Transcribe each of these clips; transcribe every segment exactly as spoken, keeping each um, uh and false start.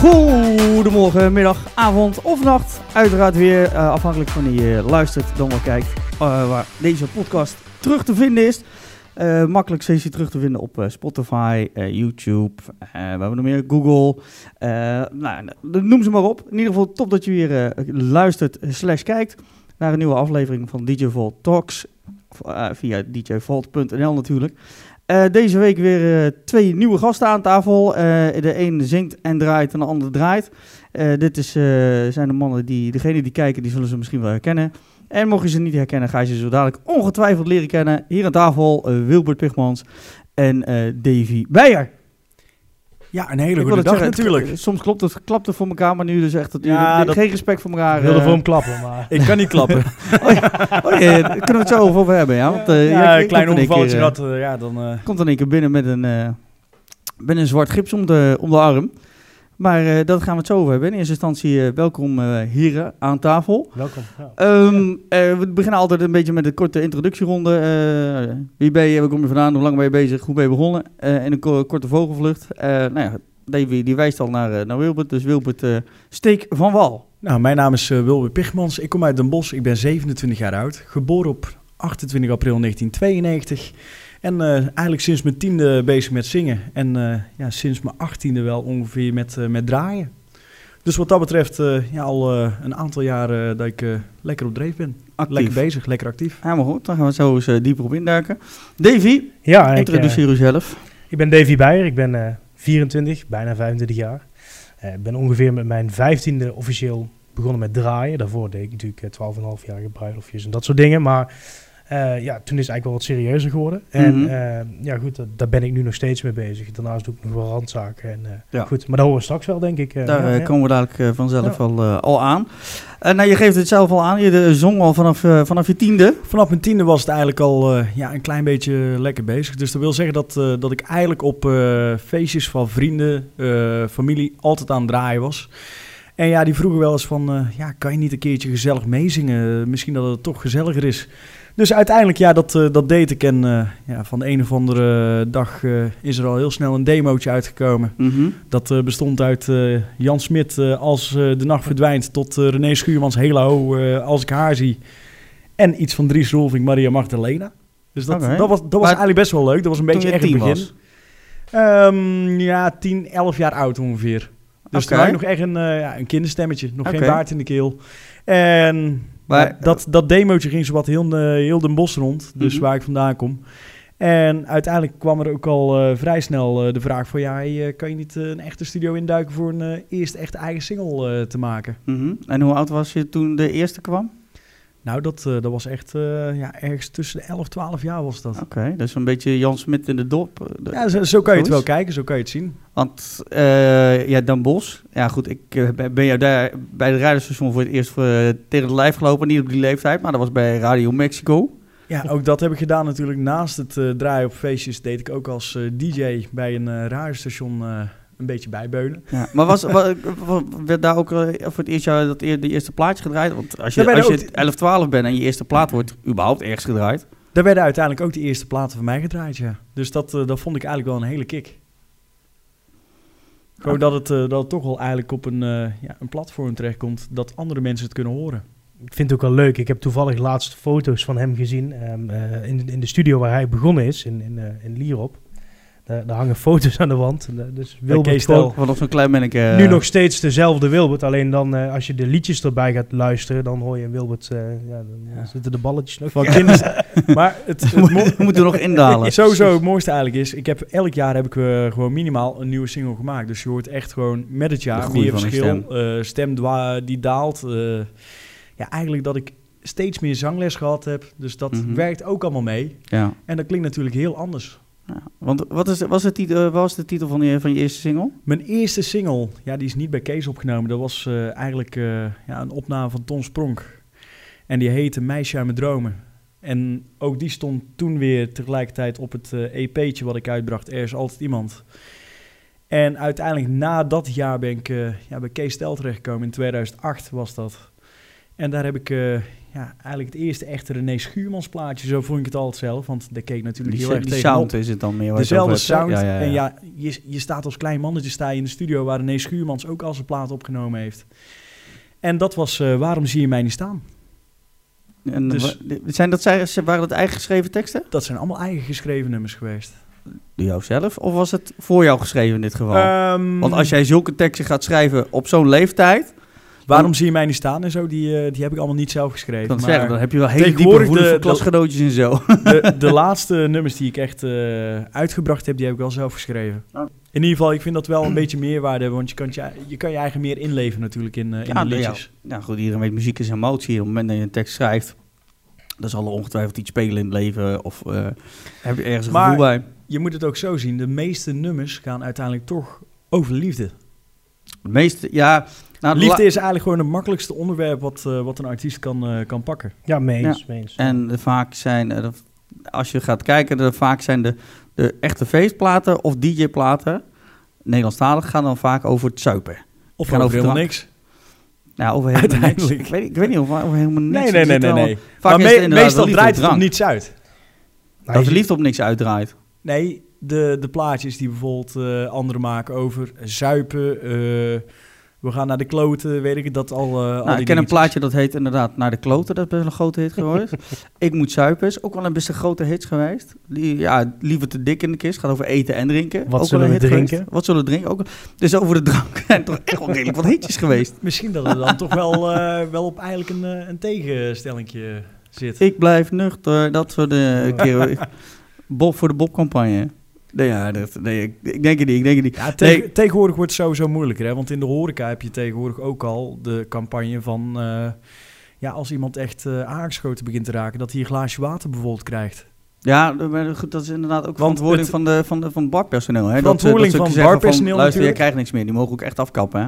Goedemorgen, middag, avond of nacht. Uiteraard weer uh, afhankelijk van wie je luistert dan wel kijkt uh, waar deze podcast terug te vinden is. Uh, makkelijk steeds terug te vinden op uh, Spotify, uh, YouTube, uh, we hebben nog meer Google. Uh, nou, noem ze maar op. In ieder geval top dat je weer uh, luistert slash kijkt naar een nieuwe aflevering van D J Vault Talks. Uh, via d j vault punt n l natuurlijk. Uh, deze week weer uh, twee nieuwe gasten aan tafel. Uh, de een zingt en draait en de ander draait. Uh, dit is, uh, zijn de mannen die, degenen die kijken, die zullen ze misschien wel herkennen. En mocht je ze niet herkennen, ga je ze zo dadelijk ongetwijfeld leren kennen. Hier aan tafel uh, Wilbert Pigmans en uh, Davy Beijer. Ja, een hele goede dag zeggen, natuurlijk. Het, soms klopt het, klapt het voor elkaar, maar nu dus echt dat, ja, jullie, dat geen respect voor elkaar. Ik wilde uh, voor hem klappen, maar... Ik kan niet klappen. oh ja, oh ja, daar kunnen we het zo over hebben, ja. Want, uh, ja, ja, een klein ongevalletje uh, gehad, uh, ja, dan... Uh... Komt dan een keer binnen met een, uh, met een zwart gips om de, om de arm. Maar uh, dat gaan we het zo over hebben. In eerste instantie uh, welkom uh, heren aan tafel. Welkom. Ja. Um, uh, we beginnen altijd een beetje met een korte introductieronde. Uh, wie ben je, waar kom je vandaan, hoe lang ben je bezig, hoe ben je begonnen? Uh, in een ko- korte vogelvlucht. Uh, nou ja, Davy die wijst al naar, uh, naar Wilbert, dus Wilbert uh, steek van wal. Nou, mijn naam is uh, Wilbert Pigmans. Ik kom uit Den Bosch. Ik ben zevenentwintig jaar oud. Geboren op achtentwintig april negentien tweeënnegentig. En uh, eigenlijk sinds mijn tiende bezig met zingen. En uh, ja, sinds mijn achttiende wel ongeveer met, uh, met draaien. Dus wat dat betreft uh, ja, al uh, een aantal jaren dat ik uh, lekker op dreef ben. Actief. Lekker bezig, lekker actief. Helemaal goed, dan gaan we zo eens uh, dieper op induiken. Davy, ja, introduceer ik, uh, uzelf. Ik ben Davy Beijer, ik ben uh, vierentwintig, bijna vijfentwintig jaar. Ik uh, ben ongeveer met mijn vijftiende officieel begonnen met draaien. Daarvoor deed ik natuurlijk uh, twaalf en een half jaar bruiloftjes en dat soort dingen. Maar uh, ja, toen is het eigenlijk wel wat serieuzer geworden. En Mm-hmm. uh, ja goed, dat, daar ben ik nu nog steeds mee bezig. Daarnaast doe ik nog wel randzaken. En, uh, Ja. goed, maar dat horen we straks wel, denk ik. Uh, Daar ja, uh, ja. komen we dadelijk uh, vanzelf Ja. al, uh, al aan. Uh, nou, je geeft het zelf al aan, je uh, zong al vanaf, uh, vanaf je tiende. Vanaf mijn tiende was het eigenlijk al uh, ja, een klein beetje lekker bezig. Dus dat wil zeggen dat, uh, dat ik eigenlijk op uh, feestjes van vrienden, uh, familie altijd aan het draaien was. En ja, die vroegen wel eens van, uh, ja, kan je niet een keertje gezellig meezingen? Misschien dat het toch gezelliger is. Dus uiteindelijk, ja, dat, uh, dat deed ik. En uh, ja, van de een of andere dag uh, is er al heel snel een demootje uitgekomen. Mm-hmm. Dat uh, bestond uit uh, Jan Smit, uh, Als uh, de nacht verdwijnt, tot uh, René Schuurmans, Helo, uh, Als ik haar zie. En iets van Dries Roelvink, Maria Magdalena. Dus dat, Okay. dat was, dat was Maar eigenlijk best wel leuk. Dat was een beetje je echt het tien begin. Um, ja, tien, elf jaar oud ongeveer. Dus Okay. toen had ik nog echt een, uh, ja, een kinderstemmetje. Nog Okay. geen baard in de keel. En Maar, ja, dat, dat demootje ging zowat heel, uh, heel Den Bosch rond. Dus Mhm. waar ik vandaan kom. En uiteindelijk kwam er ook al uh, vrij snel uh, de vraag van... ja, hey, uh, kan je niet uh, een echte studio induiken voor een uh, eerste echt eigen single uh, te maken? Mm-hmm. En hoe oud was je toen de eerste kwam? Nou, dat, uh, dat was echt uh, ja, ergens tussen de elf, twaalf jaar was dat. Oké, okay, dat is een beetje Jan Smit in de dop. Uh, de, Ja, zo, zo kan je het Zoiets? wel kijken, zo kan je het zien. Want, uh, ja, Den Bosch. Ja goed, ik uh, ben jou daar bij het radiostation voor het eerst voor, uh, tegen de lijf gelopen. Niet op die leeftijd, maar dat was bij Radio Mexico. Ja, ook dat heb ik gedaan natuurlijk. Naast het uh, draaien op feestjes deed ik ook als uh, D J bij een uh, radiostation uh, een beetje bijbeunen. Ja, maar was, was, werd daar ook uh, voor het eerst jaar dat eer, de eerste plaatje gedraaid? Want als je, Daar als werden je ook- elf, twaalf bent en je eerste plaat wordt überhaupt ergens gedraaid. Daar werden uiteindelijk ook de eerste platen van mij gedraaid, ja. Dus dat, uh, dat vond ik eigenlijk wel een hele kick. Gewoon dat het, uh, dat het toch wel eigenlijk op een, uh, ja, een platform terechtkomt dat andere mensen het kunnen horen. Ik vind het ook wel leuk. Ik heb toevallig laatst foto's van hem gezien um, uh, in, in de studio waar hij begonnen is, in, in, uh, in Lierop. Daar, daar hangen foto's aan de wand. Uh, dus Wilbert Kees Tel. gewoon Van nog zo'n klein manneke. nu nog steeds dezelfde Wilbert. Alleen dan uh, als je de liedjes erbij gaat luisteren, dan hoor je Wilbert, uh, ja, dan Ja. zitten de balletjes nog. Van kinders. Maar het, het mo- We moeten nog indalen. sowieso het mooiste eigenlijk is, ik heb, elk jaar heb ik uh, gewoon minimaal een nieuwe single gemaakt. Dus je hoort echt gewoon met het De jaar groei meer van een verschil. Stem, uh, stem dwa- die daalt. Uh, ja, eigenlijk dat ik steeds meer zangles gehad heb. Dus dat Mhm. werkt ook allemaal mee. Ja. En dat klinkt natuurlijk heel anders. Ja. Want wat, is, was de titel, wat was de titel van je, van je eerste single? Mijn eerste single, ja, die is niet bij Kees opgenomen. Dat was uh, eigenlijk uh, ja, een opname van Ton Spronk. En die heette Meisje uit mijn dromen. En ook die stond toen weer tegelijkertijd op het uh, E P'tje wat ik uitbracht. Er is altijd iemand. En uiteindelijk na dat jaar ben ik uh, ja, bij Kees Tel terechtgekomen. In tweeduizend acht was dat. En daar heb ik uh, ja, eigenlijk het eerste echte René Schuurmans plaatje. Zo vond ik het altijd zelf. Want daar keek natuurlijk die, heel erg die tegenop. sound is het dan meer. Dezelfde sound. Ja, ja, ja. En ja, je, je staat als klein mannetje sta je in de studio waar René Schuurmans ook al zijn plaat opgenomen heeft. En dat was uh, Waarom zie je mij niet staan? En dus, zijn dat, waren dat eigen geschreven teksten? Dat zijn allemaal eigen geschreven nummers geweest. Door jou zelf? Of was het voor jou geschreven in dit geval? Um, Want als jij zulke teksten gaat schrijven op zo'n leeftijd... Waarom dan, zie je mij niet staan en zo, die, uh, die heb ik allemaal niet zelf geschreven. Dan, maar zeggen, dan heb je wel hele diepe gevoelens voor klasgenootjes en zo. De, de laatste nummers die ik echt uh, uitgebracht heb, die heb ik wel zelf geschreven. Oh. In ieder geval, ik vind dat wel een beetje meerwaarde hebben, want je kan je, je kan je eigen meer inleven natuurlijk in, uh, in ja, de liedjes. Ja, ja, goed, iedereen weet, muziek is emotie. Op het moment dat je een tekst schrijft, dan zal er ongetwijfeld iets spelen in het leven of uh, heb je ergens een maar gevoel bij. Je moet het ook zo zien, de meeste nummers gaan uiteindelijk toch over liefde. De meeste, ja... Nou, liefde is eigenlijk gewoon het makkelijkste onderwerp wat, uh, wat een artiest kan, uh, kan pakken. Ja, meens. Ja. meens. En de, vaak zijn, uh, de, als je gaat kijken, de, vaak zijn de, de echte feestplaten of D J-platen, Nederlandstalig, gaan dan vaak over het zuipen. Of gaan over, over helemaal niks. Ja, over helemaal niks. Ik weet, ik weet niet of over helemaal niks. Nee, nee, nee, nee. nee. Vaak maar me, meestal draait het op niets uit. Nou, dat de liefde op niks uitdraait. Nee, de, de plaatjes die bijvoorbeeld uh, anderen maken over zuipen... Uh, we gaan naar de kloten, weet ik dat al. Uh, nou, al ik ken dingetjes. Een plaatje dat heet inderdaad Naar de kloten. Dat is best wel een grote hit geweest. Ik moet zuipen is ook wel een best een grote hit geweest. Die, ja, liever te dik in de kist. Gaat over eten en drinken. Wat ook zullen we drinken? Geweest. Wat zullen we drinken? Ook, dus over de drank zijn toch echt wel redelijk wat hitjes geweest. Misschien dat er dan toch wel, uh, wel op eigenlijk een, een tegenstellingje zit. Ik blijf nuchter. Dat soort uh, keer. Bob voor de Bob-campagne. Nee, ja, dat, nee ik, ik denk het niet, ik denk het niet. Ja, tegen, nee. Tegenwoordig wordt het sowieso moeilijker, hè? Want in de horeca heb je tegenwoordig ook al de campagne van... Uh, ja, als iemand echt uh, aangeschoten begint te raken, dat hij een glaasje water bijvoorbeeld krijgt. Ja, goed, dat is inderdaad ook verantwoording van, de, van, de, van het barpersoneel. Hè? Verantwoording dat, dat van barpersoneel van, luister, je krijgt niks meer, die mogen ook echt afkappen, hè?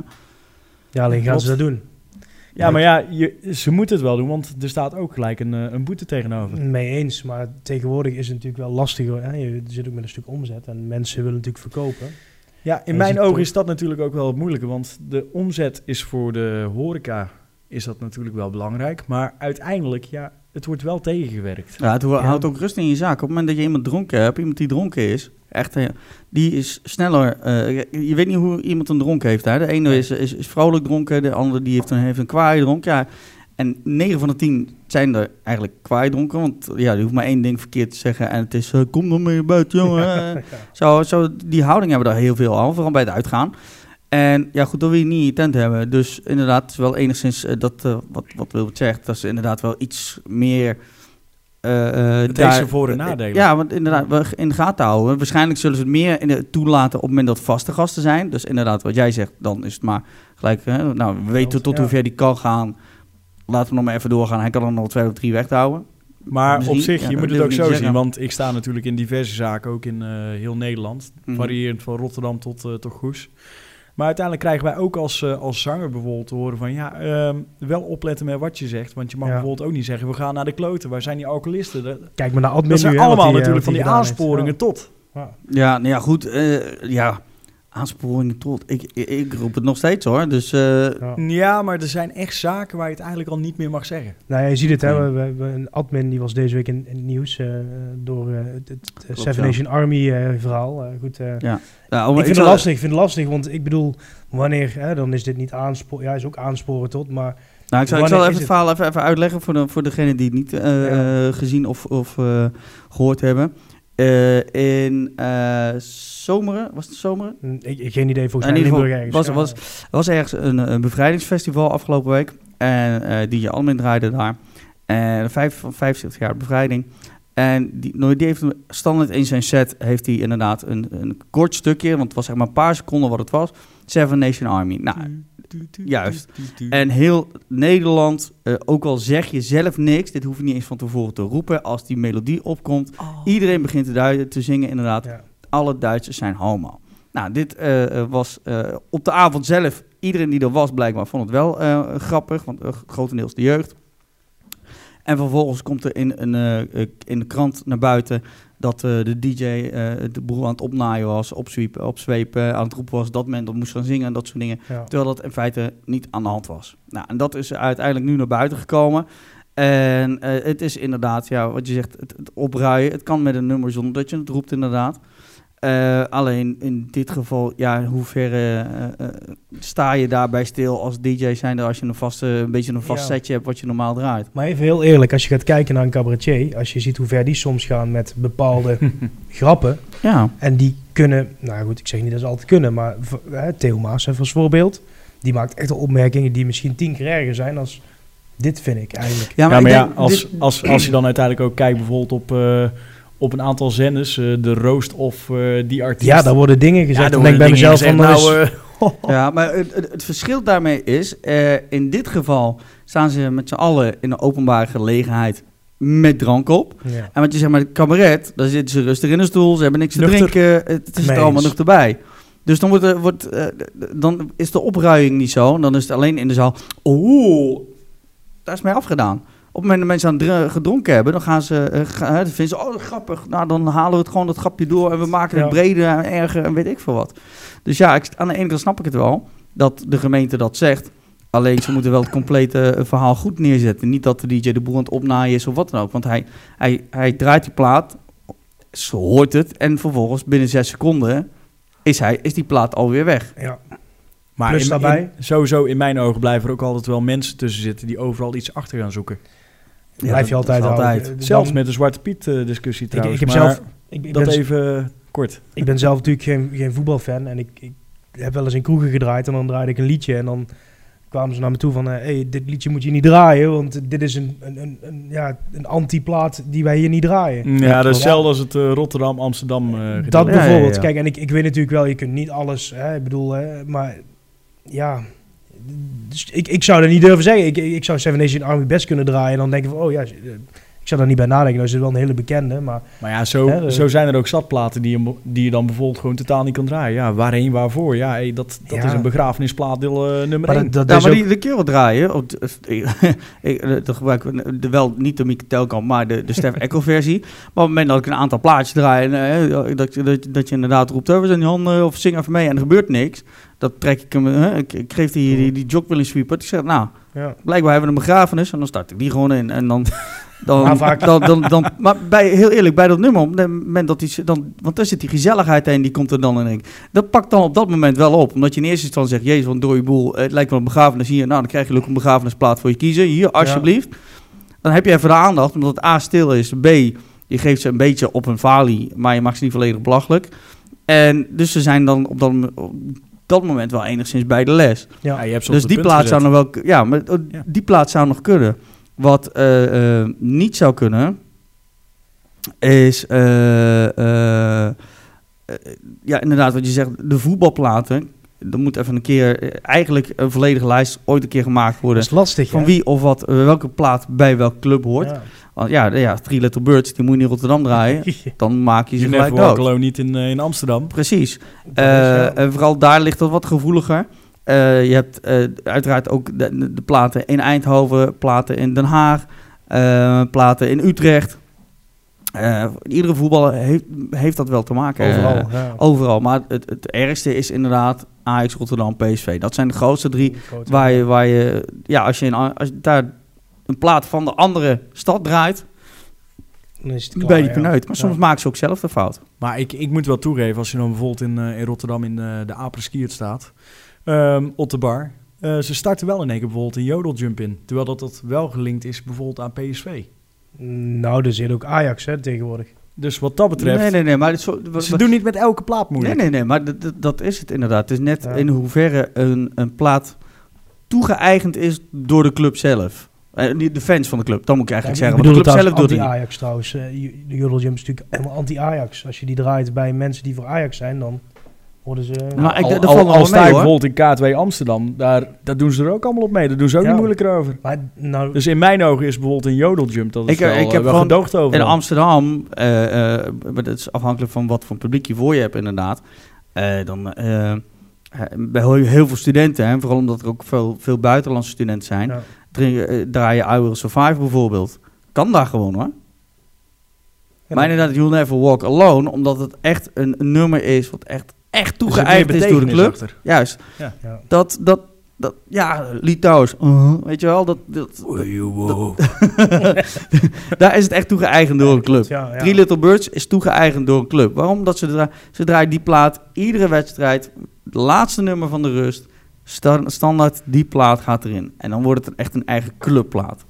Ja, alleen gaan ze dat doen. Ja, maar ja, je, ze moeten het wel doen, want er staat ook gelijk een, een boete tegenover. Mee eens, maar tegenwoordig is het natuurlijk wel lastiger. Hè? Je zit ook met een stuk omzet en mensen willen natuurlijk verkopen. Ja, in mijn ogen is dat natuurlijk ook wel het moeilijke, want de omzet is voor de horeca is dat natuurlijk wel belangrijk, maar uiteindelijk, ja, het wordt wel tegengewerkt. Ja, het houdt ook rust in je zaak. Op het moment dat je iemand dronken hebt, iemand die dronken is, echt, die is sneller. Uh, je weet niet hoe iemand een dronken heeft. Hè? De ene is, is, is vrolijk dronken, de andere die heeft een, heeft een kwaai dronk. Ja. En negen van de tien zijn er eigenlijk kwaai dronken. Want ja, je hoeft maar één ding verkeerd te zeggen en het is, uh, kom dan mee buiten, jongen. zo, zo, die houding hebben we daar heel veel aan, vooral bij het uitgaan. En ja, goed, dat wil je niet in je tent hebben. Dus inderdaad, is wel enigszins, uh, dat, uh, wat, wat Wilbert zegt, dat is inderdaad wel iets meer... Uh, uh, het heeft zijn voor- en nadelen. Ja, want inderdaad, we in de gaten houden. Waarschijnlijk zullen ze het meer in de, toelaten op het moment dat vaste gasten zijn. Dus inderdaad, wat jij zegt, dan is het maar gelijk... Hè, nou, we weten tot ja. hoe ver die kan gaan. Laten we nog maar even doorgaan. Hij kan er nog twee of drie weghouden. Maar Misschien, op zich, ja, je moet het ook zo zeggen. zien. Want ik sta natuurlijk in diverse zaken, ook in uh, heel Nederland. Mm-hmm. Variërend van Rotterdam tot, uh, tot Goes. Maar uiteindelijk krijgen wij ook als, uh, als zanger bijvoorbeeld te horen van... ja, uh, wel opletten met wat je zegt. Want je mag ja. bijvoorbeeld ook niet zeggen... we gaan naar de kloten. Waar zijn die alcoholisten? Dat, Kijk maar naar admin. Dat zijn nu, allemaal die, natuurlijk uh, van die aansporingen ja. tot. Ja, ja, nou ja goed. Uh, ja, aansporingen tot. Ik, ik, ik roep het nog steeds hoor. Dus, uh, ja. ja, maar er zijn echt zaken waar je het eigenlijk al niet meer mag zeggen. Nou ja, je ziet het. Hè, we, we hebben een admin die was deze week in, in het nieuws... Uh, door uh, het, het Klopt, Seven ja. Nation Army uh, verhaal. Uh, goed, uh, ja. Ja, ik, vind ik, het lastig, ik vind het lastig, want ik bedoel... Wanneer, hè, dan is dit niet aansporen... Ja, is ook aansporen tot, maar... Nou, ik zal, ik zal even het verhaal even, even uitleggen... voor, de, voor degenen die het niet uh, ja. gezien of, of uh, gehoord hebben... Uh, in uh, Zomeren, was het Zomeren? Ik, ik geen idee, volgens mij in Limburg ergens. Was, was, was ergens een, een bevrijdingsfestival afgelopen week. En uh, die Almin draaide daar. En vijf, vijfenzestig jaar bevrijding. En die, die heeft standaard in zijn set heeft hij inderdaad een, een kort stukje, want het was zeg maar een paar seconden wat het was. Seven Nation Army. Nou, juist. En heel Nederland, uh, ook al zeg je zelf niks, dit hoef je niet eens van tevoren te roepen, als die melodie opkomt, oh. iedereen begint te, du- te zingen inderdaad. Ja. Alle Duitsers zijn homo. Nou, dit uh, was uh, op de avond zelf, iedereen die er was blijkbaar vond het wel uh, grappig, want uh, grotendeels de jeugd. En vervolgens komt er in, een, uh, in de krant naar buiten dat uh, de D J uh, de boel aan het opnaaien was, opzweepen, opzweepen, aan het roepen was dat men dat moest gaan zingen en dat soort dingen. Ja. Terwijl dat in feite niet aan de hand was. Nou, en dat is uiteindelijk nu naar buiten gekomen. En uh, het is inderdaad, ja, wat je zegt, het, het opruien. Het kan met een nummer zonder dat je het roept inderdaad. Uh, alleen in dit geval, ja, in hoeverre uh, uh, sta je daarbij stil als D J zijnde als je een, vaste, een beetje een vast ja. setje hebt wat je normaal draait. Maar even heel eerlijk, als je gaat kijken naar een cabaretier, als je ziet hoe ver die soms gaan met bepaalde grappen. Ja. En die kunnen, nou goed, ik zeg niet dat ze altijd kunnen, maar uh, Theo Maas als voorbeeld, die maakt echt al opmerkingen die misschien tien keer erger zijn als dit, vind ik eigenlijk. Ja, maar, ja, maar ja, als, dit... als, als je dan uiteindelijk ook kijkt bijvoorbeeld op... Uh, op een aantal zenders, uh, de roast of uh, die artiest. Ja, daar worden dingen gezegd. Ja, dan denk ik bij mezelf van... Nou, uh, ja, maar het, het, het verschil daarmee is... Uh, in dit geval staan ze met z'n allen in een openbare gelegenheid met drank op. Ja. En wat je zegt met cabaret, dan zitten ze rustig in een stoel, ze hebben niks te nuchter. drinken. Het is er allemaal nog erbij. Dus dan, wordt, wordt, uh, dan is de opruiing niet zo. En dan is het alleen in de zaal... Oeh, daar is mij afgedaan. Op het moment dat mensen aan het gedronken hebben, dan gaan ze, uh, gaan, dan vinden ze, oh, grappig. Nou, dan halen we het gewoon dat grapje door en we maken het ja. breder en erger en weet ik veel wat. Dus ja, ik, aan de ene kant snap ik het wel, dat de gemeente dat zegt. Alleen ze moeten wel het complete uh, verhaal goed neerzetten. Niet dat de D J de boel aan het opnaaien is of wat dan ook. Want hij, hij, hij draait die plaat, zo hoort het, en vervolgens binnen zes seconden is, hij, is die plaat alweer weg. Ja. Maar Plus in, daarbij, in, sowieso in mijn ogen blijven er ook altijd wel mensen tussen zitten die overal iets achter gaan zoeken. Ja, blijf je altijd, altijd. Houden. Zelfs met de Zwarte Piet uh, discussie trouwens. Ik, ik heb maar zelf, ik, ik dat ben, even uh, kort. Ik ben zelf natuurlijk geen, geen voetbalfan en ik, ik heb wel eens in kroegen gedraaid en dan draaide ik een liedje en dan kwamen ze naar me toe van, hé, uh, hey, dit liedje moet je niet draaien, want dit is een, een, een, een, ja, een anti-plaat die wij hier niet draaien. Ja, dat is hetzelfde als het uh, Rotterdam, Amsterdam uh, dat bijvoorbeeld. Ja, ja, ja. Kijk, en ik, ik weet natuurlijk wel, je kunt niet alles, hè, ik bedoel, hè, maar ja... Dus ik, ik zou dat niet durven zeggen. Ik, ik zou Seven Nation Army best kunnen draaien en dan denken van, oh ja, ik zou daar niet bij nadenken. Dat is wel een hele bekende, maar... Maar ja, zo, hè, zo zijn er ook zatplaten die je, die je dan bijvoorbeeld gewoon totaal niet kan draaien. Ja, waarheen, waarvoor? Ja, hey, dat, dat ja. is een begrafenisplaat deel uh, nummer één. Dat, dat ja, maar ook... die de kerel draaien, op, ik, dat gebruik ik de, wel niet de Mieke Telkamp, maar de, de Stef Eckel versie. Maar op het moment dat ik een aantal plaatjes draai, en, uh, dat, dat, dat je inderdaad roept, we zijn die handen of zing even mee en er gebeurt niks. Dat trek ik hem, hè, ik, ik geef die, die, die Jock Willing sweeper. Ik zeg, nou, ja. blijkbaar hebben we een begrafenis en dan start ik die gewoon in. En dan, dan, maar, vaak... dan, dan, dan, maar bij, heel eerlijk, bij dat nummer, op het moment dat die, dan, want daar zit die gezelligheid in, die komt er dan in. Dat pakt dan op dat moment wel op. Omdat je in eerste instantie zegt, jezus, wat een dode boel, het lijkt wel een begrafenis hier. Nou, dan krijg je ook een begrafenisplaat voor je kiezen. Hier, alsjeblieft. Ja. Dan heb je even de aandacht, omdat het A stil is, B, je geeft ze een beetje op een falie, maar je maakt ze niet volledig belachelijk. En dus ze zijn dan op dat op dat moment wel enigszins bij de les. Ja. Ja, je hebt dus die plaats zou nog wel, ja, maar ja. die plaats zou nog kunnen. Wat uh, uh, niet zou kunnen is, uh, uh, uh, ja, inderdaad, wat je zegt, de voetbalplaten. Er moet even een keer, uh, eigenlijk een volledige lijst ooit een keer gemaakt worden. Dat is lastig, van ja. wie of wat, uh, welke plaat bij welke club hoort. Ja. Want ja, de, ja, Three Little Birds, die moet je in Rotterdam draaien. Dan maak je ze gelijk dood. Je never walk alone niet in, uh, in Amsterdam. Precies. Uh, en vooral daar ligt dat wat gevoeliger. Uh, je hebt uh, uiteraard ook de, de platen in Eindhoven, platen in Den Haag, uh, platen in Utrecht. Uh, iedere voetballer heeft, heeft dat wel te maken. Overal. Uh, ja. Overal. Maar het, het ergste is inderdaad Ajax, Rotterdam, P S V. Dat zijn de grootste drie grote waar je, waar je, ja, als je, in, als je daar een plaat van de andere stad draait, dan is het klaar, bij die peneut. Ja. Maar soms ja. maken ze ook zelf de fout. Maar ik, ik moet wel toegeven, als je dan bijvoorbeeld in, uh, in Rotterdam in uh, de Apres-Skiert staat, um, op de bar, uh, ze starten wel in één keer bijvoorbeeld een jodeljump in. Terwijl dat, dat wel gelinkt is bijvoorbeeld aan P S V. Nou, er zit ook Ajax hè, tegenwoordig. Dus wat dat betreft... Nee, nee, nee. Maar zo, ze w- doen niet met elke plaat moeilijk. Nee, nee, nee. Maar d- d- dat is het inderdaad. Het is net ja. in hoeverre een, een plaat toegeëigend is door de club zelf. Uh, de fans van de club, dat moet ik eigenlijk ja, zeggen. Ik want de club zelf doet anti-Ajax trouwens. Uh, de jodeljump is natuurlijk helemaal anti-Ajax. Als je die draait bij mensen die voor Ajax zijn, dan worden ze... Nou, nou, ik, al al, al sta je bijvoorbeeld in K twee Amsterdam, daar, daar doen ze er ook allemaal op mee. Daar doen ze ook ja, niet moeilijker over. Maar, nou, dus in mijn ogen is bijvoorbeeld een jodeljump, dat is ik, wel, ik heb wel gedoogd over. In Amsterdam, uh, uh, maar dat is afhankelijk van wat voor publiek je voor je hebt inderdaad. Uh, dan... Uh, bij heel veel studenten, hè, vooral omdat er ook veel, veel buitenlandse studenten zijn, ja. draai je I Will Survive bijvoorbeeld. kan daar gewoon hoor. Ja, maar inderdaad, You'll Never Walk Alone, omdat het echt een, een nummer is wat echt, echt toegeëigend is door de club. Achter. Juist. Ja. Ja. Dat, dat, dat, ja, Litouwers, uh, weet je wel, dat, dat, dat, dat daar is het echt toegeëigend door een club. Ja, ja. Three Little Birds is toegeëigend door een club. Waarom? Omdat ze, dra- ze draaien die plaat, iedere wedstrijd, het laatste nummer van de rust, sta- standaard die plaat gaat erin. En dan wordt het echt een eigen clubplaat.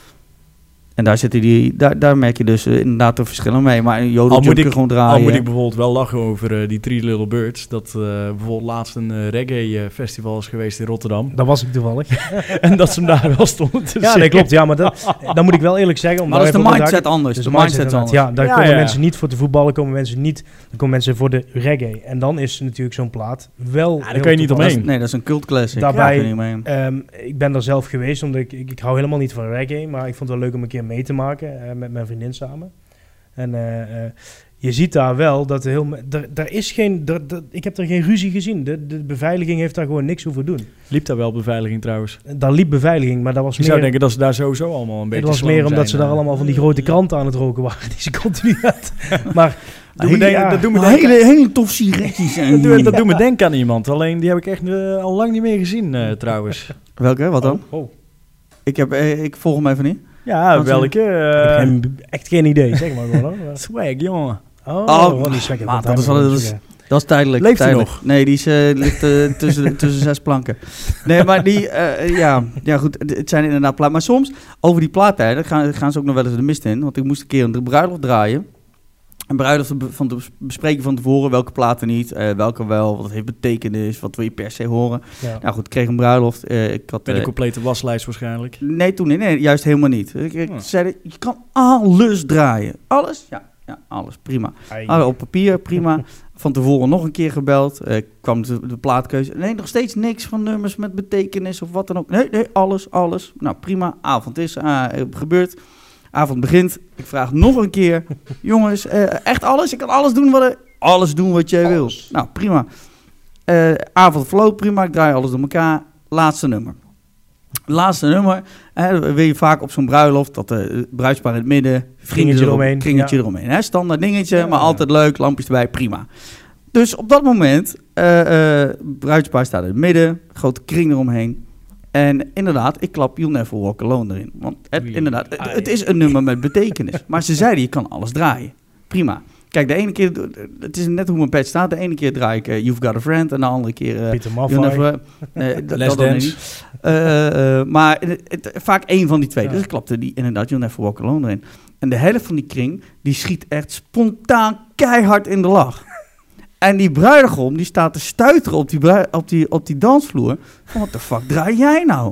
En daar, zitten die, daar, daar merk je dus uh, inderdaad de verschillen mee. Maar een Jodel Jump kun gewoon draaien. Al moet ik bijvoorbeeld wel lachen over uh, die Three Little Birds. Dat uh, bijvoorbeeld laatst een uh, reggae festival is geweest in Rotterdam. Daar was ik toevallig. En dat ze hem daar wel stonden te Ja, nee, klopt. Ja, maar dat, dan moet ik wel eerlijk zeggen. Maar dat is de mindset daar, anders. Dus de, de mindset, mindset anders. Ja, daar ja, komen ja. mensen niet voor te voetballen. Komen mensen niet, dan komen mensen voor de reggae. En dan is natuurlijk zo'n plaat wel... Ja, daar kun je niet omheen. Nee, dat is een cult classic. Daarbij, ja, um, ik ben daar zelf geweest, omdat ik, ik, ik hou helemaal niet van reggae. Maar ik vond het wel leuk om een keer mee te maken. Met mijn vriendin samen. En uh, uh, je ziet daar wel dat er heel... Er, er is geen... Er, er, ik heb er geen ruzie gezien. De, de beveiliging heeft daar gewoon niks hoeven doen. Liep daar wel beveiliging trouwens? Daar liep beveiliging, maar dat was je meer... zou denken dat ze daar sowieso allemaal een beetje Het was meer omdat zijn, ze daar uh, allemaal van die grote kranten aan het roken waren. Die ze continu had. Maar... Doe me denk, ja, dat doet me hele, hele tof sigaretjes. dat, doe, dat doet me denken aan iemand. Alleen die heb ik echt uh, al lang niet meer gezien uh, trouwens. Welke? Wat dan? Oh, oh. Ik, heb, uh, ik volg hem even niet. Ja, Wat welke? Uh, ik heb geen, echt geen idee, zeg maar gewoon. Swag, jongen. Oh, oh die swag. Maar, dat, is wel, dat, is, dat is tijdelijk. Leeft hij tijdelijk. nog? Nee, die is, uh, ligt uh, tussen, tussen zes planken. Nee, maar die, uh, ja, ja goed, het zijn inderdaad platen. Maar soms, over die plaattijden, gaan, gaan ze ook nog wel eens de mist in. Want ik moest een keer een bruiloft draaien. Een bruiloft van te bespreken van tevoren, welke platen niet, uh, welke wel, wat het heeft betekenis, wat wil je per se horen. Ja. Nou goed, ik kreeg een bruiloft. Uh, ik had, Met een uh, complete waslijst waarschijnlijk? Nee, toen nee, nee juist helemaal niet. Ik, ik oh. zei, je kan alles draaien. Alles? Ja, ja alles, prima. Ah, op papier, prima. Van tevoren nog een keer gebeld, uh, kwam de, de plaatkeuze. Nee, nog steeds niks van nummers met betekenis of wat dan ook. Nee, nee, alles, alles. Nou, prima, avond is uh, gebeurd. Avond begint. Ik vraag nog een keer. Jongens, uh, echt alles? Ik kan alles doen wat, er, alles doen wat jij wil. Nou, prima. Uh, avond verloopt, prima. Ik draai alles door elkaar. Laatste nummer. Laatste nummer. Uh, wil je vaak op zo'n bruiloft. Dat de uh, bruidspaar in het midden. Kringetje eromheen. Kringetje ja. eromheen. Hè? Standaard dingetje, ja, maar altijd leuk. Lampjes erbij, prima. Dus op dat moment. Uh, uh, bruidspaar staat in het midden. Grote kring eromheen. En inderdaad, ik klap You'll Never Walk Alone erin. Want het, inderdaad, het, het is een nummer met betekenis. Maar ze zeiden, je kan alles draaien. Prima. Kijk, de ene keer, het is net hoe mijn pet staat. De ene keer draai ik uh, You've Got a Friend. En de andere keer... Uh, Peter Maffay. Uh, d- dat dan niet. Uh, uh, maar het, het, vaak één van die twee. Ja. Dus ik klapte die inderdaad You'll Never Walk Alone erin. En de helft van die kring, die schiet echt spontaan keihard in de lach. En die bruidegom, die staat te stuiteren op die, brui- op die, op die dansvloer. Van, wat de fuck draai jij nou?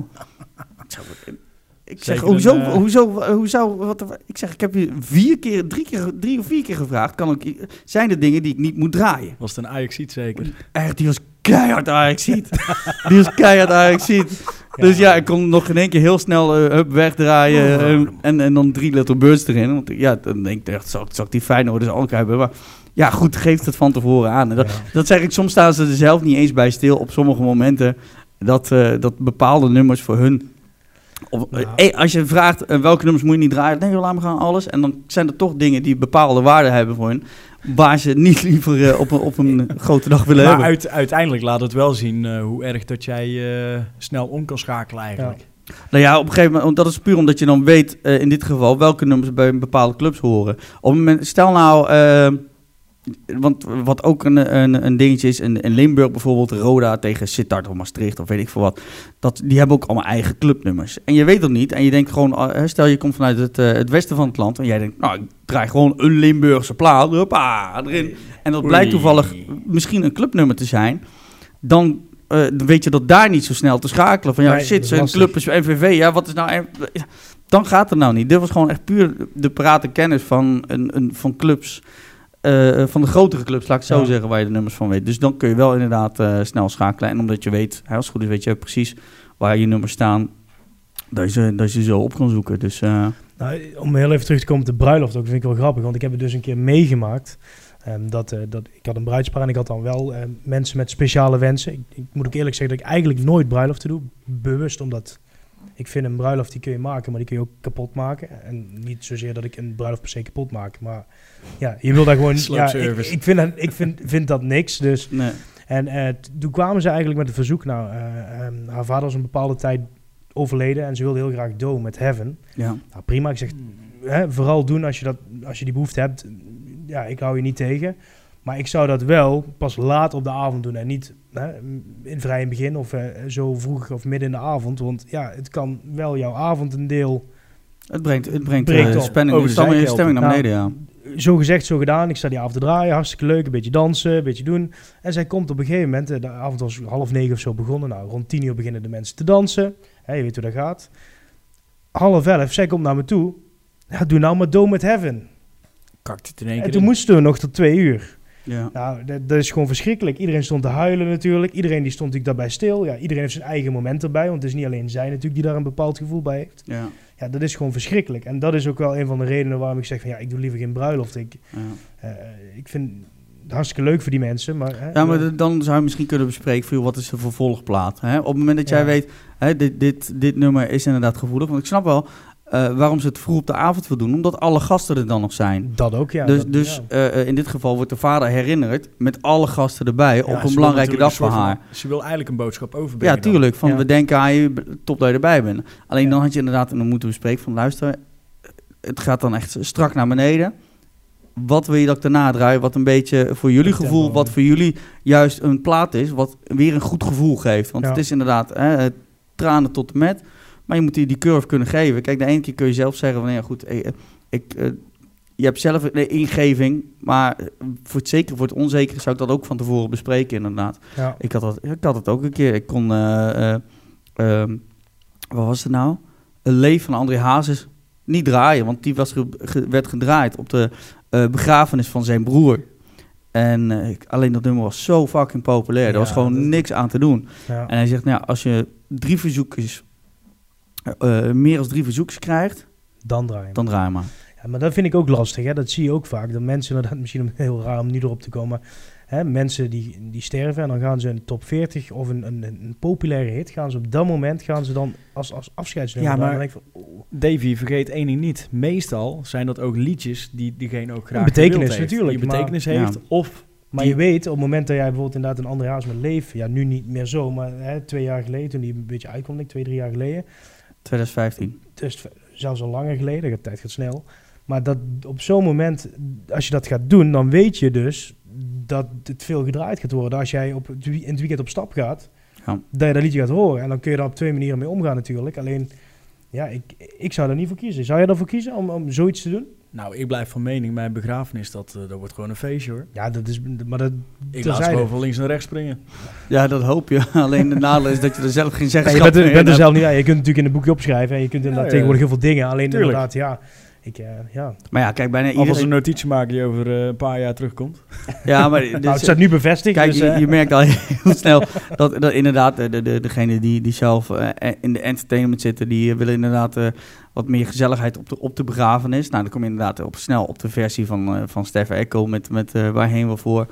Ik zeg, hoezo, een, uh... hoezo, hoezo, wat de, ik zeg, ik heb je vier keer, drie keer, drie of vier keer gevraagd. Kan ik, zijn er dingen die ik niet moet draaien? Was het een Ajaxiet zeker? Echt, die was keihard Ajaxiet. die was keihard Ajaxiet. Ja. Dus ja, ik kon nog in één keer heel snel uh, hup, wegdraaien oh, en, en, en dan drie Little Birds erin. Want ja, dan denk ik echt, zal, zal ik die Feyenoord dus ook hebben? Maar ja, goed, geeft het van tevoren aan. En dat, ja. dat zeg ik, soms staan ze er zelf niet eens bij stil op sommige momenten. Dat, uh, dat bepaalde nummers voor hun... Of, ja. hey, als je vraagt uh, welke nummers moet je niet draaien, nee, laat me gaan alles. En dan zijn er toch dingen die bepaalde waarde hebben voor hun, waar ze niet liever uh, op, een, op een grote dag willen maar hebben. Uit, uiteindelijk laat het wel zien uh, hoe erg dat jij uh, snel om kan schakelen eigenlijk. Ja. Nou ja, op een gegeven moment, dat is puur omdat je dan weet, uh, in dit geval, welke nummers bij bepaalde clubs horen. Op een moment, stel nou... Uh, Want wat ook een, een, een dingetje is, in, in Limburg bijvoorbeeld, Roda tegen Sittard of Maastricht of weet ik veel wat. Dat, die hebben ook allemaal eigen clubnummers. En je weet dat niet en je denkt gewoon, stel je komt vanuit het, uh, het westen van het land en jij denkt, nou ik draai gewoon een Limburgse plaat, hoppa, erin. En dat blijkt toevallig misschien een clubnummer te zijn. Dan, uh, dan weet je dat daar niet zo snel te schakelen. Van ja, nee, shit, een club is N V V, ja wat is nou... Dan gaat het nou niet. Dit was gewoon echt puur de parate kennis van, een, een, van clubs... Uh, van de grotere clubs, laat ik zo ja. zeggen, waar je de nummers van weet. Dus dan kun je wel inderdaad uh, snel schakelen. En omdat je weet, als het goed is, weet je precies waar je nummers staan, dat je, dat je zo op kan zoeken. Dus, uh... nou, om heel even terug te komen op de bruiloft, ook vind ik wel grappig, want ik heb het dus een keer meegemaakt. Um, dat, uh, dat, ik had een bruidspaar en ik had dan wel uh, mensen met speciale wensen. Ik, ik moet ook eerlijk zeggen dat ik eigenlijk nooit bruiloften doe, bewust omdat... Ik vind een bruiloft, die kun je maken, maar die kun je ook kapot maken. En niet zozeer dat ik een bruiloft per se kapot maak, maar ja, je wil daar gewoon... ja, ik, ik, vind, dat, ik vind, vind dat niks, dus... Nee. En uh, t- toen kwamen ze eigenlijk met het verzoek, nou, uh, um, haar vader was een bepaalde tijd overleden en ze wilde heel graag Doe met Heaven. Ja. Nou, prima, ik zeg, hè, vooral doen als je, dat, als je die behoefte hebt. Ja, ik hou je niet tegen. Maar ik zou dat wel pas laat op de avond doen en niet hè, in vrij begin of uh, zo vroeg of midden in de avond. Want ja, het kan wel jouw avond een deel... Het brengt, het brengt uh, spanning, over stemming, stemming naar beneden, nou, ja. Zo gezegd, zo gedaan. Ik sta die avond te draaien, hartstikke leuk, een beetje dansen, een beetje doen. En zij komt op een gegeven moment, de avond was half negen of zo begonnen. Nou, rond tien uur beginnen de mensen te dansen. Hey, je weet hoe dat gaat. Half elf, zij komt naar me toe. Ja, doe nou maar Doe met Heaven. Kakt het in één keer En toen in. moesten we nog tot twee uur. Ja. Nou, dat, dat is gewoon verschrikkelijk. Iedereen stond te huilen natuurlijk. Iedereen die stond natuurlijk daarbij stil. Ja, iedereen heeft zijn eigen moment erbij. Want het is niet alleen zij natuurlijk die daar een bepaald gevoel bij heeft. Ja. Ja, dat is gewoon verschrikkelijk. En dat is ook wel een van de redenen waarom ik zeg van ja, ik doe liever geen bruiloft. Ik, ja. uh, ik vind het hartstikke leuk voor die mensen. Maar, hè, ja, maar uh, dan zou je misschien kunnen bespreken voor wat is de vervolgplaat. Hè? Op het moment dat jij ja. weet, hè, dit, dit, dit nummer is inderdaad gevoelig. Want ik snap wel uh, waarom ze het vroeg op de avond wil doen. Omdat alle gasten er dan nog zijn. Dat ook, ja. Dus, dat, dus ja. Uh, in dit geval wordt de vader herinnerd met alle gasten erbij ja, op een belangrijke dag voor haar. Van, ze wil eigenlijk een boodschap overbrengen. Ja, tuurlijk. Van ja. we denken aan je, top dat je erbij bent. Alleen ja. dan had je inderdaad, en dan moeten we bespreken van luister, het gaat dan echt strak naar beneden. Wat wil je dat ik daarna draai? Wat een beetje voor jullie ik gevoel, wat voor jullie juist een plaat is, wat weer een goed gevoel geeft. Want ja. het is inderdaad hè, tranen tot en met. Maar je moet die, die curve kunnen geven. Kijk, de ene keer kun je zelf zeggen van ja goed, ik, ik, uh, je hebt zelf een ingeving, maar voor het zekere, voor het onzekere zou ik dat ook van tevoren bespreken inderdaad. Ja. Ik, had dat, ik had het ook een keer. Ik kon, uh, uh, uh, wat was het nou? Een Leef van André Hazes niet draaien, want die was ge, ge, werd gedraaid op de uh, begrafenis van zijn broer. En uh, ik, alleen dat nummer was zo fucking populair. Ja, er was gewoon dat... niks aan te doen. Ja. En hij zegt, nou ja, als je drie verzoekjes, uh, meer dan drie verzoekjes krijgt, dan draai je dan draai je maar. Ja, maar dat vind ik ook lastig. Hè? Dat zie je ook vaak. Dat mensen, inderdaad, misschien heel raar om niet erop te komen, hè, mensen die, die sterven en dan gaan ze een top veertig of een, een, een populaire hit, gaan ze op dat moment gaan ze dan als, als afscheidsnummer. Ja, maar dan denk ik van, oh. Davy, vergeet één ding niet. Meestal zijn dat ook liedjes die diegene ook graag betekenis heeft, natuurlijk, die betekenis maar, heeft. Ja. Of maar die, je weet, op het moment dat jij bijvoorbeeld inderdaad een André Hazes met Leef, ja nu niet meer zo, maar hè, twee jaar geleden, toen die een beetje uitkwam, denk ik, twee, drie jaar geleden. twintig vijftien. Dus zelfs al langer geleden, de tijd gaat snel. Maar dat op zo'n moment, als je dat gaat doen, dan weet je dus dat het veel gedraaid gaat worden. Als jij op, in het weekend op stap gaat, ja. dat je dat liedje gaat horen. En dan kun je daar op twee manieren mee omgaan natuurlijk. Alleen, ja, ik, ik zou er niet voor kiezen. Zou jij ervoor kiezen om, om zoiets te doen? Nou, ik blijf van mening, mijn begrafenis, dat, uh, dat wordt gewoon een feestje hoor. Ja, dat is, maar dat... Ik laat gewoon van links naar rechts springen. Ja, dat hoop je. Alleen de nadeel is dat je er zelf geen zeggenschap nee, je bent er, bent er zelf niet aan. Je kunt natuurlijk in een boekje opschrijven en je kunt inderdaad ja, ja. tegenwoordig heel veel dingen. Alleen Tuurlijk. inderdaad, ja... Ik, uh, ja. Maar ja, kijk, bijna iedereen... Alvast een notitie maken die over uh, een paar jaar terugkomt. Ja, maar... Dus, nou, het staat nu bevestigd. Kijk, dus, je, uh... je merkt al heel snel dat, dat inderdaad de, de, degene die, die zelf uh, in de entertainment zitten, die uh, willen inderdaad uh, wat meer gezelligheid op de, op de begrafenis. Nou, dan kom je inderdaad op, snel op de versie van, uh, van Stefan Eckel met, met uh, Waarheen We Voor.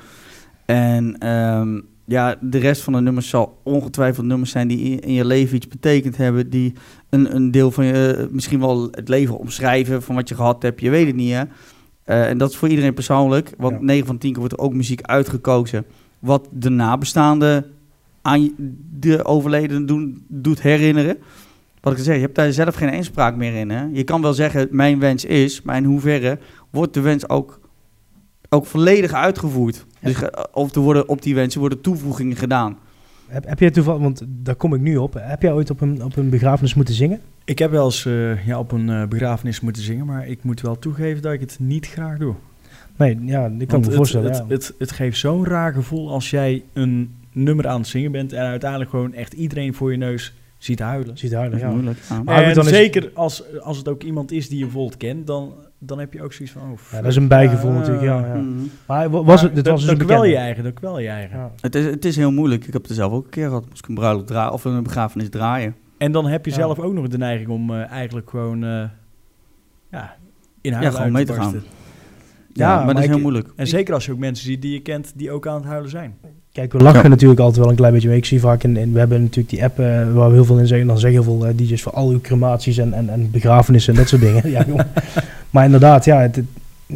En... Um, ja, de rest van de nummers zal ongetwijfeld nummers zijn die in je leven iets betekend hebben, die een, een deel van je, misschien wel het leven omschrijven van wat je gehad hebt, je weet het niet, hè. Uh, en dat is voor iedereen persoonlijk, want ja. negen van tien keer wordt er ook muziek uitgekozen wat de nabestaanden aan de overledene doen, doet herinneren. Wat ik zeg, je hebt daar zelf geen inspraak meer in, hè. Je kan wel zeggen, mijn wens is, maar in hoeverre wordt de wens ook ook volledig uitgevoerd. Ja. Dus of er worden op die wensen worden toevoegingen gedaan. Heb, heb jij toevallig, want daar kom ik nu op. Heb jij ooit op een, op een begrafenis moeten zingen? Ik heb wel eens uh, ja, op een uh, begrafenis moeten zingen, maar ik moet wel toegeven dat ik het niet graag doe. Nee, ja, ik kan me voorstellen. Het, ja. het, het, het geeft zo'n raar gevoel als jij een nummer aan het zingen bent en uiteindelijk gewoon echt iedereen voor je neus ziet huilen. Ziet huilen, ja. Moeilijk. Ja. Maar en dan zeker als, als het ook iemand is die je bijvoorbeeld kent, dan, dan heb je ook zoiets van... Oh, ja, dat is een bijgevoel uh, natuurlijk, ja. ja. Mm-hmm. Maar was het, dit was dus dan een kwel je eigen, dan kwel je eigen. Ja. Het, is, het is heel moeilijk. Ik heb het er zelf ook een keer gehad. Moest ik een bruiloft draaien of een begrafenis draaien. En dan heb je ja. zelf ook nog de neiging om uh, eigenlijk gewoon uh, ja, in huilen ja, gewoon mee te gaan. Ja, Ja, maar, maar dat is ik- heel moeilijk. En zeker als je ook mensen ziet die je kent die ook aan het huilen zijn. Kijk, we lachen Ja. natuurlijk altijd wel een klein beetje mee. Ik zie vaak, in, in- we hebben natuurlijk die app eh, waar we heel veel in zeggen. Dan zeggen heel veel eh, D J's voor al uw crematies en, en, en begrafenissen en dat soort dingen. Ja, joh. Maar inderdaad, ja, het, het-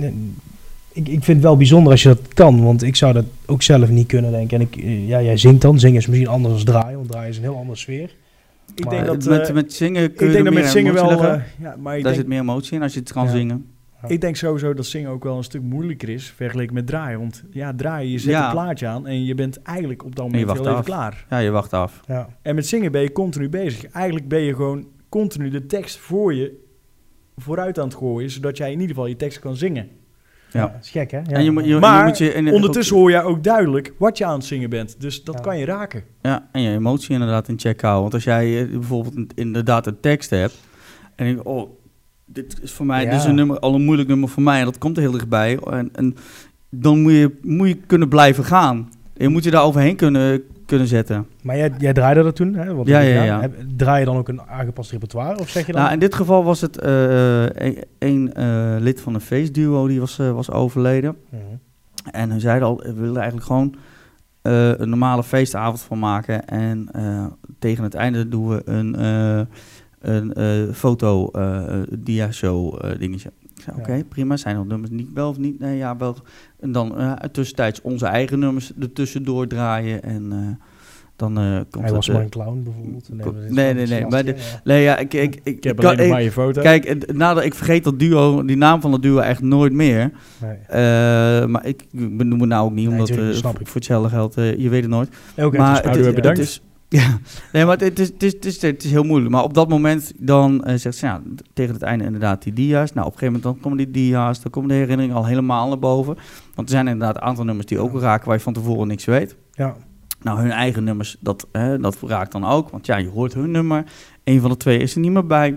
ik, ik vind het wel bijzonder als je dat kan. Want ik zou dat ook zelf niet kunnen, denk ik. En ik, eh, ja, jij zingt dan. Zingen is misschien anders dan draaien. Want draaien is een heel andere sfeer. Ik Maar denk dat, met, eh, met zingen kun ik je denk er dat meer met zingen emotie wel... leggen. eh, ja, maar ik Daar denk, zit meer emotie in als je het kan Ja. zingen. Ja. ik denk sowieso dat zingen ook wel een stuk moeilijker is vergeleken met draaien. Want ja, draaien, je zet Ja. een plaatje aan en je bent eigenlijk op dat je moment wacht heel even af. klaar. Ja, je wacht af. Ja. En met zingen ben je continu bezig. Eigenlijk ben je gewoon continu de tekst voor je vooruit aan het gooien, zodat jij in ieder geval je tekst kan zingen. Ja. Ja, dat is gek, hè? Ja. En je, moet- je, Maar je moet je in- Ondertussen hoor je ook duidelijk wat je aan het zingen bent. Dus dat Ja. kan je raken. Ja, en je emotie inderdaad in check houden. Want als jij eh, bijvoorbeeld een- inderdaad een tekst hebt en je denkt, oh, dit is voor mij, Ja. dit is een nummer, al een moeilijk nummer voor mij en dat komt er heel dichtbij. En, en dan moet je, moet je kunnen blijven gaan. Je moet je daar overheen kunnen, kunnen zetten. Maar jij, jij draaide dat toen, hè? Wat Ja, heb je ja, gedaan? ja. Heb- Draai je dan ook een aangepast repertoire? Of zeg je dan... Nou, in dit geval was het eh, een, een, eh, lid van een feestduo die was, eh, was overleden. Mhm. En hun zeiden al, we willen eigenlijk gewoon eh, een normale feestavond van maken. En eh, tegen het einde doen we een, eh een eh, foto, eh dia-show eh, dingetje. Ik zei, oké, Ja. prima. Zijn er nummers niet wel of niet? Nee, ja, wel. En dan eh, tussentijds onze eigen nummers ertussendoor draaien. En eh, dan eh, komt Hij het... was eh, maar een clown bijvoorbeeld. ko- dat is nee, wel nee, iets nee, lastig, maar ja. Nee, ja, ik... ik, ik, Ik heb kan- alleen nog ik- maar je foto. Kijk, en nadat ik vergeet dat duo, die naam van dat duo echt nooit meer. Nee. Eh, maar ik benoem het nou ook niet, Nee, omdat tuurlijk, eh, snap voor, ik. voor hetzelfde geld, eh, je weet het nooit. Ook maar het is- Houden we ja, bedankt. Het is, ja, nee, maar het is, het, is, het, is, het is heel moeilijk. Maar op dat moment dan eh, zegt ze, ja, tegen het einde inderdaad die dia's. Nou, op een gegeven moment dan komen die dia's, dan komen de herinneringen al helemaal naar boven. Want er zijn inderdaad een aantal nummers die ook Ja. raken waar je van tevoren niks weet. Ja. Nou, hun eigen nummers, dat, hè, dat raakt dan ook. Want ja, je hoort hun nummer. Eén van de twee is er niet meer bij.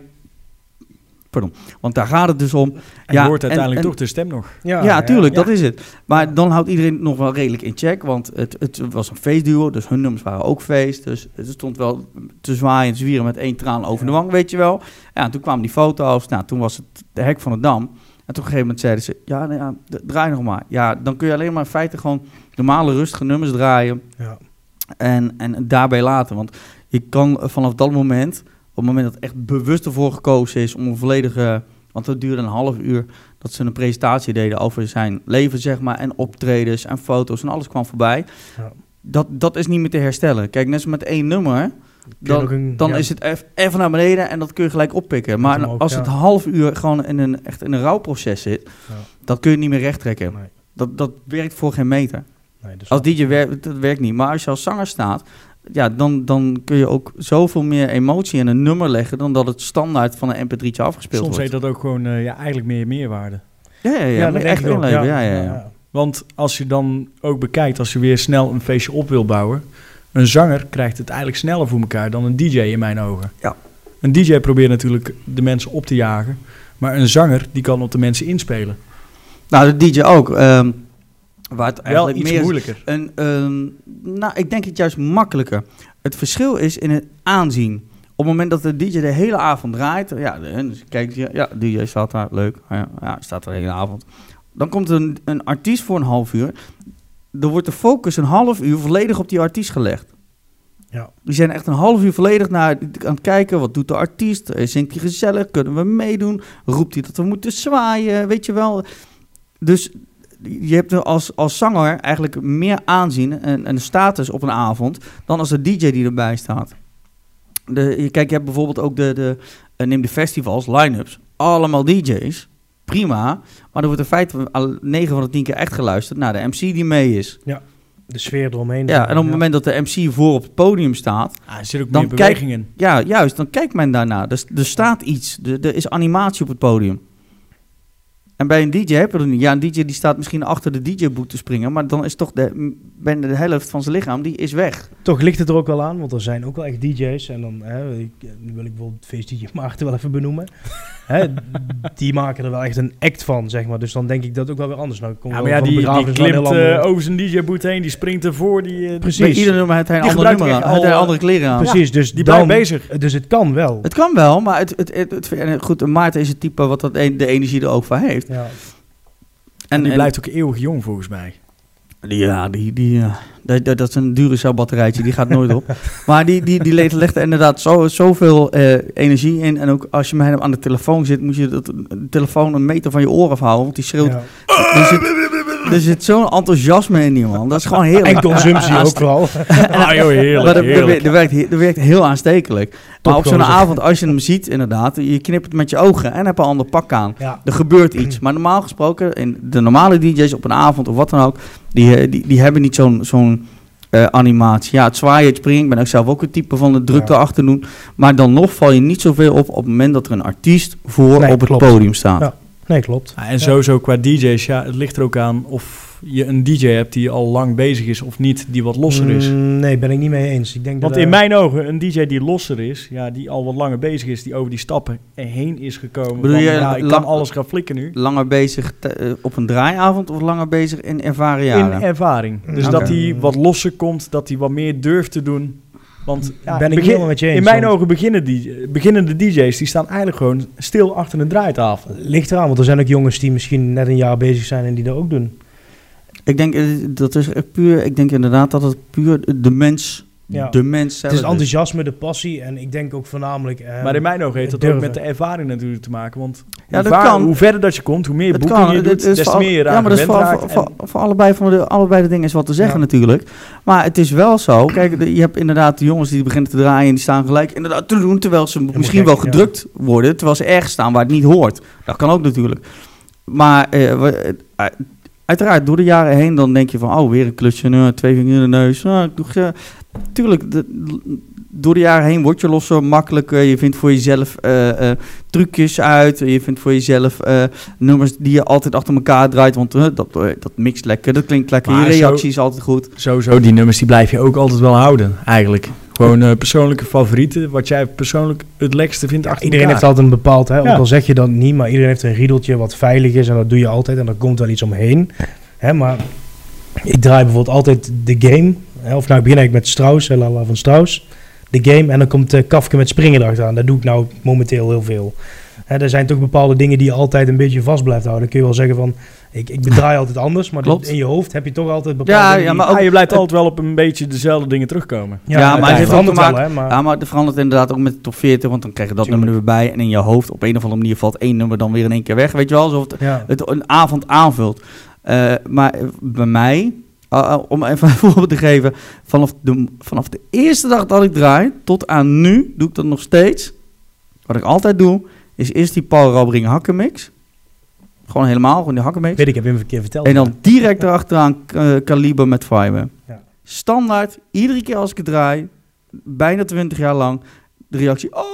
Pardon. Want daar gaat het dus om. En ja, je hoort uiteindelijk en- toch de stem nog. Ja, tuurlijk, ja. dat is het. Maar Ja. dan houdt iedereen het nog wel redelijk in check. Want het, het was een feestduo, dus hun nummers waren ook feest. Dus het stond wel te zwaaien en zwieren met één traan over de Ja. wang, weet je wel. Ja, en toen kwamen die foto's. Nou, toen was het de hek van de dam. En toen op een gegeven moment zeiden ze, ja, nou ja, d- draai nog maar. Ja, dan kun je alleen maar in feite gewoon normale, rustige nummers draaien. Ja. En, en daarbij laten. Want je kan vanaf dat moment, op het moment dat echt bewust ervoor gekozen is om een volledige... Want het duurde een half uur dat ze een presentatie deden over zijn leven, zeg maar. En optredens en foto's en alles kwam voorbij. Ja. Dat, dat is niet meer te herstellen. Kijk, net als met één nummer, Kun je ook dan, een- dan ja. is het eff- even naar beneden en dat kun je gelijk oppikken. Maar hem ook, als ja. het half uur gewoon in een, echt in een rouwproces zit, Ja. dat kun je niet meer rechttrekken. Nee. Dat, dat werkt voor geen meter. Nee, dus Als D J werkt, dat werkt niet. Maar als je als zanger staat, ja, dan, dan kun je ook zoveel meer emotie in een nummer leggen dan dat het standaard van een M P drietje afgespeeld Soms wordt. heet dat ook gewoon eh, ja, eigenlijk meer meerwaarde. Ja, ja, ja, Ja, moet dat je denk echt ik ook. inleven. Ja, ja, ja. Want als je dan ook bekijkt, als je weer snel een feestje op wil bouwen, een zanger krijgt het eigenlijk sneller voor elkaar dan een D J in mijn ogen. Ja. Een D J probeert natuurlijk de mensen op te jagen, maar een zanger die kan op de mensen inspelen. Nou, de D J ook. ehm, waar het Wel eigenlijk iets meer moeilijker. Een, ehm, nou, ik denk het juist makkelijker. Het verschil is in het aanzien. Op het moment dat de D J de hele avond draait, ja, de, dus kijk, ja, ja, de D J staat daar, leuk, ja, ja, staat er de hele avond. Dan komt een, een artiest voor een half uur. Dan wordt de focus een half uur volledig op die artiest gelegd. Ja. Die zijn echt een half uur volledig naar aan het kijken. Wat doet de artiest? Eh, Zingt hij gezellig? Kunnen we meedoen? Roept hij dat we moeten zwaaien? Weet je wel? Dus je hebt er als, als zanger eigenlijk meer aanzien en, en status op een avond dan als de D J die erbij staat. De, je- kijk, je hebt bijvoorbeeld ook de, de uh, neem de festivals, line-ups. Allemaal D J's. Prima. Maar er wordt in feite al negen van de tien keer echt geluisterd naar de M C die mee is. De sfeer eromheen. Ja, en op het moment dat de M C voor op het podium staat, Ah, er zit ook Dan meer beweging in. ja, juist, dan kijkt men daarna. Er, er staat iets. Er, er is animatie op het podium. En bij een D J heb je dat niet. Ja, een D J die staat misschien achter de D J-boot te springen, maar dan is toch de, m- bijna de helft van zijn lichaam, die is weg. Toch ligt het er ook wel aan, want er zijn ook wel echt D J's. En dan hè, ik, nu wil ik bijvoorbeeld feest D J Maarten wel even benoemen. Hè, die maken er wel echt een act van, zeg maar. Dus dan denk ik dat ook wel weer anders. Nou, ik kom Ja, wel maar ja, van die, de die begrafenis wel een klimt heel ander- eh, over zijn D J-boot heen, die springt ervoor. Die, eh, Precies. Bij ieder nummer heeft hij een Die ander gebruikt nummer aan. echt Heeft hij al, andere kleren aan. Precies, dus die dan, blijft bezig. Dus het kan wel. Het kan wel, maar het, het, het, het- en goed, Maarten is het type wat dat, e- de energie er ook voor heeft. Ja. En die en, blijft ook eeuwig jong volgens mij. Ja, die, die, uh, dat, dat, dat is een dure celbatterijtje, die gaat nooit op. Maar die, die, die legt, legt er inderdaad zo, zoveel uh, energie in. En ook als je met hem aan de telefoon zit, moet je de, de telefoon een meter van je oren afhouden. Want die schreeuwt... Ja. Er zit, er zit zo'n enthousiasme in die man. Dat is gewoon heerlijk. En consumptie ook vooral. Ah joh, heerlijk. Maar dat, heerlijk. dat, werkt, dat werkt heel aanstekelijk. Maar op zo'n avond, als je hem ziet, inderdaad, je knippert met je ogen en heb een ander pak aan. Ja. Er gebeurt iets. Maar normaal gesproken, in de normale D J's op een avond of wat dan ook, die, die, die hebben niet zo'n, zo'n uh, animatie. Ja, het zwaaien, het springen. Ik ben ook zelf ook een type van de drukte ja. achter doen. Maar dan nog val je niet zoveel op op het moment dat er een artiest voor nee, op het klopt. podium staat. Ja. Nee, klopt. Ja, en sowieso qua D J's, ja, het ligt er ook aan of je een D J hebt die al lang bezig is of niet, die wat losser is. Mm, nee, ben ik niet mee eens. Ik denk Want dat, in uh, mijn ogen, een D J die losser is, ja, die al wat langer bezig is, die over die stappen heen is gekomen. Bedoel van, je, ja, ik lang, kan alles gaan flikken nu. Langer bezig te, uh, op een draaiavond of langer bezig in ervaren jaren? In ervaring. Dus okay. dat hij wat losser komt, dat hij wat meer durft te doen. Want ja, ben ik begin, helemaal met je eens, in mijn want... ogen beginnen die, beginnende D J's, die staan eigenlijk gewoon stil achter een draaitafel. Ligt eraan, want er zijn ook jongens die misschien net een jaar bezig zijn en die dat ook doen. Ik denk, dat is puur, ik denk inderdaad dat het puur de mens, ja. de mens zelf het is. enthousiasme, de passie en ik denk ook voornamelijk... Eh, maar in mijn ogen heeft dat durven. ook met de ervaring natuurlijk te maken, want ja, hoe, dat vaar, kan. hoe verder dat je komt, hoe meer boeken kan. je doet, des te meer je ja, maar dat is voor, voor, voor, voor allebei, van de, allebei de dingen is wat te zeggen ja. natuurlijk. Maar het is wel zo, kijk, de, je hebt inderdaad de jongens die beginnen te draaien en die staan gelijk inderdaad te doen, terwijl ze ja, misschien wel gedrukt ja. worden, terwijl ze ergens staan waar het niet hoort. Dat kan ook natuurlijk. Maar... Uh, we, uh, Uiteraard, door de jaren heen, dan denk je van, oh, weer een klusje, nou, twee vingers in de neus. Nou, ik doe, uh, tuurlijk, de, door de jaren heen word je losser, makkelijker. Je vindt voor jezelf uh, uh, trucjes uit. Je vindt voor jezelf uh, nummers die je altijd achter elkaar draait. Want uh, dat, uh, dat mixt lekker, dat klinkt lekker. Maar je reactie zo, is altijd goed. Sowieso, die nummers die blijf je ook altijd wel houden, eigenlijk. Gewoon uh, persoonlijke favorieten, wat jij persoonlijk het lekkerste vindt achter Iedereen elkaar. heeft altijd een bepaald, hè, ja. ook al zeg je dat niet, maar iedereen heeft een riedeltje wat veilig is en dat doe je altijd en er komt wel iets omheen. Hè, maar ik draai bijvoorbeeld altijd de game, hè, of nou begin ik met Strauss, hè, Lala van Strauss, de game en dan komt uh, Kafka met springen erachteraan. Dat doe ik nou momenteel heel veel. Hè, er zijn toch bepaalde dingen die je altijd een beetje vast blijft houden. Dan kun je wel zeggen van, ik, ik bedraai altijd anders, maar dit, in je hoofd heb je toch altijd bepaalde ja, dingen. Ja, maar ook, ah, je blijft altijd wel op een beetje dezelfde dingen terugkomen. Ja, ja maar het verandert wel, hè. Maar... Ja, maar het verandert inderdaad ook met de top veertig, want dan krijg je dat Tuurlijk. nummer er weer bij en in je hoofd op een of andere manier valt één nummer dan weer in één keer weg. Weet je wel, alsof het, ja. het een avond aanvult. Uh, maar bij mij, uh, om even een voorbeeld te geven, vanaf de, vanaf de eerste dag dat ik draai tot aan nu, doe ik dat nog steeds. Wat ik altijd doe, is eerst die Paul Rabbering hakkenmix. Gewoon helemaal, gewoon die hakkenmix. Weet ik, heb je hem een keer verteld. En dan direct erachteraan uh, Kaliber met Fiber. Ja. Standaard, iedere keer als ik het draai, bijna twintig jaar lang, de reactie, oh!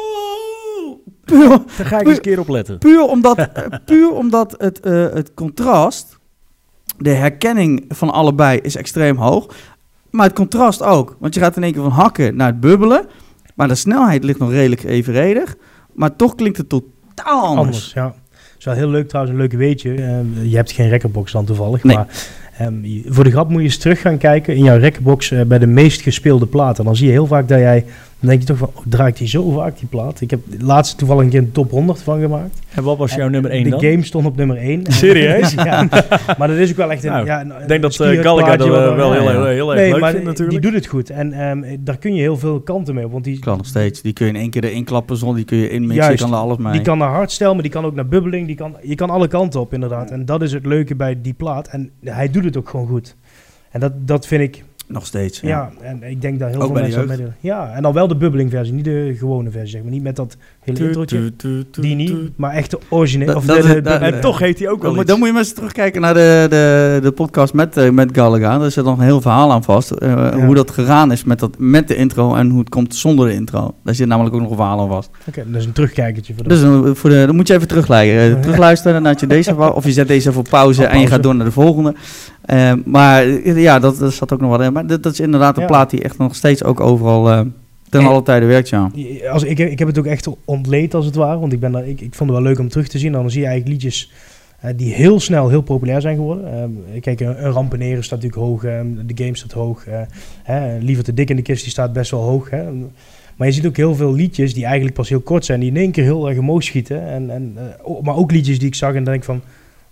Puur, daar ga ik eens een keer op letten. Puur omdat, uh, puur omdat het, uh, het contrast, de herkenning van allebei is extreem hoog. Maar het contrast ook. Want je gaat in één keer van hakken naar het bubbelen. Maar de snelheid ligt nog redelijk evenredig. Maar toch klinkt het totaal anders. Anders, ja. Het is wel heel leuk trouwens, een leuk weetje. Uh, je hebt geen recordbox dan toevallig. Nee. Maar um, je, voor de grap moet je eens terug gaan kijken in jouw recordbox uh, bij de meest gespeelde platen. Dan zie je heel vaak dat jij... Dan denk je toch van, oh, draai ik die zo vaak, die plaat? Ik heb laatst toevallig een keer een top honderd van gemaakt. En wat was jouw en nummer één de dan? De game stond op nummer één. Serieus? Ja, maar dat is ook wel echt een... Nou, ja, ik denk dat uh, Gallagher dat uh, wel heel, heel, heel erg nee, leuk maar vindt natuurlijk. Die doet het goed. En um, daar kun je heel veel kanten mee op. Want die kan nog steeds. Die kun je in één keer erin klappen, zonder die kun je inmixen. Juist, je kan er alles mee. Die kan naar hardstyle, maar die kan ook naar bubbeling. Die kan, je kan alle kanten op inderdaad. En dat is het leuke bij die plaat. En hij doet het ook gewoon goed. En dat, dat vind ik... Nog steeds, ja. Ja, en ik denk dat heel ook veel mensen... Met de, ja, en dan wel de bubbeling versie, niet de gewone versie, zeg maar. Niet met dat hele introotje, die niet, maar echt de originele... Of dat, de, de, dat, de, en uh, toch heet hij ook wel dan, iets. Dan moet je maar eens terugkijken naar de, de, de podcast met, uh, met Gallagher. Daar zit nog een heel verhaal aan vast. Uh, ja. Hoe dat gegaan is met, dat, met de intro en hoe het komt zonder de intro. Daar zit namelijk ook nog een verhaal aan vast. Oké, okay, dat is een terugkijkertje. Voor de... Dus uh, voor de, dan moet je even terugluisteren. Uh, terugluisteren nadat je deze... Of je zet deze even op pauze, oh, pauze en je gaat door naar de volgende. Uh, maar uh, ja, dat, dat zat ook nog wat in. Maar dat, dat is inderdaad een ja. plaat die echt nog steeds ook overal uh, ten alle tijden werkt, ja. Als, ik, ik heb het ook echt ontleed als het ware, want ik, ben daar, ik, ik vond het wel leuk om terug te zien. Dan zie je eigenlijk liedjes uh, die heel snel heel populair zijn geworden. Uh, kijk, een, een Rampeneren staat natuurlijk hoog, uh, de game staat hoog. Uh, hè, Liever te dik in de kist, die staat best wel hoog. Hè. Maar je ziet ook heel veel liedjes die eigenlijk pas heel kort zijn, die in één keer heel erg omhoog schieten. En, en, uh, maar ook liedjes die ik zag en denk van...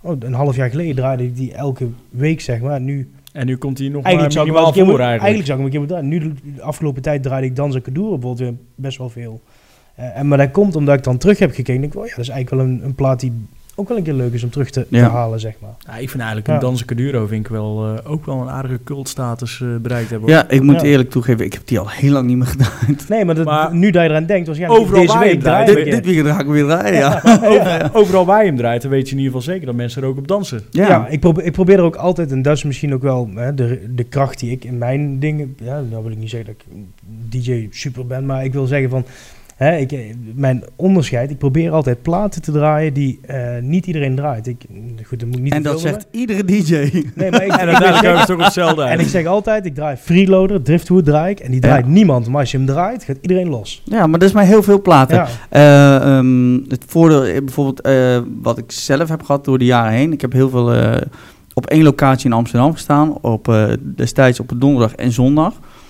oh, een half jaar geleden draaide ik die elke week, zeg maar. Nu, en nu komt hij nog eigenlijk maar minimaal voor voor, eigenlijk. Eigenlijk zou ik hem een keer moeten draaien. Nu, de afgelopen tijd draaide ik Danza Kuduro bijvoorbeeld weer best wel veel. Uh, en, maar dat komt omdat ik dan terug heb gekeken. Denk ik, oh ja, dat is eigenlijk wel een, een plaat die ook wel een keer leuk is om terug te, Ja. te halen, zeg maar. Ja, ik vind eigenlijk Ja. een Danza Kuduro vind ik wel, uh, ook wel een aardige cultstatus uh, bereikt hebben. Ja, ik moet Ja. eerlijk toegeven, ik heb die al heel lang niet meer gedaan. Nee, maar, dat, Maar nu dat je eraan denkt, waarschijnlijk overal deze waar je week draait, draaien. dit, dit weekend ga ik weer draaien, ja. Over, overal waar je hem draait, dan weet je in ieder geval zeker dat mensen er ook op dansen. Ja, Ja, ik, probeer, ik probeer er ook altijd, en dat is misschien ook wel hè, de, de kracht die ik in mijn dingen... Ja, nou wil ik niet zeggen dat ik D J super ben, maar ik wil zeggen van... Hè, ik, mijn onderscheid, ik probeer altijd platen te draaien die uh, niet iedereen draait. Ik, goed, dat moet ik niet en te dat veel zegt iedere D J. Nee, maar ik, En ik, uiteindelijk zeg, komen we toch op hetzelfde uit. en ik zeg altijd, ik draai Freeloader, Driftwood draai ik, en die draait Ja. niemand. Maar als je hem draait, gaat iedereen los. Ja, maar dat is maar heel veel platen. Ja. Eh, um, het voordeel, eh, bijvoorbeeld, uh, wat ik zelf heb gehad door de jaren heen. Ik heb heel veel uh, op één locatie in Amsterdam gestaan. Op, uh, destijds op een donderdag en zondag.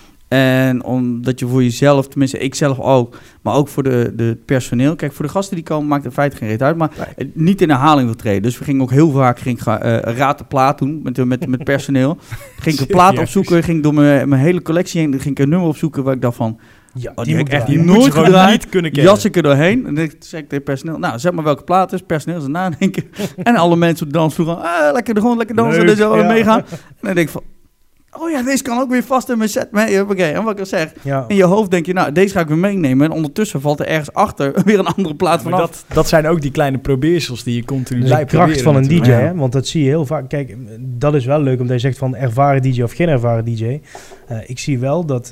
En omdat je voor jezelf, tenminste ik zelf ook, maar ook voor de, de personeel. Kijk, voor de gasten die komen maakt het in feite geen reet uit, maar Nee. niet in herhaling wil treden. Dus we gingen ook heel vaak ging ik, uh, raad de plaat doen met, met, met personeel. Ging ik een plaat opzoeken, ging door mijn, mijn hele collectie heen, ging ik een nummer opzoeken waar ik dacht van... Ja, Oh, die heb ik echt draaien. die moet je nooit gewoon gedraaid. niet kunnen kennen. Jas ik er doorheen. En dan zeg ik tegen personeel, nou, zeg maar welke plaat is. Personeel is nadenken. En alle mensen op de dansvloer gaan, ah, lekker, gewoon lekker dansen. Leuk, Dus zo ja. meegaan. En dan denk ik van, oh ja, deze kan ook weer vast in mijn set mee. Oké, en wat ik al zeg. Ja. In je hoofd denk je, nou, deze ga ik weer meenemen. En ondertussen valt er ergens achter weer een andere plaat Maar vanaf. dat, dat zijn ook die kleine probeersels die je continu Dat is de blijft kracht van een D J, natuurlijk. hè? Want dat zie je heel vaak. Kijk, dat is wel leuk omdat je zegt van ervaren D J of geen ervaren D J. Uh, ik zie wel dat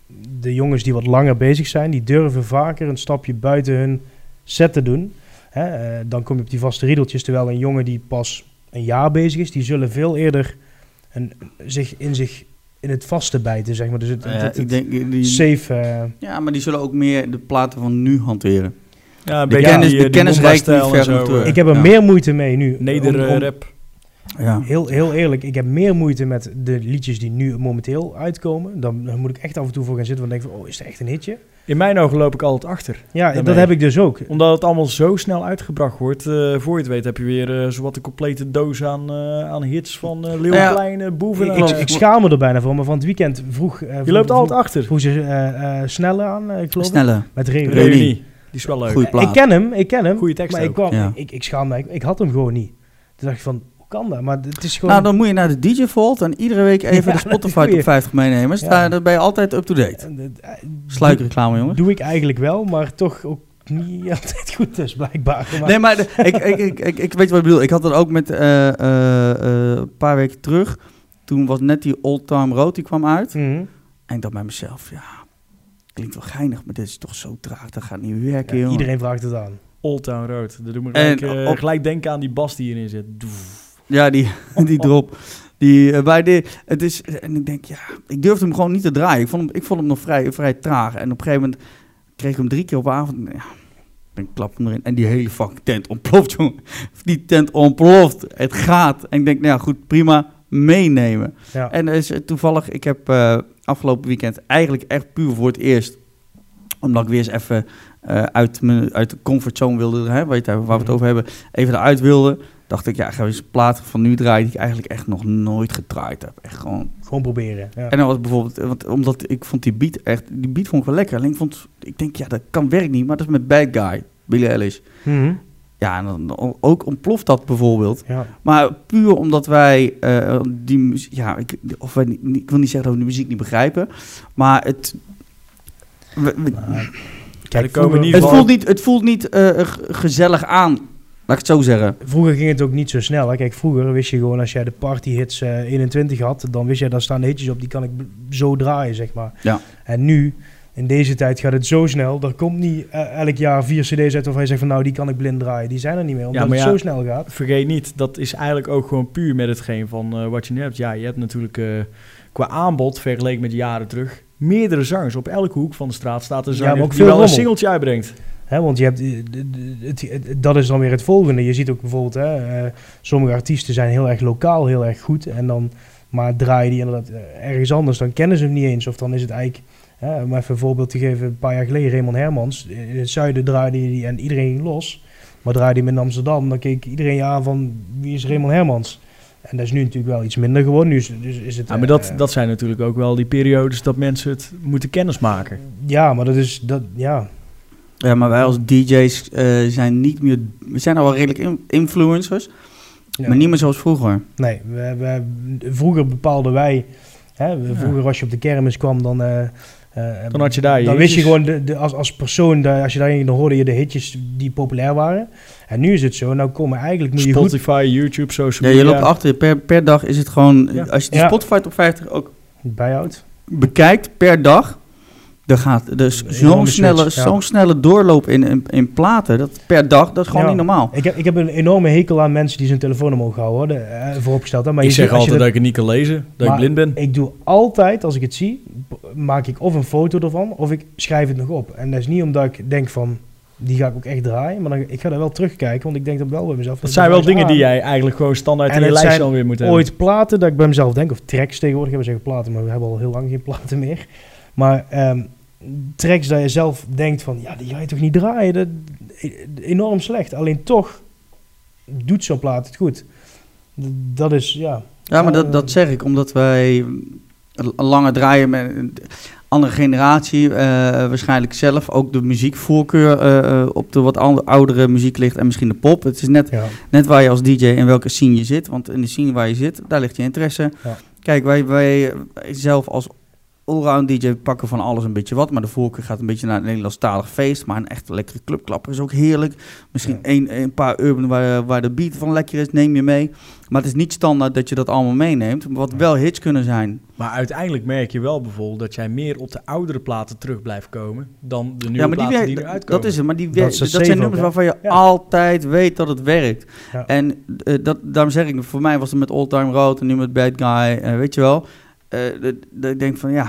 de jongens die wat langer bezig zijn, die durven vaker een stapje buiten hun set te doen. Hè? Uh, dan kom je op die vaste riedeltjes, terwijl een jongen die pas een jaar bezig is, die zullen veel eerder een, zich in zich in het vaste bijten, zeg maar. Dus het, Ja, het, het, ik denk, die, safe... Uh, ja, maar die zullen ook meer de platen van nu hanteren. Ja, een De beetje kennis- die, de die kennis reikt Bomba-stijl niet en ver zo, genoeg eh. ik heb er Ja. meer moeite mee nu. Neder om- om- rap. Ja. Heel, heel eerlijk, ik heb meer moeite met de liedjes die nu momenteel uitkomen. Dan, dan moet ik echt af en toe voor gaan zitten, want dan denk ik van, oh, is het echt een hitje? In mijn ogen loop ik altijd achter. Ja, Daarmee. dat heb ik dus ook. Omdat het allemaal zo snel uitgebracht wordt. Uh, voor je het weet heb je weer uh, zowat een complete doos aan, uh, aan hits van uh, Leeuw Ja. Klein, uh, Boeven. Ik, en, ik, uh, ik schaam me er bijna voor, maar van het weekend vroeg... Uh, je vroeg- loopt altijd vroeg- achter. Vroeg ze uh, uh, Sneller aan, uh, ik geloof ik. Snelle. Met Reunie. Reunie. Reunie. Die is wel leuk. Goeie plaat. Ik ken hem, ik ken hem. Goeie tekst maar ik, ook. kwam, Ja. ik, ik, ik schaam me, ik, ik had hem gewoon niet. Toen dacht ik van, hoe kan dat? Maar het is gewoon... Nou, dan moet je naar de D J Vault en iedere week even Ja, de dat Spotify is goeie. top vijftig meenemen. Sta- Ja. Dan ben je altijd up-to-date. Uh, uh, Sluikreclame, jongens. Doe ik eigenlijk wel, maar toch ook niet altijd goed dus, blijkbaar. Maar, Nee, maar de- ik, ik, ik, ik, ik weet wat ik bedoel. Ik had dat ook met eh, eh, eh, een paar weken terug. Toen was net die Old Time Road, die kwam uit. Mhm. En ik dacht bij mezelf, ja, klinkt wel geinig, maar dit is toch zo traag. Dat gaat niet werken, Ja, jongen. iedereen vraagt het aan. Old Town Road. Dat doet me En gelijk, uh, op- gelijk denken aan die bas die hierin zit. Doef. Ja, die, die drop. Die, uh, bij de, het is, en ik denk, ja, ik durfde hem gewoon niet te draaien. Ik vond hem, ik vond hem nog vrij, vrij traag. En op een gegeven moment kreeg ik hem drie keer op avond. Ja, ik klap hem erin. En die hele fucking tent ontploft, jongen. Die tent ontploft. Het gaat. En ik denk, nou ja, goed, prima, meenemen. Ja. En is uh, toevallig, ik heb uh, afgelopen weekend eigenlijk echt puur voor het eerst, omdat ik weer eens even uh, uit, mijn, uit de comfortzone wilde, hè, weet je, waar we het over hebben, even eruit wilde, dacht ik, ja, ga eens een plaat van nu draaien die ik eigenlijk echt nog nooit gedraaid heb. Echt gewoon. Gewoon proberen. Ja. En dan was bijvoorbeeld, want, omdat ik vond die beat echt, die beat vond ik wel lekker. Alleen ik vond, ik denk, ja, dat kan werkt niet, maar dat is met Bad Guy, Billie Eilish. Mhm. Ja, en dan, dan ook ontploft dat bijvoorbeeld. Ja. Maar puur omdat wij uh, die muziek, ja, ik, of wij niet, ik wil niet zeggen dat we de muziek niet begrijpen, maar het, we, we, Nou, Kijk, vroeger- komen niet het van- voelt niet, het voelt niet uh, g- gezellig aan, laat ik het zo zeggen. Vroeger ging het ook niet zo snel. Hè. Kijk, vroeger wist je gewoon als jij de partyhits uh, eenentwintig had, dan wist jij, daar staan hitjes op, die kan ik b- zo draaien, zeg maar. Ja. En nu, in deze tijd gaat het zo snel, er komt niet uh, elk jaar vier cd's uit waarvan je zegt van nou, die kan ik blind draaien. Die zijn er niet meer, omdat Ja, maar het ja, zo snel gaat. Vergeet niet, dat is eigenlijk ook gewoon puur met hetgeen van uh, wat je nu hebt. Ja, je hebt natuurlijk uh, qua aanbod, vergeleken met jaren terug, meerdere zangers. Op elke hoek van de straat staat een Ja, zanger maar ook die veel wel een rommel. singeltje uitbrengt. Hè, want je hebt, uh, de- de- het, het- dat is dan weer het volgende. Je ziet ook bijvoorbeeld, hè, uh, sommige artiesten zijn heel erg lokaal, heel erg goed. En dan, maar draaien die inderdaad uh, ergens anders, dan kennen ze hem niet eens. Of dan is het eigenlijk, hè, om even een voorbeeld te geven, een paar jaar geleden, Raymond Hermans. In het zuiden draaide hij en iedereen ging los. Maar draaide hij hem in Amsterdam, dan keek iedereen je aan van wie is Raymond Hermans? En dat is nu natuurlijk wel iets minder geworden. Nu is, dus is het, ja, maar dat, uh, dat zijn natuurlijk ook wel die periodes dat mensen het moeten kennismaken. Ja, maar dat is, dat, ja... Ja, maar wij als D J's uh, zijn niet meer... We zijn al wel redelijk in, influencers, ja. maar niet meer zoals vroeger. Nee, we, we, vroeger bepaalden wij... Hè, we, vroeger ja. als je op de kermis kwam, dan... Uh, uh, dan had je daar je Dan wist je hitjes. gewoon, de, de, als, als persoon, de, als je daarin ging, dan hoorde je de hitjes die populair waren. En nu is het zo, nou komen eigenlijk... Moet je Spotify, goed, YouTube, social Ja, media. je loopt achter. Per, per dag is het gewoon... Ja. Als je de Ja. Spotify top vijftig ook bijhoudt. bekijkt per dag... Er gaat dus Een zo'n enorme snelle, switch, ja. zo'n snelle doorloop in, in, in platen. Dat per dag, dat is gewoon Ja. niet normaal. Ik heb, ik heb een enorme hekel aan mensen die zijn telefoon omhoog houden, hoor, de, uh, vooropgesteld. Hè. Maar Ik je zeg ziet, als je altijd dat dat- ik het niet kan lezen, dat Maar ik blind ben. Ik doe altijd, als ik het zie, b- maak ik of een foto ervan, of ik schrijf het nog op. En dat is niet omdat ik denk van, die ga ik ook echt draaien. Maar dan, ik ga daar wel terugkijken, want ik denk dan wel bij mezelf. Dat zijn wel draai dingen ze die aan. jij eigenlijk gewoon standaard En in je het lijst zijn dan weer moet hebben. Ooit platen dat ik bij mezelf denk, of tracks tegenwoordig hebben we zeggen platen, maar we hebben al heel lang geen platen meer. Maar ehm, tracks dat je zelf denkt van, ja, die ga je toch niet draaien? Dat, enorm slecht. Alleen toch doet zo'n plaat het goed. D- Dat is, ja... Ja, maar Ja, dat, dat zeg ik omdat wij langer draaien met een andere generatie. Uh, waarschijnlijk zelf ook de muziekvoorkeur uh, op de wat andere, oudere muziek ligt en misschien de pop. Het is net, ja. net waar je als D J in welke scene je zit. Want in de scene waar je zit, daar ligt je interesse. Ja. Kijk, wij, wij zelf als allround D J pakken van alles een beetje wat. Maar de voorkeur gaat een beetje naar een Nederlandstalig feest. Maar een echt lekkere clubklapper is ook heerlijk. Misschien Ja. een, een paar urban waar, waar de beat van lekker is, neem je mee. Maar het is niet standaard dat je dat allemaal meeneemt. Wat Ja. wel hits kunnen zijn. Maar uiteindelijk merk je wel bijvoorbeeld dat jij meer op de oudere platen terug blijft komen dan de nieuwe Ja, maar die, platen werkt- die eruit komen. dat is het. Maar die Dat werkt- is dat, het safe zijn ook, nummers hè? waarvan je Ja. altijd weet dat het werkt. Ja. En uh, dat, daarom zeg ik, voor mij was het met Old Time Road en nu met Bad Guy, uh, weet je wel. Uh, dat, dat ik denk van, ja,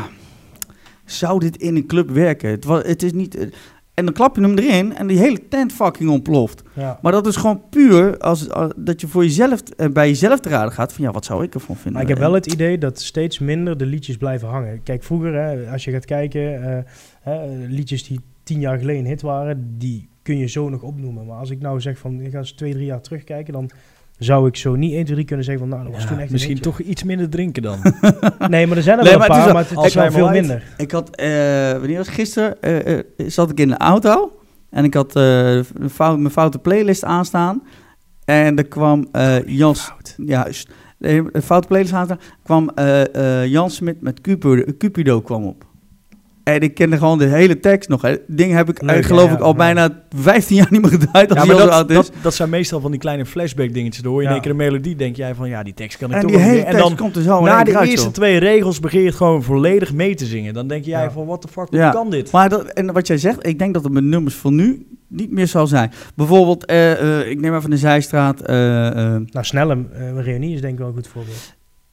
zou dit in een club werken? Het, was, het is niet... Uh, en dan klap je hem erin en die hele tent fucking ontploft. Ja. Maar dat is gewoon puur als, als dat je voor jezelf, uh, bij jezelf te raden gaat van, ja, wat zou ik ervan vinden? Maar ik heb wel het idee dat steeds minder de liedjes blijven hangen. Kijk, vroeger, hè, als je gaat kijken, uh, hè, liedjes die tien jaar geleden een hit waren, die kun je zo nog opnoemen. Maar als ik nou zeg van, ik ga eens twee, drie jaar terugkijken, dan zou ik zo niet één, twee, drie kunnen zeggen van, nou, dat was Ja, toen echt misschien een hitje. toch iets minder drinken dan. Nee, maar er zijn er Nee, wel maar een het is paar, wel- maar het als is wel wij veel maar uit- minder. Ik had, uh, wanneer was het? Gisteren, uh, uh, zat ik in de auto en ik had uh, een fout, mijn foute playlist aanstaan. En er kwam uh, Jans... Fout. Ja, st- nee, een foute playlist aanstaan. kwam uh, uh, Jan Smit met Cupido, Cupido kwam op. En ik kende gewoon de hele tekst nog. Hè. Ding heb ik, Leuk, uh, geloof ja, ik, al ja. bijna vijftien jaar niet meer gedraaid. Als Ja, hij maar al zo dat, oud is. dat, dat zijn meestal van die kleine flashback dingetjes. Dan hoor je in Ja. één keer een melodie, denk jij van ja, die tekst kan ik en toch die wel hele weer. tekst En dan komt er zo in na één de keer uit, eerste joh. twee regels begin je het gewoon volledig mee te zingen. Dan denk jij Ja. van what the fuck, hoe Ja. kan dit? Maar dat, en wat jij zegt, ik denk dat het met nummers van nu niet meer zal zijn. Bijvoorbeeld, uh, uh, ik neem even de Zijstraat. Uh, uh, Nou, Snelle uh, Reunie is denk ik wel een goed voorbeeld.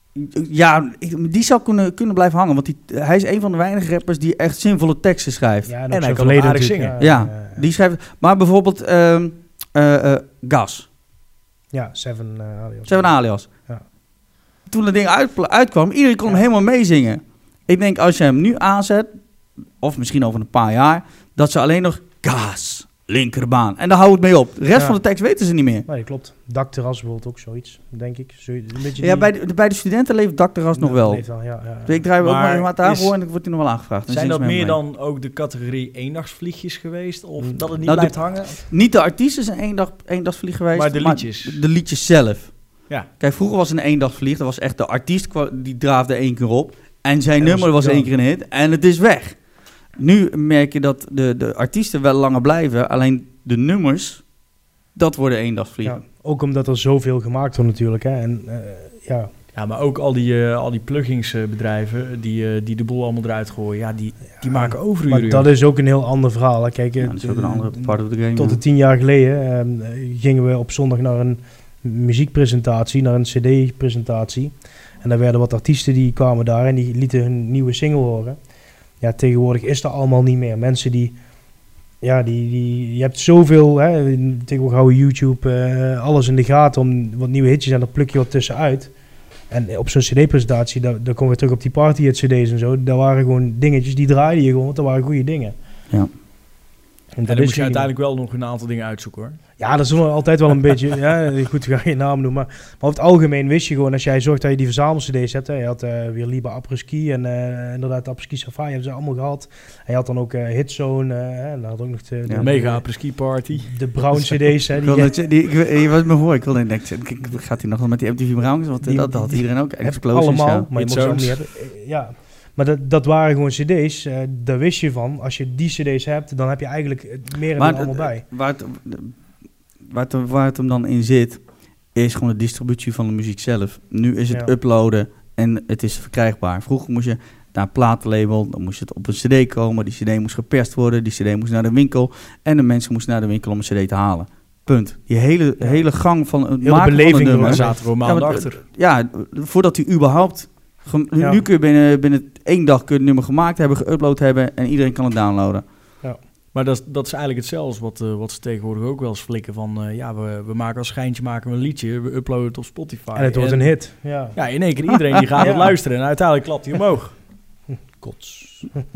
ja, ik- die zou kunnen, kunnen blijven hangen. Want die, hij is een van de weinige rappers die echt zinvolle teksten schrijft. Ja, En ook hij zo kan verleden aardig natuurlijk. zingen. Ja, ja, Die schrijft, maar bijvoorbeeld uh, uh, uh, Gas. ja, Seven uh, Alias. Seven Alias. Ja. Toen dat ding uit, uitkwam, iedereen kon hem Ja. helemaal meezingen. Ik denk, als je hem nu aanzet, of misschien over een paar jaar, dat ze alleen nog gas, linkerbaan. En daar houdt het mee op. De rest Ja. van de tekst weten ze niet meer. Nee, klopt. Dakterras bijvoorbeeld ook zoiets, denk ik. Zo, een beetje Ja, die- bij de, bij de studenten leeft Dakterras nog Ja, wel. leeft wel, ja, ja, ja. Dus ik draai ook Maar maar wat daar is- voor en dan wordt hij nog wel aangevraagd. Dan Zijn zingen dat ze met meer hem mee. dan ook de categorie eendagsvliegjes geweest? Of Mm. dat het niet Nou, de- blijft hangen? Niet de artiesten zijn één dag, één dagsvlieg geweest. Maar de liedjes. de liedjes zelf. Ja. Kijk, vroeger was een eendagsvlieg. Dat was echt de artiest, kwa- die draafde één keer op. En zijn En nummer was- was ja. één keer een hit. En het is weg. Nu merk je dat de, de artiesten wel langer blijven. Alleen de nummers, dat worden eendagsvliegen. Ja, ook omdat er zoveel gemaakt wordt natuurlijk. Hè. En, uh, ja. Ja, maar ook al die, uh, al die pluggingsbedrijven die, uh, die de boel allemaal eruit gooien, ja, die, die Ja, maken overuren. Maar dat is ook een heel ander verhaal. Hè. Kijk, Ja, uh, dat is ook een andere part of the game. tot ja. de tien jaar geleden um, gingen we op zondag naar een muziekpresentatie, naar een cd-presentatie. En daar werden wat artiesten die kwamen daar en die lieten hun nieuwe single horen. Ja, tegenwoordig is dat allemaal niet meer. Mensen die, ja, die, die je hebt zoveel, hè, tegenwoordig houden YouTube uh, alles in de gaten om wat nieuwe hitjes en daar pluk je wat tussenuit. En op zo'n cd-presentatie, daar, daar komen we terug op die party-hit cd's en zo, daar waren gewoon dingetjes, die draaiden je gewoon, want dat waren goede dingen. Ja. En dan moet je uiteindelijk wel nog een aantal dingen uitzoeken, hoor. Ja, dat is nog altijd wel een beetje... Ja, goed, we gaan geen naam noemen. Maar, maar over het algemeen wist je gewoon... Als jij zorgt dat je die verzamel-cd's hebt... Hè, je had uh, weer Liebe Après-Ski en uh, inderdaad Après-Ski Safari hebben ze allemaal gehad. En je had dan ook uh, Hitzone. Uh, en dan had ook nog de... Ja, de mega Après-Ski Party. De Brown cd's. Hè, die, die, die, die, je was me voor. Ik wilde denken, gaat hij nog wel met die M T V Brown? Want die, dat had iedereen ook. Explosies, allemaal, ja. maar je mocht ze ook niet hebben. Ja... Maar dat, dat waren gewoon cd's, uh, daar wist je van. Als je die cd's hebt, dan heb je eigenlijk meer en meer allemaal bij. Waar het, waar, het, waar het hem dan in zit, is gewoon de distributie van de muziek zelf. Nu is het ja. uploaden en het is verkrijgbaar. Vroeger moest je naar een platenlabel, dan moest het op een cd komen. Die cd moest geperst worden, die cd moest naar de winkel. En de mensen moesten naar de winkel om een cd te halen. Punt. Die hele, ja. hele gang van het Heel maken de beleving van een nummer. Zaten we maanden ja, achter. Ja, voordat hij überhaupt... Ge- ja. Nu kun je binnen, binnen één dag kun je het nummer gemaakt hebben, geüpload hebben en iedereen kan het downloaden. Ja. Maar dat, dat is eigenlijk hetzelfde wat, uh, wat ze tegenwoordig ook wel eens flikken van... Uh, ja, we, we maken als schijntje maken we een liedje, we uploaden het op Spotify. En het wordt en, een hit. Ja. ja, in één keer iedereen die gaat ja. het luisteren en uiteindelijk klapt hij omhoog. Kots.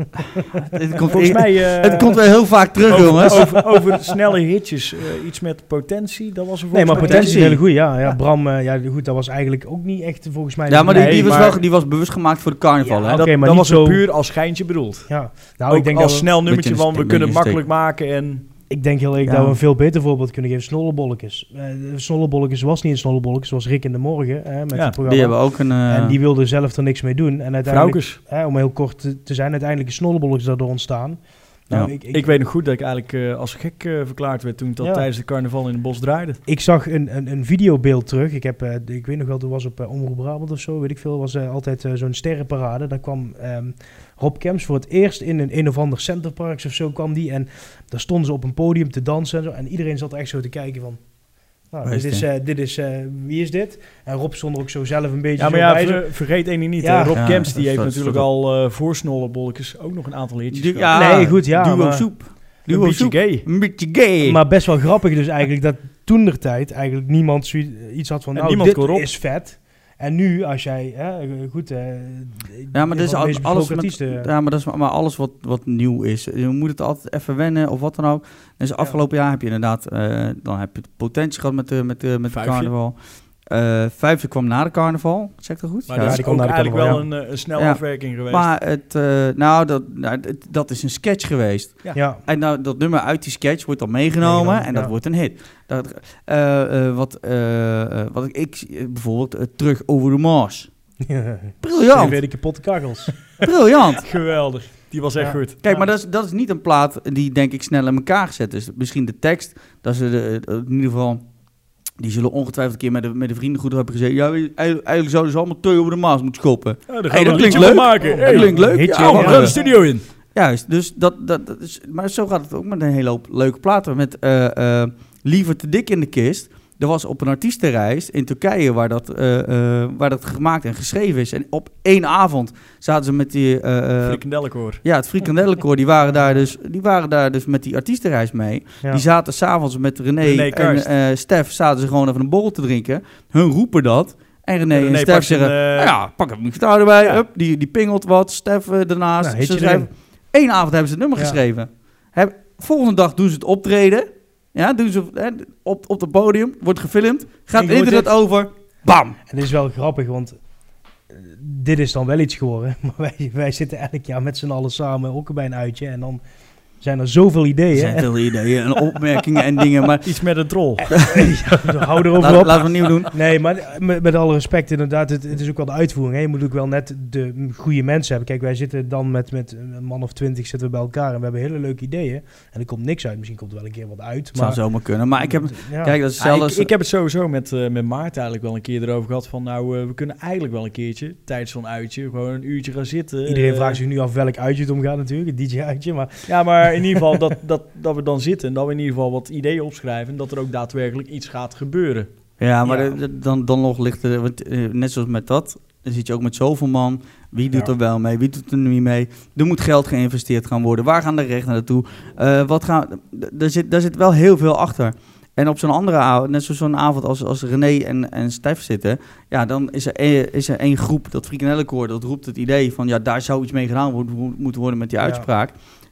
het, komt, Volgens mij, uh, het komt wel heel vaak terug, over, jongens. Over, over snelle hitjes, uh, iets met potentie, dat was er Nee, maar mij potentie is een hele goeie, ja. ja, ja. Bram, uh, ja, goed, dat was eigenlijk ook niet echt volgens mij... Ja, maar die, nee, die, was maar... wel, die was bewust gemaakt voor de carnaval, ja, hè? Dat, maar dat was zo... puur als schijntje bedoeld. Ja. Nou, ook ik denk als dat snel nummertje van, we kunnen het makkelijk steek. maken en... Ik denk heel eerlijk ja. dat we een veel beter voorbeeld kunnen geven. Snollebolletjes. Uh, Snollebolletjes was niet een Snollebolletjes, was Rick in de Morgen. Hè, met ja, het programma. Die hebben ook een... Uh... En die wilde zelf er niks mee doen. En uiteindelijk, hè, om heel kort te, te zijn, uiteindelijk is Snollebolletjes daardoor ontstaan. Nou, ja. ik, ik, ik weet nog goed dat ik eigenlijk uh, als gek uh, verklaard werd toen ik dat ja. tijdens de carnaval in het bos draaide. Ik zag een, een, een videobeeld terug. Ik, heb, uh, ik weet nog wel, dat was op uh, Omroep Brabant of zo, weet ik veel. was uh, altijd uh, zo'n sterrenparade. Daar kwam um, Rob Kemps voor het eerst in een een of ander Centerparks of zo kwam die. En daar stonden ze op een podium te dansen en zo. En iedereen zat echt zo te kijken van... Nou, dit is, uh, dit is uh, wie is dit? En Rob stond er ook zo zelf een beetje ja, maar zo ja, bij. Ver, vergeet één ding niet. Ja. Rob ja, Kemps die heeft dat, natuurlijk dat, al uh, voor Snollebolletjes ook nog een aantal hitjes du- gehad. ja, nee, goed, ja. Duo maar, soep. Duo een beetje soep. gay. Een beetje gay. Maar best wel grappig dus eigenlijk dat toentertijd eigenlijk niemand zoiets, iets had van... En nou, niemand dit kon is vet. En nu, als jij... Hè, goed, uh, ja, maar, dat is al, alles met, artiesten, ja, maar dat is maar alles wat, wat nieuw is. Je moet het altijd even wennen of wat dan ook. Dus afgelopen ja. jaar heb je inderdaad... Uh, dan heb je de potentie gehad met de, met de, met de carnaval. Uh, vijfde kwam na de carnaval, zeg ik dat goed? Maar ja, dat is is ook eigenlijk carnaval, wel ja. een, een snelle ja. afwerking geweest. Maar het, uh, nou, dat, nou het, dat is een sketch geweest. Ja. ja. En nou, dat nummer uit die sketch wordt dan meegenomen, meegenomen en dat ja. wordt een hit. Dat, uh, uh, wat, uh, uh, wat ik, ik bijvoorbeeld uh, terug over de Mars. Ja. Briljant. Zeven kapotte kachels. Briljant. Geweldig. Die was echt ja. goed. Kijk, ja. maar dat is, dat is niet een plaat die denk ik snel in elkaar gezet is. Misschien de tekst, dat ze de, in ieder geval... Die zullen ongetwijfeld een keer met de, met de vriendengroep hebben gezegd... Ja, eigenlijk zouden ze allemaal twee over de Maas moeten schoppen. Ja, daar gaan hey, we een leuk maken. Oh, hey, dat klinkt leuk. Ja, we gaan de studio in. Juist, dus dat, dat, dat is... Maar zo gaat het ook met een hele hoop leuke platen. Met uh, uh, Liever te dik in de kist. Er was op een artiestenreis in Turkije waar dat, uh, uh, waar dat gemaakt en geschreven is. En op één avond zaten ze met die... Uh, uh, Frikandellenkoor. Ja, het Frikandellenkoor. Die waren daar dus, die waren daar dus met die artiestenreis mee. Ja. Die zaten s'avonds met René, René en uh, Stef zaten ze gewoon even een borrel te drinken. Hun roepen dat. En René, René en Stef zeggen, een, uh... nou ja, pak een gitaar erbij. Ja. Up, die, die pingelt wat. Stef uh, daarnaast. Nou, ze schrijven, Eén avond hebben ze het nummer ja. geschreven. Heb, volgende dag doen ze het optreden. Ja, doen ze hè, op, op het podium, wordt gefilmd, gaat het internet dit... over, bam! En dit is wel grappig, want uh, dit is dan wel iets geworden. Maar wij, wij zitten elk jaar met z'n allen samen ook bij een uitje en dan zijn er zoveel ideeën. Er zijn veel ideeën en opmerkingen en dingen, maar... Iets met een troll. ja, hou erover Laat, op. Laten we het nieuw doen. Nee, maar met, met alle respect inderdaad, het, het is ook wel de uitvoering. Hè. Je moet ook wel net de goede mensen hebben. Kijk, wij zitten dan met, met een man of twintig zitten we bij elkaar en we hebben hele leuke ideeën. En er komt niks uit. Misschien komt er wel een keer wat uit. Maar... Zou zomaar kunnen. Maar ik heb... Ja. Kijk, dat is zelfs... ja, ik, ik heb het sowieso met, uh, met Maarten eigenlijk wel een keer erover gehad van nou, uh, we kunnen eigenlijk wel een keertje tijdens zo'n uitje gewoon een uurtje gaan zitten. Iedereen uh, vraagt zich nu af welk uitje het omgaat natuurlijk, een D J-uitje. Maar... Ja, maar in ieder geval dat, dat, dat we dan zitten en dat we in ieder geval wat ideeën opschrijven en dat er ook daadwerkelijk iets gaat gebeuren. Ja, maar ja. De, de, dan, dan nog ligt er, want, uh, net zoals met dat, dan zit je ook met zoveel man. Wie doet ja. er wel mee, wie doet er niet mee? Er moet geld geïnvesteerd gaan worden. Waar gaan de rechten naartoe? Uh, wat gaan, daar, zit, daar zit wel heel veel achter. En op zo'n andere avond, net zoals zo'n avond als, als René en, en Stef zitten, ja, dan is er, een, is er één groep, dat Frikandellenkoor, dat roept het idee van, ja, daar zou iets mee gedaan worden, moeten worden met die uitspraak. Ja.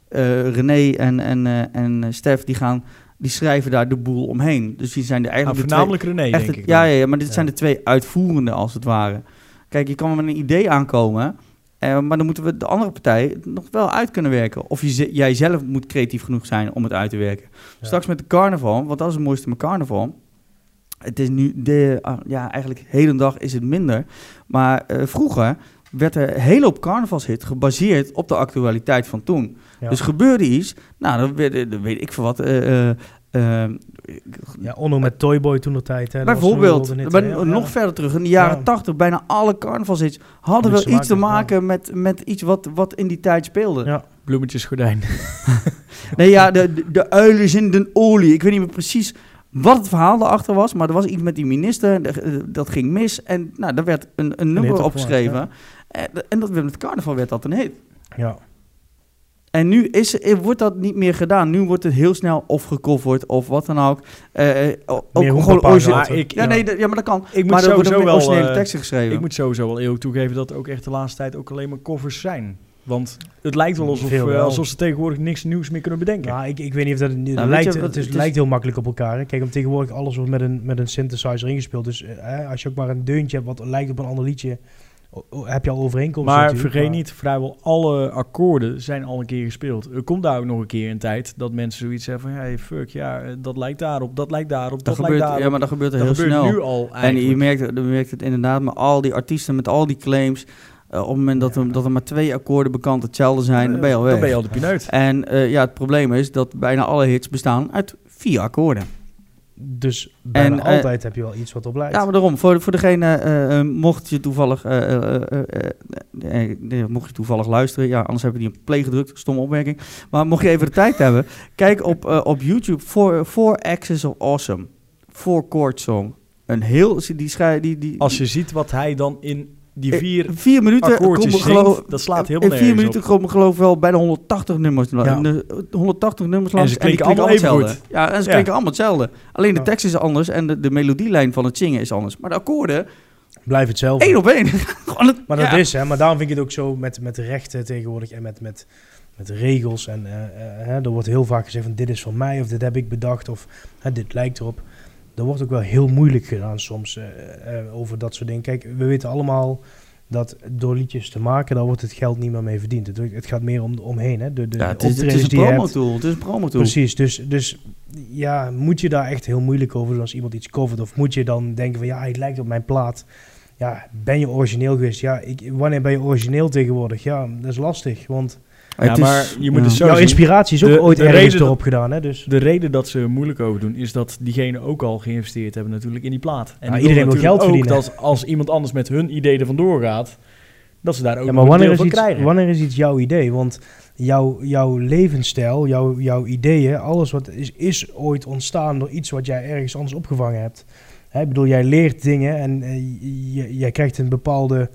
uh, René en, en, uh, en Stef, die gaan... Die schrijven daar de boel omheen. Dus die zijn de eigenlijk nou, de voornamelijk twee, René, echt denk het, ik. Ja, ja, ja, maar dit ja. zijn de twee uitvoerende, als het ware. Kijk, je kan met een idee aankomen... Uh, maar dan moeten we de andere partij nog wel uit kunnen werken. Of je, jij zelf moet creatief genoeg zijn om het uit te werken. Ja. Straks met de carnaval, want dat is het mooiste met carnaval. Het is nu, de, uh, ja, eigenlijk de hele dag is het minder. Maar uh, vroeger werd er een hele hoop carnavalshit gebaseerd op de actualiteit van toen. Ja. Dus gebeurde iets, nou, dan, werd, dan weet ik veel wat... Uh, uh, Uh, ja, Onno met Toyboy toen de tijd. Hè, bijvoorbeeld, net, ben, ja, nog ja. verder terug. In de jaren tachtig, ja. bijna alle carnavalshits hadden wel iets te maken ja. met, met iets wat, wat in die tijd speelde. Ja. Bloemetjesgordijn. nee, ja, de, de, de uilen in de olie. Ik weet niet meer precies wat het verhaal erachter was, maar er was iets met die minister, de, dat ging mis. En nou, daar werd een, een nummer opgeschreven. Ja. En, en dat, met carnaval werd dat een hit. Ja. En nu is, wordt dat niet meer gedaan. Nu wordt het heel snel of gecoverd of wat dan ook. Uh, ook gewoon origineel. Ja, ja, nee, d- ja, maar dat kan. Ik moet maar er worden wel originele uh, teksten geschreven. Ik moet sowieso wel eeuwig toegeven dat ook echt de laatste tijd ook alleen maar covers zijn. Want het lijkt wel alsof, uh, alsof ze tegenwoordig niks nieuws meer kunnen bedenken. Ja, ik, ik weet niet of dat... Het, nou, lijkt, je, het, is, het is, lijkt heel makkelijk op elkaar. Hè? Kijk, om tegenwoordig alles wordt met een, met een synthesizer ingespeeld. Dus uh, als je ook maar een deuntje hebt wat lijkt op een ander liedje... heb je al overeenkomsten. Maar vergeet maar. niet, vrijwel alle akkoorden zijn al een keer gespeeld. Er komt daar ook nog een keer een tijd dat mensen zoiets hebben van... Hey, fuck, ja, dat lijkt daarop, dat lijkt daarop, dat, dat lijkt gebeurt, daarop. Ja, maar dat gebeurt er dat heel gebeurt snel. Nu al eigenlijk. En je merkt, je merkt het inderdaad met al die artiesten, met al die claims... Uh, op het moment dat, er, dat er maar twee akkoorden bekend hetzelfde zijn, uh, dan ben je al weg. Dan ben je al de pineut. En uh, ja, het probleem is dat bijna alle hits bestaan uit vier akkoorden. Dus bijna en, uh, altijd heb je wel iets wat op lijkt. Ja, maar daarom, voor, voor degene, uh, uh, mocht je toevallig uh, uh, uh, uh, uh, mocht je toevallig luisteren, ja, anders hebben we die een play gedrukt, stomme opmerking. Maar mocht je even de tijd hebben, kijk op, uh, op YouTube, Four, Four Axis of Awesome, Four Chord Song. Een heel, die schij, die, die, Als je ziet wat hij dan in die vier, vier minuten akkoordjes geloof, dat slaat helemaal nergens in vier minuten komen geloof ik wel bijna honderdtachtig nummers. Ja. honderdtachtig nummers lang. En ze klinken, en allemaal even hetzelfde. goed. Ja, en ze ja. klinken allemaal hetzelfde. Alleen de ja. tekst is anders en de, de melodielijn van het zingen is anders. Maar de akkoorden... blijven hetzelfde. Eén op één. het, maar dat ja. is, hè. Maar daarom vind ik het ook zo met, met rechten tegenwoordig en met, met, met regels. En uh, uh, hè, er wordt heel vaak gezegd van dit is van mij of dit heb ik bedacht of hè, dit lijkt erop. Dat wordt ook wel heel moeilijk gedaan soms uh, uh, over dat soort dingen. Kijk, we weten allemaal... dat door liedjes te maken, daar wordt het geld niet meer mee verdiend. Het, het gaat meer om omheen. Hè? De, de ja, het, is, het is een promotool. Het is een promotool. Precies. Dus, dus ja, moet je daar echt heel moeilijk over doen als iemand iets covert? Of moet je dan denken van ja, het lijkt op mijn plaat. Ja, ben je origineel geweest? Ja, ik, wanneer ben je origineel tegenwoordig? Ja, dat is lastig, want... Ja, het maar is, je moet ja. dus zo jouw zien. inspiratie is ook de, ooit de ergens dat, erop gedaan. Hè? Dus. De reden dat ze er moeilijk over doen, is dat diegenen ook al geïnvesteerd hebben natuurlijk in die plaat. En ja, iedereen wil geld verdienen. Dat als iemand anders met hun idee er vandoor gaat, dat ze daar ook ja, maar wanneer is van iets, krijgen. Wanneer is iets jouw idee? Want jouw, jouw levensstijl, jouw, jouw ideeën, alles wat is, is ooit ontstaan door iets wat jij ergens anders opgevangen hebt. Hè, ik bedoel, jij leert dingen en uh, jij krijgt een bepaalde...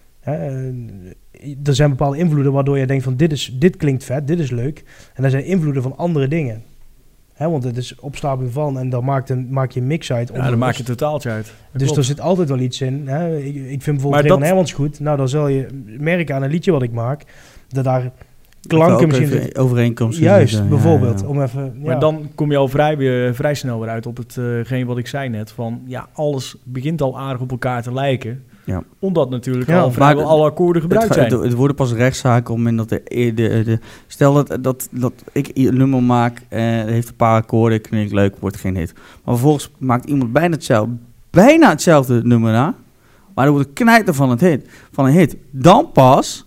Hè, uh, er zijn bepaalde invloeden waardoor je denkt van dit, is, dit klinkt vet, dit is leuk. En er zijn invloeden van andere dingen. Hè, want het is opstapeling van en daar maakt, een, maak je een mix uit. Ja, dan maak je een totaaltje uit. Dat dus klopt. Er zit altijd wel iets in. Hè. Ik, ik vind bijvoorbeeld Raymond Hermans goed. Nou, dan zal je merken aan een liedje wat ik maak, dat daar klanken misschien... overeenkomsten. Juist, zijn, bijvoorbeeld. Ja, ja. Om even, ja. Maar dan kom je al vrij, weer, vrij snel weer uit op hetgeen uh, wat ik zei net. Van ja, alles begint al aardig op elkaar te lijken. Ja. Omdat natuurlijk ja, al vrijwel alle akkoorden gebruikt het, zijn. Het, het worden pas rechtszaken op het moment dat de, de, de... Stel dat, dat, dat ik een nummer maak, uh, heeft een paar akkoorden, klinkt leuk, wordt geen hit. Maar vervolgens maakt iemand bijna hetzelfde, bijna hetzelfde nummer na, maar er wordt een knijter van, het hit, van een hit. Dan pas...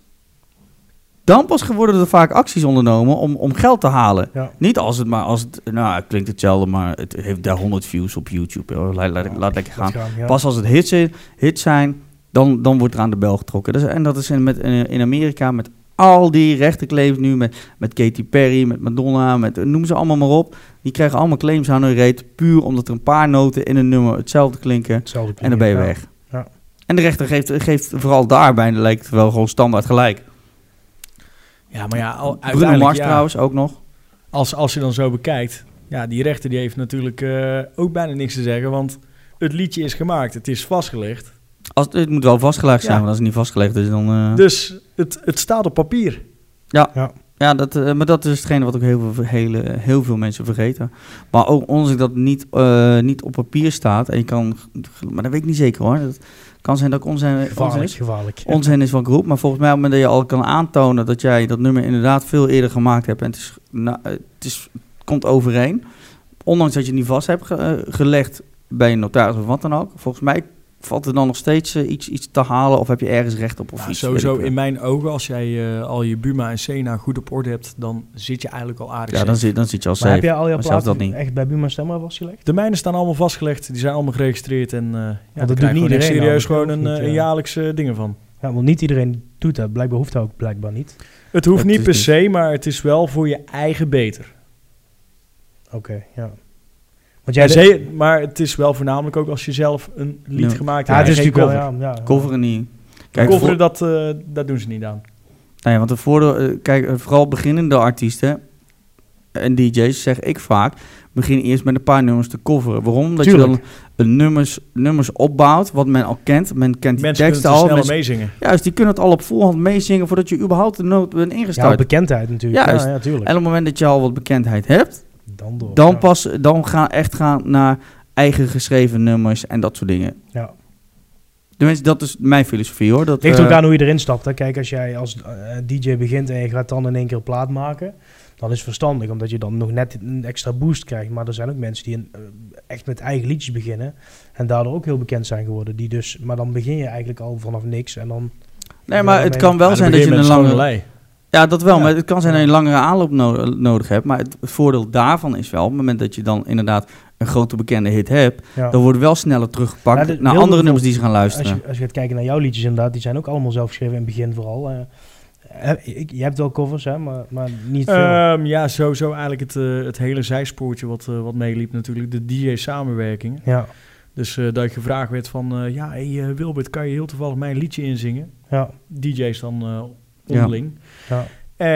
Dan pas worden er vaak acties ondernomen om, om geld te halen. Ja. Niet als het maar als het, nou, het klinkt hetzelfde, maar het heeft daar honderd views op YouTube. Joh. Laat, laat, ja, laat lekker gaan. gaan ja. Pas als het hits, hits zijn, dan, dan wordt er aan de bel getrokken. Dus, en dat is in, met, in Amerika met al die rechterclaims nu, met, met Katy Perry, met Madonna, met, noem ze allemaal maar op. Die krijgen allemaal claims aan hun reet, puur omdat er een paar noten in een nummer hetzelfde klinken. Hetzelfde klinken en dan ben je ja. weg. Ja. En de rechter geeft, geeft vooral daarbij, lijkt het wel gewoon standaard gelijk. Ja, maar ja, al, Bruno Mars ja, trouwens ook nog. Als, als je dan zo bekijkt, ja, die rechter die heeft natuurlijk uh, ook bijna niks te zeggen, want het liedje is gemaakt, het is vastgelegd. Als, het moet wel vastgelegd zijn, ja. want als het niet vastgelegd is, dan... Uh... Dus het, het staat op papier. Ja. ja. Ja, dat, uh, maar dat is hetgene wat ook heel veel, hele, heel veel mensen vergeten. Maar ook ondanks dat het niet, uh, niet op papier staat, en je kan, maar dat weet ik niet zeker hoor. Dat kan zijn dat ik onzin, Gevaarlijk, onzin is. gevaarlijk. Onzin is van groep, maar volgens mij op het moment dat je al kan aantonen dat jij dat nummer inderdaad veel eerder gemaakt hebt en het, is, nou, het, is, het komt overeen, ondanks dat je het niet vast hebt ge, uh, gelegd bij een notaris of wat dan ook, volgens mij valt er dan nog steeds uh, iets, iets te halen of heb je ergens recht op of nou, iets? Sowieso in mijn ogen, als jij uh, al je Buma en Sena goed op orde hebt, dan zit je eigenlijk al aardig. Ja, dan zit, dan zit je al maar safe. heb jij al je Maar zelfs dat platen niet. echt bij Buma Stemra vastgelegd? De mijne staan allemaal vastgelegd, die zijn allemaal geregistreerd en uh, ja, dat daar doet niet krijg je iedereen serieus namelijk, gewoon een, ook niet, een ja. jaarlijkse dingen van. Ja, want niet iedereen doet dat. Blijkbaar hoeft dat ook blijkbaar niet. Het hoeft Het niet is per niet. se, maar het is wel voor je eigen beter. Oké, okay, ja. Want jij Ja, de- zee- maar het is wel voornamelijk ook als je zelf een lied Ja. gemaakt ja, hebt. het is en geen natuurlijk wel, cover. ja, ja. Coveren niet. Kijk, Kijk, coveren, voor, dat, uh, dat doen ze niet aan. nou ja, want de voordeel, uh, kijk, uh, vooral beginnende artiesten en D J's zeg ik vaak, begin eerst met een paar nummers te coveren. Waarom? Omdat Tuurlijk. je dan een nummers, nummers opbouwt, wat men al kent. Men kent die Mensen teksten kunnen al. het sneller mensen- meezingen. Juist, die kunnen het al op voorhand meezingen voordat je überhaupt de noot bent Ja, ingestart. bekendheid natuurlijk. Juist. Ja, ja, tuurlijk. En op het moment dat je al wat bekendheid hebt, Dan door. dan ja. pas, dan gaan echt gaan naar eigen geschreven nummers en dat soort dingen. Ja. Tenminste, dat is mijn filosofie hoor. Dat, Ligt eh, ook aan hoe je erin stapt. Hè. Kijk, als jij als uh, D J begint en je gaat dan in één keer een plaat maken, dan is het verstandig, omdat je dan nog net een extra boost krijgt. Maar er zijn ook mensen die in, uh, echt met eigen liedjes beginnen en daardoor ook heel bekend zijn geworden. Die dus, maar dan begin je eigenlijk al vanaf niks en dan... Nee, maar het kan wel Ja, zijn dan dat je begin een met lange... schone lei. Ja, dat wel, Ja. maar het kan zijn dat je Ja. een langere aanloop no- nodig hebt. Maar het voordeel daarvan is wel, op het moment dat je dan inderdaad een grote bekende hit hebt, Ja. dan wordt wel sneller teruggepakt Ja, de- naar heel andere veel- nummers die ze gaan Als luisteren. je, als je gaat kijken naar jouw liedjes inderdaad, die zijn ook allemaal zelf geschreven in het begin vooral. Uh, uh, ik- je hebt wel covers, hè, maar, maar niet veel. Um, ja, sowieso eigenlijk het, uh, het hele zijspoortje wat, uh, wat meeliep natuurlijk. De D J-samenwerkingen. ja, Dus uh, dat je gevraagd werd van... Uh, ja, hey, uh, Wilbert, kan je heel toevallig mijn liedje inzingen? ja, D J's dan uh, onderling. ja.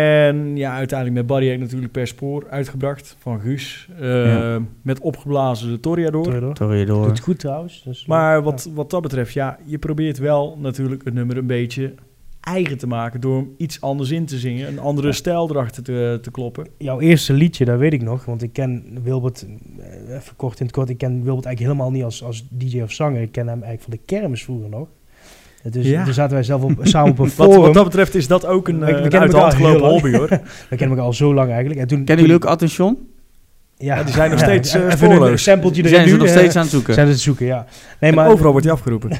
En ja, uiteindelijk met Barry Egg natuurlijk per spoor uitgebracht van Guus. Uh, Ja. Met opgeblazen de Toreador. Toreador. Toreador. Doet het goed trouwens. Dus, Maar wat, wat dat betreft, ja, je probeert wel natuurlijk het nummer een beetje eigen te maken door hem iets anders in te zingen. Een andere Ja. stijl erachter te, te kloppen. Jouw eerste liedje, dat weet ik nog, want ik ken Wilbert, eh, even kort in het kort, ik ken Wilbert eigenlijk helemaal niet als, als D J of zanger. Ik ken hem eigenlijk van de kermis vroeger nog. Dus Ja. toen zaten wij zelf op, samen op een Wat, forum. wat dat betreft is dat ook een, We- uh, we een kennen uit de elkaar hand gelopen heel lang. hobby, hoor. We kennen elkaar al zo lang eigenlijk. En toen, Kennen jullie ook Attention? Ja, Ja, die zijn nog ja, steeds, uh, even spoorloos. een sampletje Die erin zijn ze nu, nog eh, steeds aan het zoeken. zijn ze te zoeken, ja. Nee, En maar overal wordt hij afgeroepen.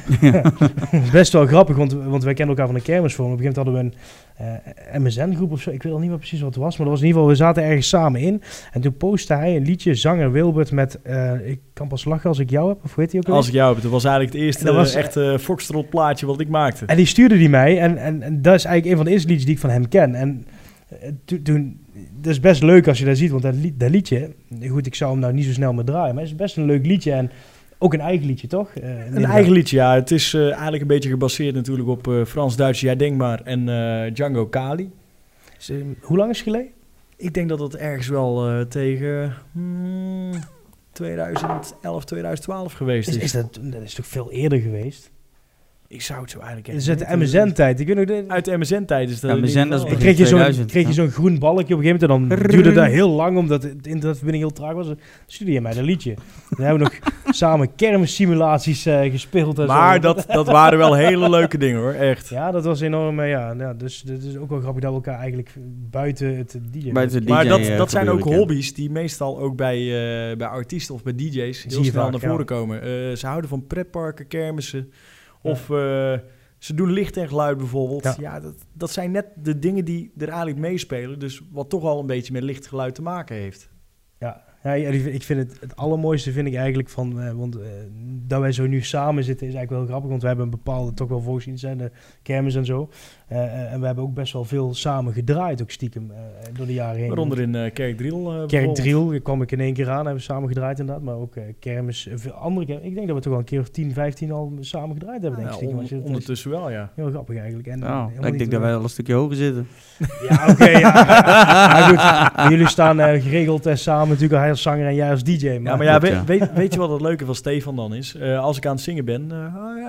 best wel grappig, want, want wij kennen elkaar van een kermisforum. Op een gegeven moment hadden we een uh, M S N-groep of zo. Ik weet al niet meer precies wat het was, maar dat was in ieder geval, we zaten ergens samen in. En toen postte hij een liedje, zanger Wilbert, met uh, ik kan pas lachen als ik jou heb, of weet hij ook alweer? Als ik jou heb. Dat was eigenlijk het eerste Dat was, uh, echte Foxtrot plaatje wat ik maakte. En die stuurde die mij en, en, en dat is eigenlijk een van de eerste liedjes die ik van hem ken. En uh, to, toen, dat is best leuk als je dat ziet, want dat, lied, dat liedje, goed, ik zou hem nou niet zo snel meer draaien, maar het is best een leuk liedje en ook een eigen liedje, toch? Uh, Een eigen liedje, ja. Het is uh, eigenlijk een beetje gebaseerd natuurlijk op uh, Frans-Duits Ja Denkbaar en uh, Django Kali. Is, uh, hoe lang is het geleden? Ik denk dat het ergens wel uh, tegen hmm, twintig elf, twintig twaalf geweest is. Is, is dat, dat is toch veel eerder geweest? Ik zou het zo eigenlijk Dat echt is uit de weten. M S N-tijd. Ik weet nog de, Uit de M S N-tijd is dat. Ja, in M S N, ieder dat is geval. Dan kreeg je zo'n tweeduizend, kreeg je ja. zo'n groen balkje op een gegeven moment. En dan duurde dat heel lang, omdat de internetverbinding heel traag was. Dan stuurde je mij dat liedje. Dan hebben we nog samen kermissimulaties uh, gespeeld. En Maar zo. dat, dat waren wel hele leuke dingen hoor, echt. Ja, dat was enorm. Uh, ja, ja, dus het is ook wel grappig dat we elkaar eigenlijk buiten het D J... Buiten het Maar D J, dat, eh, dat zijn ook gebeuren kennen. hobby's die meestal ook bij, uh, bij artiesten of bij D J's heel Zie je snel vaak, naar ja. voren komen. Uh, ze houden van pretparken, kermissen Ja. of uh, ze doen licht en geluid bijvoorbeeld. Ja, Ja. dat, dat zijn net de dingen die er eigenlijk meespelen. Dus wat toch al een beetje met licht geluid te maken heeft. Ja, ja, ja, die- ik vind het, het allermooiste vind ik eigenlijk van, uh, want uh, dat wij zo nu samen zitten is eigenlijk wel grappig, want we hebben een bepaalde, toch wel voorzien zijn de kermis en zo. Uh, uh, en we hebben ook best wel veel samen gedraaid, ook stiekem, uh, door de jaren heen. Waaronder in uh, Kerkdriel. Uh, Kerkdriel, daar kwam ik in één keer aan, hebben we samen gedraaid inderdaad, maar ook uh, kermis, uh, veel andere kermis. Ik denk dat we toch wel een keer of tien, vijftien al samen gedraaid hebben, denk ik. Ja, stiekem. on- Als je het- ondertussen wel, ja. Heel grappig eigenlijk. En, Nou, helemaal ik niet, denk dat uh, wij al een stukje hoger zitten. Ja, oké, ja. Maar goed, maar jullie staan uh, geregeld uh, samen natuurlijk, hij als zanger en jij als D J. Maar, Ja, maar ja, Klopt, weet, ja. weet, weet je wat het leuke van Stefan dan is? Uh, als ik aan het zingen ben, uh, oh ja,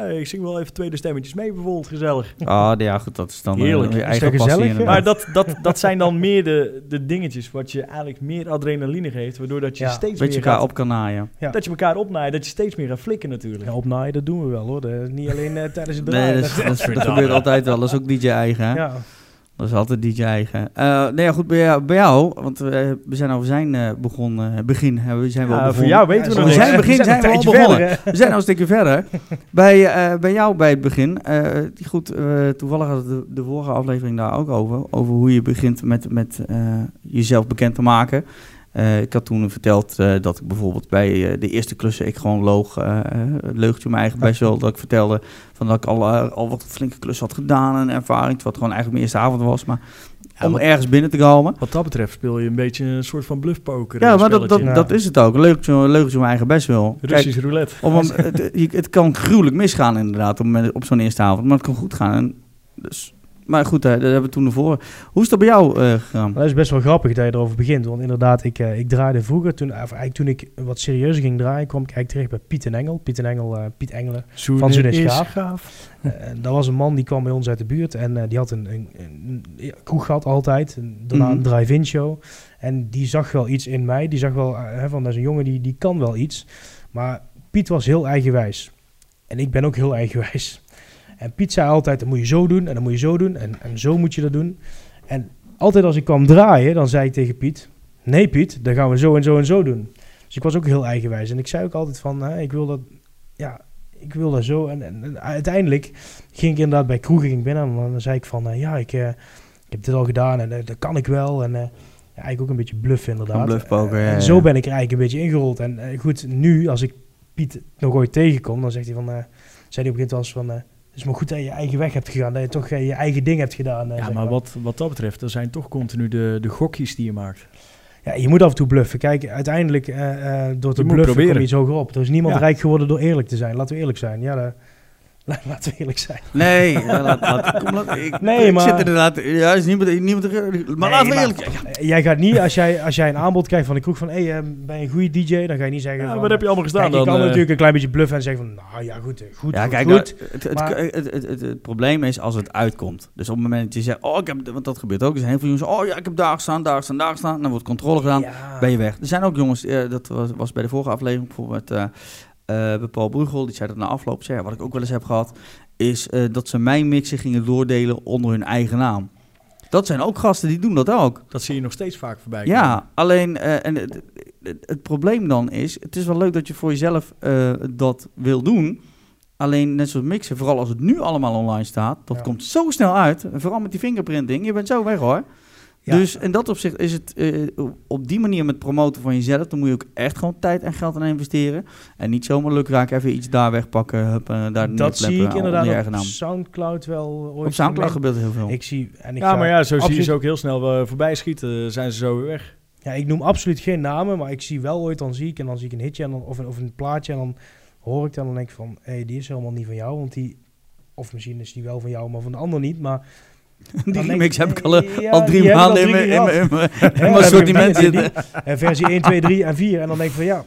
ik zing wel even tweede stemmetjes mee bijvoorbeeld, gezellig. Ah, ja, goed, dat is dan Heerlijk. Uh, je eigen Is dat passie. gezellig? Maar dat, dat, dat zijn dan meer de, de dingetjes wat je eigenlijk meer adrenaline geeft, waardoor dat je Ja, steeds Dat je meer elkaar gaat, op kan naaien. Ja. dat je elkaar opnaait, dat je steeds meer gaat flikken natuurlijk. Ja, opnaaien, dat doen we wel hoor. Dat is niet alleen uh, tijdens het Nee, draaien. dat, is- dat, is- dat gebeurt altijd wel. Dat is ook D J eigen, hè? ja. Dat is altijd D J eigen. Uh, nee, ja, goed, bij jou, bij jou want uh, we zijn over zijn uh, begon, uh, begin. Uh, we zijn wel Ja, begonnen. voor jou weten we Ja, nog we niks. zijn begin, we zijn we een al tijdje begonnen. verder, hè. We zijn al een stukje verder. Bij, uh, bij jou bij het begin. Uh, goed, uh, toevallig had de, de vorige aflevering daar ook over. Over hoe je begint met, met uh, jezelf bekend te maken. Uh, ik had toen verteld uh, dat ik bijvoorbeeld bij uh, de eerste klussen ik gewoon loog, uh, leugentje mijn eigen best wel, dat ik vertelde van dat ik al, uh, al wat flinke klussen had gedaan en ervaring, wat gewoon eigenlijk mijn eerste avond was, maar Ja, om wat- ergens binnen te komen. Wat dat betreft speel je een beetje een soort van bluffpoker. Ja, eh, maar dat, dat, spelletje. Ja. dat is het ook. Een leugentje, een leugentje mijn eigen best wel. Kijk, Russisch roulette. op een, het, je- het kan gruwelijk misgaan inderdaad op, een- op zo'n eerste avond, maar het kan goed gaan. En dus, maar goed, hè, dat hebben we toen ervoor. Hoe is dat bij jou uh, gegaan? Dat is best wel grappig dat je erover begint. Want inderdaad, ik, uh, ik draaide vroeger, toen, of eigenlijk toen ik wat serieuzer ging draaien, kwam ik eigenlijk terecht bij Piet en Engel. Piet en Engel, uh, Piet Engelen. Van Zoen is gaaf. Uh, dat was een man die kwam bij ons uit de buurt en uh, die had een, een, een, een kroeg gehad altijd. En daarna Mhm. een drive-in show. En die zag wel iets in mij. Die zag wel, uh, hè, van dat is een jongen die, die kan wel iets. Maar Piet was heel eigenwijs. En ik ben ook heel eigenwijs. En Piet zei altijd, dat moet je zo doen en dan moet je zo doen en, en zo moet je dat doen. En altijd als ik kwam draaien, dan zei ik tegen Piet, nee Piet, dan gaan we zo en zo en zo doen. Dus ik was ook heel eigenwijs. En ik zei ook altijd van, hè, ik wil dat, ja, ik wil dat zo. En, en, en uiteindelijk ging ik inderdaad bij kroegen ging binnen en dan zei ik van, uh, ja, ik, uh, ik heb dit al gedaan en uh, dat kan ik wel. En uh, ja, eigenlijk ook een beetje bluff inderdaad. Een bluffpoker, Uh, ja, en ja. zo ben ik er eigenlijk een beetje ingerold. En uh, goed, nu als ik Piet nog ooit tegenkom, dan zegt hij van, uh, zei hij op een gegeven moment wel eens van, uh, het is maar goed dat je je eigen weg hebt gegaan, dat je toch uh, je eigen ding hebt gedaan. Uh, Ja, zeg maar wat, wat dat betreft, er zijn toch continu de, de gokjes die je maakt. Ja, je moet af en toe bluffen. Kijk, uiteindelijk uh, uh, door te Je moet bluffen proberen. kom je zo op. Er is niemand Ja. rijk geworden door eerlijk te zijn. Laten we eerlijk zijn. Ja, dat- laten we eerlijk zijn. Nee, ja, laat, laat, kom, laat, ik, Nee, ik maar- zit inderdaad, ja, is niemand, niemand maar Nee, laten we maar- eerlijk zijn. Uh, jij gaat niet, als jij, als jij een aanbod krijgt van de kroeg van, hé, hey, uh, ben je een goede D J? Dan ga je niet zeggen Ja, van, wat heb je allemaal gedaan kijk, je dan? kan eh? natuurlijk een klein beetje bluffen en zeggen van, nou ja, goed, uh, goed, Ja, goed, kijk, goed. nou, het, het, Maar- het, het, het, het, het probleem is als het uitkomt. Dus op het moment dat je zegt, oh, ik heb, want dat gebeurt ook. Er zijn heel veel jongens, oh ja, ik heb daar gestaan, daar gestaan, daar gestaan. Dan wordt controle gedaan, Ja. ben je weg. Er zijn ook jongens, eh, dat was, was bij de vorige aflevering bijvoorbeeld uh, uh, bij Paul Brugel, die zei dat na afloop, zei, ja, wat ik ook wel eens heb gehad, is uh, dat ze mijn mixen gingen doordelen onder hun eigen naam. Dat zijn ook gasten, die doen dat ook. Dat zie je nog steeds vaak voorbij komen. Ja, alleen, uh, en het, het, het probleem dan is, het is wel leuk dat je voor jezelf uh, dat wil doen. Alleen, net zoals mixen, vooral als het nu allemaal online staat, dat Ja. komt zo snel uit. En vooral met die fingerprinting, je bent zo weg hoor. Ja. Dus in dat opzicht is het uh, op die manier met promoten van jezelf, dan moet je ook echt gewoon tijd en geld aan investeren. En niet zomaar lukraak even iets daar wegpakken, hup, uh, daar Dat zie ik onder je inderdaad eigen op naam. Soundcloud wel ooit. Op Soundcloud gemeen. gebeurt heel veel. Ik zie, en ik Ja, ga maar ja, zo zie je absoluut- ze ook heel snel uh, voorbij schieten. Zijn ze zo weer weg. Ja, ik noem absoluut geen namen, maar ik zie wel ooit, dan zie ik en dan zie ik een hitje en dan, of, een, of een plaatje en dan hoor ik dan en dan denk ik van, hé, hey, die is helemaal niet van jou, want die, of misschien is die wel van jou, maar van de ander niet, maar... Die dan denk remix heb ik al, uh, ja, al drie die heb ik al maanden in drie mijn- keer in mijn- in mijn- gehad. in Ja, mijn dan heb ik assortiment die- die- zitten. En versie één, twee, drie en vier en dan denk ik van, ja,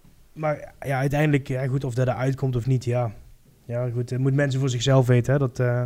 maar ja, uiteindelijk, ja, goed, of dat eruit komt of niet, ja. Ja, goed, het moet mensen voor zichzelf weten, hè, dat, uh,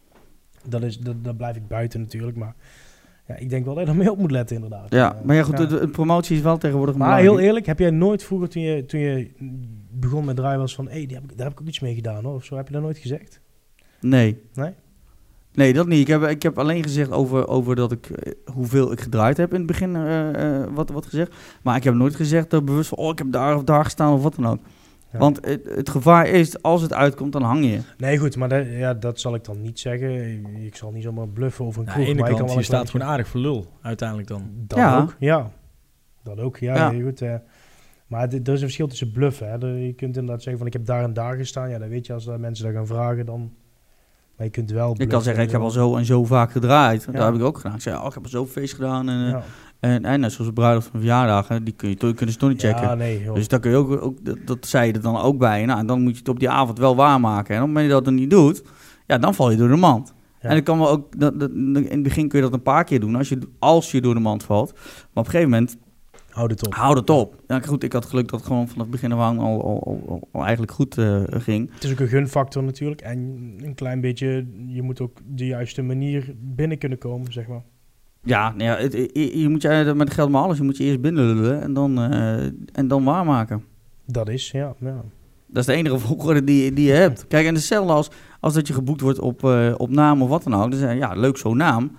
dat, is, dat, dat blijf ik buiten natuurlijk, maar... Ja, ik denk wel dat je er mee op moet letten, inderdaad. Ja, Uh, maar ja, goed, ja. de, de promotie is wel tegenwoordig Maar belangrijk. heel eerlijk, heb jij nooit vroeger toen je, toen je begon met draaien was van, hé, hey, daar heb ik- daar heb ik ook iets mee gedaan hoor, of zo, heb je dat nooit gezegd? Nee. Nee? Nee, dat niet. Ik heb, ik heb alleen gezegd over, over dat ik, eh, hoeveel ik gedraaid heb in het begin, eh, eh, wat, wat gezegd. Maar ik heb nooit gezegd dat bewust van, oh, ik heb daar of daar gestaan of wat dan ook. Ja. Want het, het gevaar is, als het uitkomt, dan hang je. Nee, goed, maar dat, ja, dat zal ik dan niet zeggen. Ik zal niet zomaar bluffen over een Aan kroeg. de ene maar ik kan kant, wel je een staat klein gewoon aardig voor lul, uiteindelijk dan. beetje- Dat Ja. ook, ja. Dat ook, ja, Ja. heel goed. eh. maar dit- er is een verschil tussen bluffen. Hè. Er- je kunt inderdaad zeggen van, ik heb daar en daar gestaan. Ja, dan weet je, als er mensen dat gaan vragen, dan... Maar je kunt wel Ik kan bluffen, zeggen, ik heb zo. al zo en zo vaak gedraaid. Ja. Dat heb ik ook gedaan. Ik zei, oh, ik heb al zoveel feest gedaan. En, eh, Ja, en, en net zoals de bruiloft van verjaardagen, die kun je, to- kunnen ze toch niet checken. ja nee, joh. Dus daar kun je ook, ook dat, dat zei je er dan ook bij. Nou, en dan moet je het op die avond wel waarmaken. En op het moment dat je dat dan niet doet, ja, dan val je door de mand. Ja. En dan kan wel ook, dat, dat, in het begin kun je dat een paar keer doen, als je, als je door de mand valt. Maar op een gegeven moment Houd het op. Houd het op. Ja, goed, ik had geluk dat het gewoon vanaf het begin af aan al, al, al, al eigenlijk goed uh, ging. Het is ook een gunfactor natuurlijk. En een klein beetje, je moet ook de juiste manier binnen kunnen komen, zeg maar. Ja, nou ja het, je, je moet je met geld maar alles. Je moet je eerst binnenlullen en dan, uh, en dan waarmaken. Dat is, ja. ja. Dat is de enige volgorde die, die je hebt. Kijk, en hetzelfde als, als dat je geboekt wordt op, uh, op naam of wat dan ook. Dan zeg je, ja, leuk zo'n naam.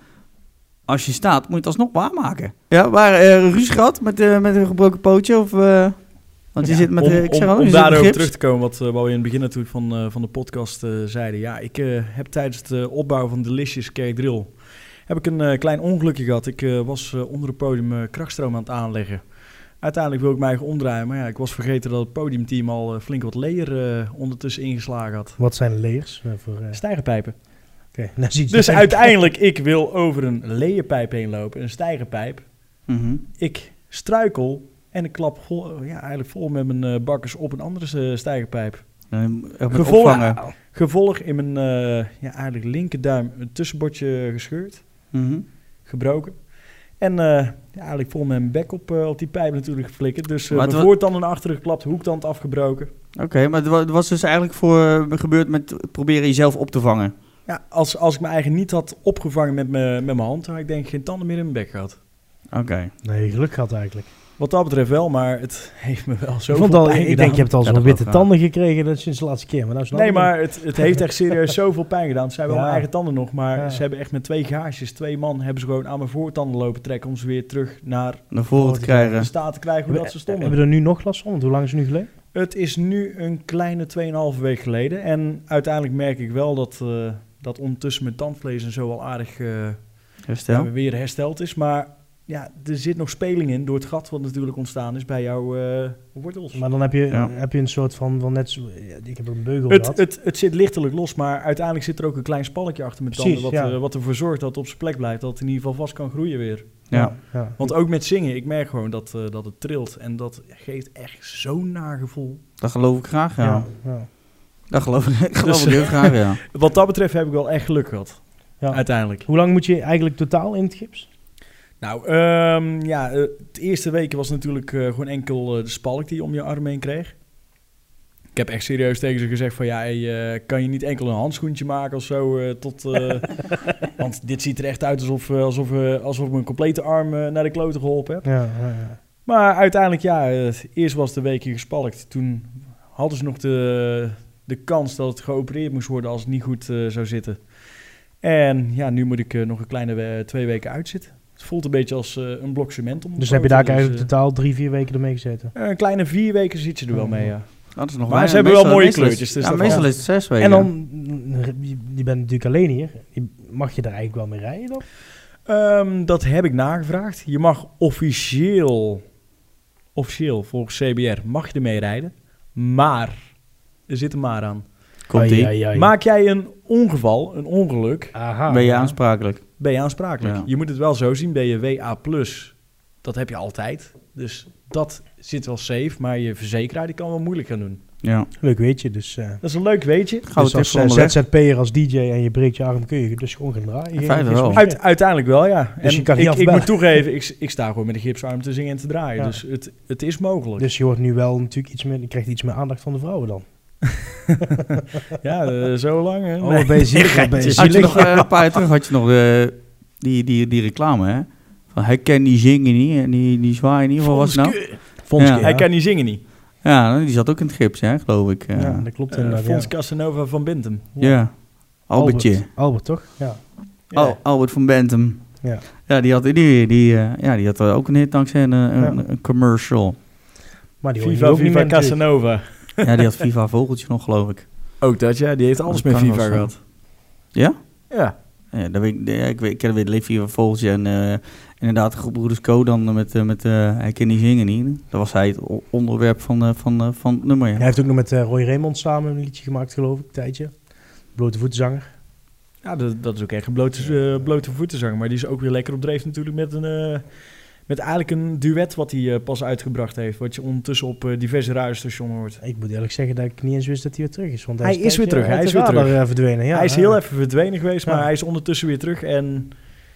Als je staat, moet je het alsnog waarmaken. Ja, waar uh, ruzie gehad met, uh, met een gebroken pootje? Of, uh, want je ja, zit met... Om, uh, ik zeg om, al, om je daarover zit terug te komen, wat, uh, wat we in het begin natuurlijk van, uh, van de podcast uh, zeiden. Ja, ik uh, heb tijdens het uh, opbouwen van Delicious Kerkdrill... heb ik een uh, klein ongelukje gehad. Ik uh, was uh, onder het podium uh, krachtstroom aan het aanleggen. Uiteindelijk wil ik mij eigen omdraaien, maar ja, ik was vergeten dat het podiumteam al uh, flink wat leer uh, ondertussen ingeslagen had. Wat zijn layers? Uh, voor, uh... Stijgerpijpen. Okay, nou zie je dus uiteindelijk, ik wil over een leerpijp heen lopen, een stijgerpijp. Mm-hmm. Ik struikel en ik klap vol, ja, eigenlijk vol met mijn uh, bakkers op een andere uh, stijgerpijp. Um, Gevolg, gevolg in mijn uh, ja, eigenlijk linkerduim een tussenbordje gescheurd, mm-hmm. gebroken. En uh, ja, eigenlijk vol met mijn bek op, uh, op die pijp natuurlijk geflikkerd. Dus uh, mijn wa- voortand naar achteren geklapt, hoektand afgebroken. Oké, okay, maar het was dus eigenlijk voor uh, gebeurd met proberen jezelf op te vangen. Ja, als, als ik mijn eigen niet had opgevangen met mijn met mijn hand, dan had ik denk ik geen tanden meer in mijn bek gehad. Oké. Okay. Nee, geluk gehad eigenlijk. Wat dat betreft wel, maar het heeft me wel zo veel pijn gedaan. Ik denk, je hebt al zo'n witte wel, tanden gekregen dat sinds de laatste keer. Maar nou snap nee, maar het, het heeft echt serieus zoveel pijn gedaan. Ze hebben ja. wel mijn eigen tanden nog, maar ja. ze hebben echt met twee gaasjes, twee man, hebben ze gewoon aan mijn voortanden lopen trekken om ze weer terug naar, naar voren te krijgen. De staat te krijgen hoe Heb, dat ze stonden. Hebben we er nu nog last van? Want hoe lang is het nu geleden? Het is nu een kleine tweeënhalve week geleden. En uiteindelijk merk ik wel dat, uh, dat ondertussen mijn tandvlees en zo al aardig uh, Herstel? ja, weer hersteld is. Maar ja, er zit nog speling in door het gat wat natuurlijk ontstaan is bij jouw uh, wortels. Maar dan heb je, ja. heb je een soort van, van net zo, ik heb een beugel het, gehad. Het, het zit lichtelijk los, maar uiteindelijk zit er ook een klein spalletje achter mijn Precies, tanden. Wat, ja. uh, wat ervoor zorgt dat het op zijn plek blijft. Dat het in ieder geval vast kan groeien weer. Ja. Ja, ja. Want ook met zingen, ik merk gewoon dat, uh, dat het trilt. En dat geeft echt zo'n naar gevoel. Dat geloof ik graag, ja. Ja, ja. Dat geloof ik, geloof Dus, ik heel graag, ja. Wat dat betreft heb ik wel echt geluk gehad. Ja. Uiteindelijk. Hoe lang moet je eigenlijk totaal in het gips? Nou, um, ja, uh, het eerste weken was natuurlijk uh, gewoon enkel uh, de spalk die je om je arm heen kreeg. Ik heb echt serieus tegen ze gezegd van, ja, hey, uh, kan je niet enkel een handschoentje maken of zo, uh, tot... Uh, want dit ziet er echt uit alsof, uh, alsof, uh, alsof ik mijn complete arm uh, naar de kloten geholpen heb. Ja, ja, ja. Maar uiteindelijk, ja, uh, eerst was de weekje gespalkt. Toen hadden ze nog de, de kans dat het geopereerd moest worden als het niet goed uh, zou zitten. En ja, nu moet ik uh, nog een kleine we- twee weken uitzitten. Het voelt een beetje als uh, een blok cement. Om Dus heb je daar dus, eigenlijk uh, totaal drie, vier weken ermee gezeten? uh, een kleine vier weken zit je er wel mee, ja. Dat is nog Maar wel, ze hebben meestal, wel mooie meestal kleurtjes, Is, dus ja, dat meestal wel. is het zes weken. En dan, je, je bent natuurlijk alleen hier. Je- Mag je daar eigenlijk wel mee rijden dan? Um, dat heb ik nagevraagd. Je mag officieel, officieel volgens C B R, mag je ermee rijden. Maar, er zit een maar aan. Komt-ie. Ai, ai, ai. Maak jij een ongeval, een ongeluk, Aha, Ben je ja. aansprakelijk? ben je aansprakelijk. Ja. Je moet het wel zo zien, ben je W A plus, dat heb je altijd. Dus dat zit wel safe, maar je verzekeraar die kan wel moeilijk gaan doen. Ja. Leuk weet je, dus... Uh, Dat is een leuk weetje. Gouden dus tip als voor uh, onderweg. Z Z P'er, als D J en je breekt je arm, kun je dus gewoon gaan draaien. In Geen- feite geen wel. smoesje. Uit, uiteindelijk wel, ja. Dus en je kan niet ik, ik afbellen. moet toegeven, ik, ik sta gewoon met een gipsarm te zingen en te draaien. Ja. Dus het, het is mogelijk. Dus je wordt nu wel natuurlijk iets meer... Je krijgt iets meer aandacht van de vrouwen dan. Ja, uh, zo lang. Hè? Oh, wat ben je zielig, wat ben je Had je zielig. nog, uh, een paar jaar terug had je nog uh, die, die, die reclame, hè? Van hij kan die zingen niet en die, die zwaaien niet. Wat was het nou? Fonske, Ja. Hij kan niet zingen niet. Ja, die zat ook in het gips, hè, geloof ik. Uh, Ja, dat klopt Uh, inderdaad. Fons ja. Casanova van Bentum. ja. Albertje. Albert, Albert, toch? Ja. Ja. Oh, Albert van Bentum. Ja. Ja, die had, die, die, uh, ja, die had ook een hit dankzij een, een, Ja. een commercial. Maar die hoor je Viva ook niet Viva meer natuurlijk. Casanova. Ja, die had Viva Vogeltje nog, geloof ik. Ook dat, ja. Die heeft alles Dat met kan Viva wel zo. gehad. Ja? Ja. Ja, dat weet ik, ja, ik, weet, ik ken weer Leef Viva Vogeltje en uh, inderdaad de groep Broeders Co. dan met, uh, met uh, hij kan niet zingen niet. Dat was hij het o- onderwerp van, uh, van, uh, van het nummer, ja. Hij heeft ook nog met uh, Roy Raymond samen een liedje gemaakt, geloof ik, een tijdje. Blote voetzanger. Ja, dat, dat is ook echt een blote, uh, blote voetenzang. Maar die is ook weer lekker op dreef natuurlijk met een... Uh, met eigenlijk een duet wat hij uh, pas uitgebracht heeft. Wat je ondertussen op uh, diverse radiostations hoort. Ik moet eerlijk zeggen dat ik niet eens wist dat hij weer terug is. Want Hij is weer terug, hij is weer radar, terug. uh, verdwenen. Ja, hij is ja. heel even verdwenen geweest, Ja. maar hij is ondertussen weer terug. En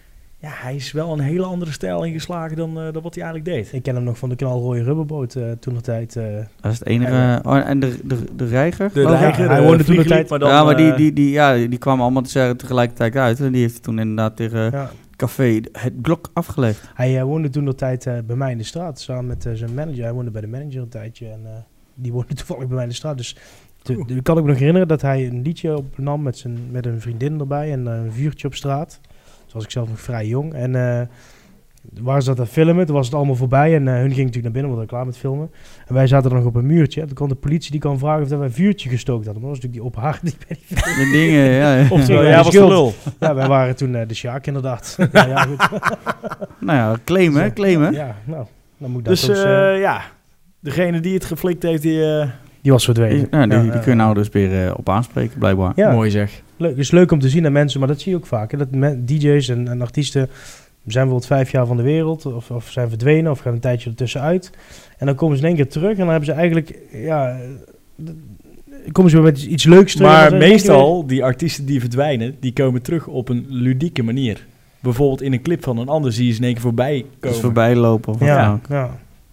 ja, hij is wel een hele andere stijl ingeslagen dan, uh, dan wat hij eigenlijk deed. Ik ken hem nog van de knalrode rubberboot uh, toen de tijd. Uh, dat is het enige. Uh, oh, en de, de, de reiger? De reiger, ja, hij woonde toen de tijd. Maar dan, ja, maar die, die, die, ja, die kwamen allemaal tegelijkertijd uit. En die heeft toen inderdaad tegen ja. Café Het Blok afgelegd. Hij uh, woonde toen de tijd uh, bij mij in de straat, samen met uh, zijn manager. Hij woonde bij de manager een tijdje en uh, die woonde toevallig bij mij in de straat. Dus de, de, ik kan me nog herinneren dat hij een liedje opnam met, zijn, met een vriendin erbij en uh, een vuurtje op straat. Toen was ik zelf nog vrij jong. En uh, waren ze dat aan het filmen, toen was het allemaal voorbij. En uh, hun ging natuurlijk naar binnen, want we klaar met filmen. En wij zaten er nog op een muurtje. Toen kon de politie die kan vragen of wij een vuurtje gestookt hadden. Maar dat was natuurlijk die op haar. Die bij die de dingen, ja. ja. Of ja, ja, was de lul. Ja, wij waren toen uh, de Sjaak inderdaad. ja, ja, goed. nou ja, claimen, dus, claimen. Ja, nou, dan moet ik dat dus uh, uh, ja, degene die het geflikt heeft, die... Uh, die was verdwenen. Ja, die, ja, die uh, kun je nou dus weer uh, op aanspreken, blijkbaar. Ja. Mooi zeg. Leuk, het is leuk om te zien aan mensen, maar dat zie je ook vaak. Hè, dat me- D J's en, en artiesten zijn bijvoorbeeld vijf jaar van de wereld, of, of zijn verdwenen, of gaan een tijdje ertussenuit. En dan komen ze in één keer terug en dan hebben ze eigenlijk, ja, komen ze weer met iets leuks terug. Maar meestal, weer... die artiesten die verdwijnen, die komen terug op een ludieke manier. Bijvoorbeeld in een clip van een ander zie je ze in één keer voorbij komen. Dus voorbij lopen of wat ja, dan ook. Ja,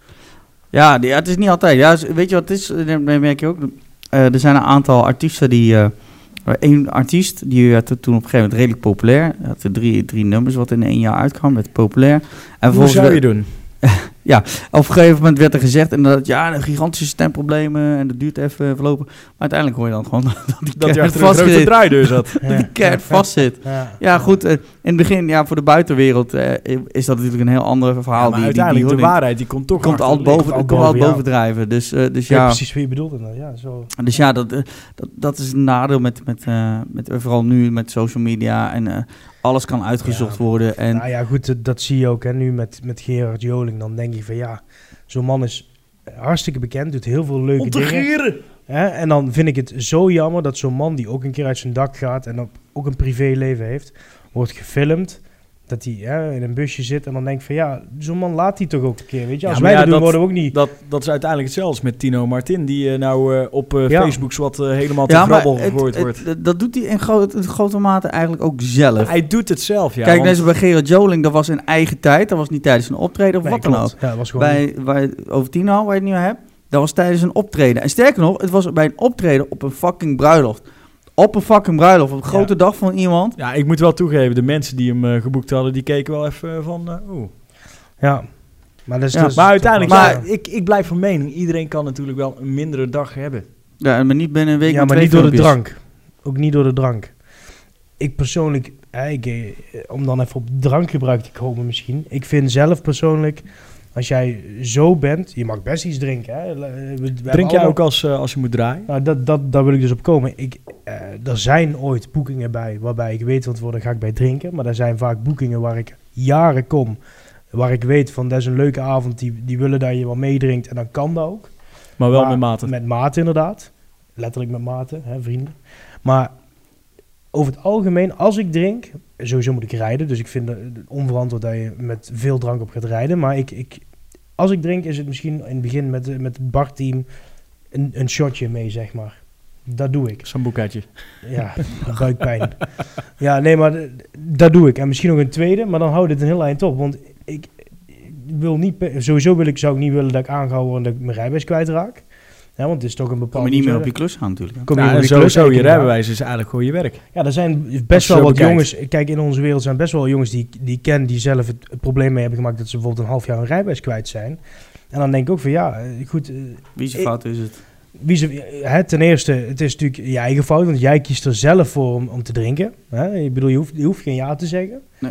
ja, die, ja, het is niet altijd. Ja, weet je wat het is? Dat merk je ook. Uh, er zijn een aantal artiesten die... Uh, Eén artiest, die werd toen op een gegeven moment redelijk populair. Hij had drie, drie nummers wat in één jaar uitkwam, werd populair. En hoe zou je doen? ja, op een gegeven moment werd er gezegd inderdaad, ja, gigantische stemproblemen en dat duurt even verlopen. Maar uiteindelijk hoor je dan gewoon dat die dat je achter een grote draaideur zat. dat die keihard vast zit. Ja, ja goed, uh, in het begin, ja, voor de buitenwereld uh, is dat natuurlijk een heel ander verhaal. Ja, maar die, uiteindelijk die, die de waarheid, die komt toch komt al boven, komt al boven, boven drijven. Dus, uh, dus ja, ja, precies wat je bedoelt. Ja, zo. Dus ja, dat, uh, dat, dat is een nadeel met, met, uh, met uh, vooral nu met social media en uh, alles kan uitgezocht ja. worden. En nou ja, goed, dat, dat zie je ook hè, nu met, met Gerard Joling. Dan denk je van ja, zo'n man is hartstikke bekend, doet heel veel leuke dingen. Hè? En dan vind ik het zo jammer dat zo'n man die ook een keer uit zijn dak gaat en ook een privéleven heeft, wordt gefilmd. Dat hij hè, in een busje zit en dan denkt van ja, zo'n man laat die toch ook een keer, weet je. Als ja, wij ja, dat doen, worden we ook niet... Dat, dat is uiteindelijk hetzelfde met Tino Martin, die uh, nou uh, op uh, ja. Facebook wat uh, helemaal te ja, grabbel gegooid wordt. Het, het, dat doet hij in, groot, in grote mate eigenlijk ook zelf. Hij doet het zelf, ja. Kijk, want... deze bij Gerard Joling, dat was in eigen tijd. Dat was niet tijdens een optreden of nee, wat klopt. dan ook. Ja, was gewoon bij, bij, over Tino, waar je het nu hebt, dat was tijdens een optreden. En sterker nog, het was bij een optreden op een fucking bruiloft. Op een fucking bruiloft, op een grote ja. dag van iemand. Ja, ik moet wel toegeven, de mensen die hem uh, geboekt hadden, die keken wel even van, uh, oeh. Ja, maar, dat is ja, dus maar uiteindelijk, maar ja, ik, ik blijf van mening, iedereen kan natuurlijk wel een mindere dag hebben. Ja, maar niet binnen een week. Ja, maar niet door de drank. Ook niet door de drank. Ik persoonlijk, eh, ik, eh, om dan even op drankgebruik te komen misschien. Ik vind zelf persoonlijk... Als jij zo bent, je mag best iets drinken. Hè. We, we Drink jij allemaal... ook als, uh, als je moet draaien? Nou, dat, dat, daar wil ik dus op komen. Ik, uh, er zijn ooit boekingen bij waarbij ik weet wat worden, ga ik bij drinken. Maar er zijn vaak boekingen waar ik jaren kom. Waar ik weet van, dat is een leuke avond, die, die willen dat je wat meedrinkt. En dan kan dat ook. Maar wel maar, met mate. Met mate inderdaad. Letterlijk met mate, hè, vrienden. Maar over het algemeen, als ik drink... Sowieso moet ik rijden, dus ik vind het onverantwoord dat je met veel drank op gaat rijden. Maar ik, ik, als ik drink, is het misschien in het begin met, met het barteam een, een shotje mee, zeg maar. Dat doe ik. Zo'n boeketje. Ja, buikpijn. Ja, nee, maar dat doe ik. En misschien nog een tweede, maar dan houdt het een heel eind op. Want ik, ik wil niet, sowieso wil ik, zou ik niet willen dat ik aangehouden word en dat ik mijn rijbewijs kwijtraak. Ja, want het is toch een bepaalde... Kom je niet meer op je klus gaan natuurlijk. Kom je ja, en sowieso, je rijbewijs is eigenlijk gewoon je werk. Ja, er zijn best wel wat bekijkt. jongens... Kijk, in onze wereld zijn best wel jongens die, die ik ken... die zelf het, het probleem mee hebben gemaakt... dat ze bijvoorbeeld een half jaar een rijbewijs kwijt zijn. En dan denk ik ook van ja, goed... Wie zijn fout is het? Wie ze, hè, ten eerste, het is natuurlijk je eigen fout... want jij kiest er zelf voor om, om te drinken. Hè? Ik bedoel, je hoeft, je hoeft geen ja te zeggen. Nee.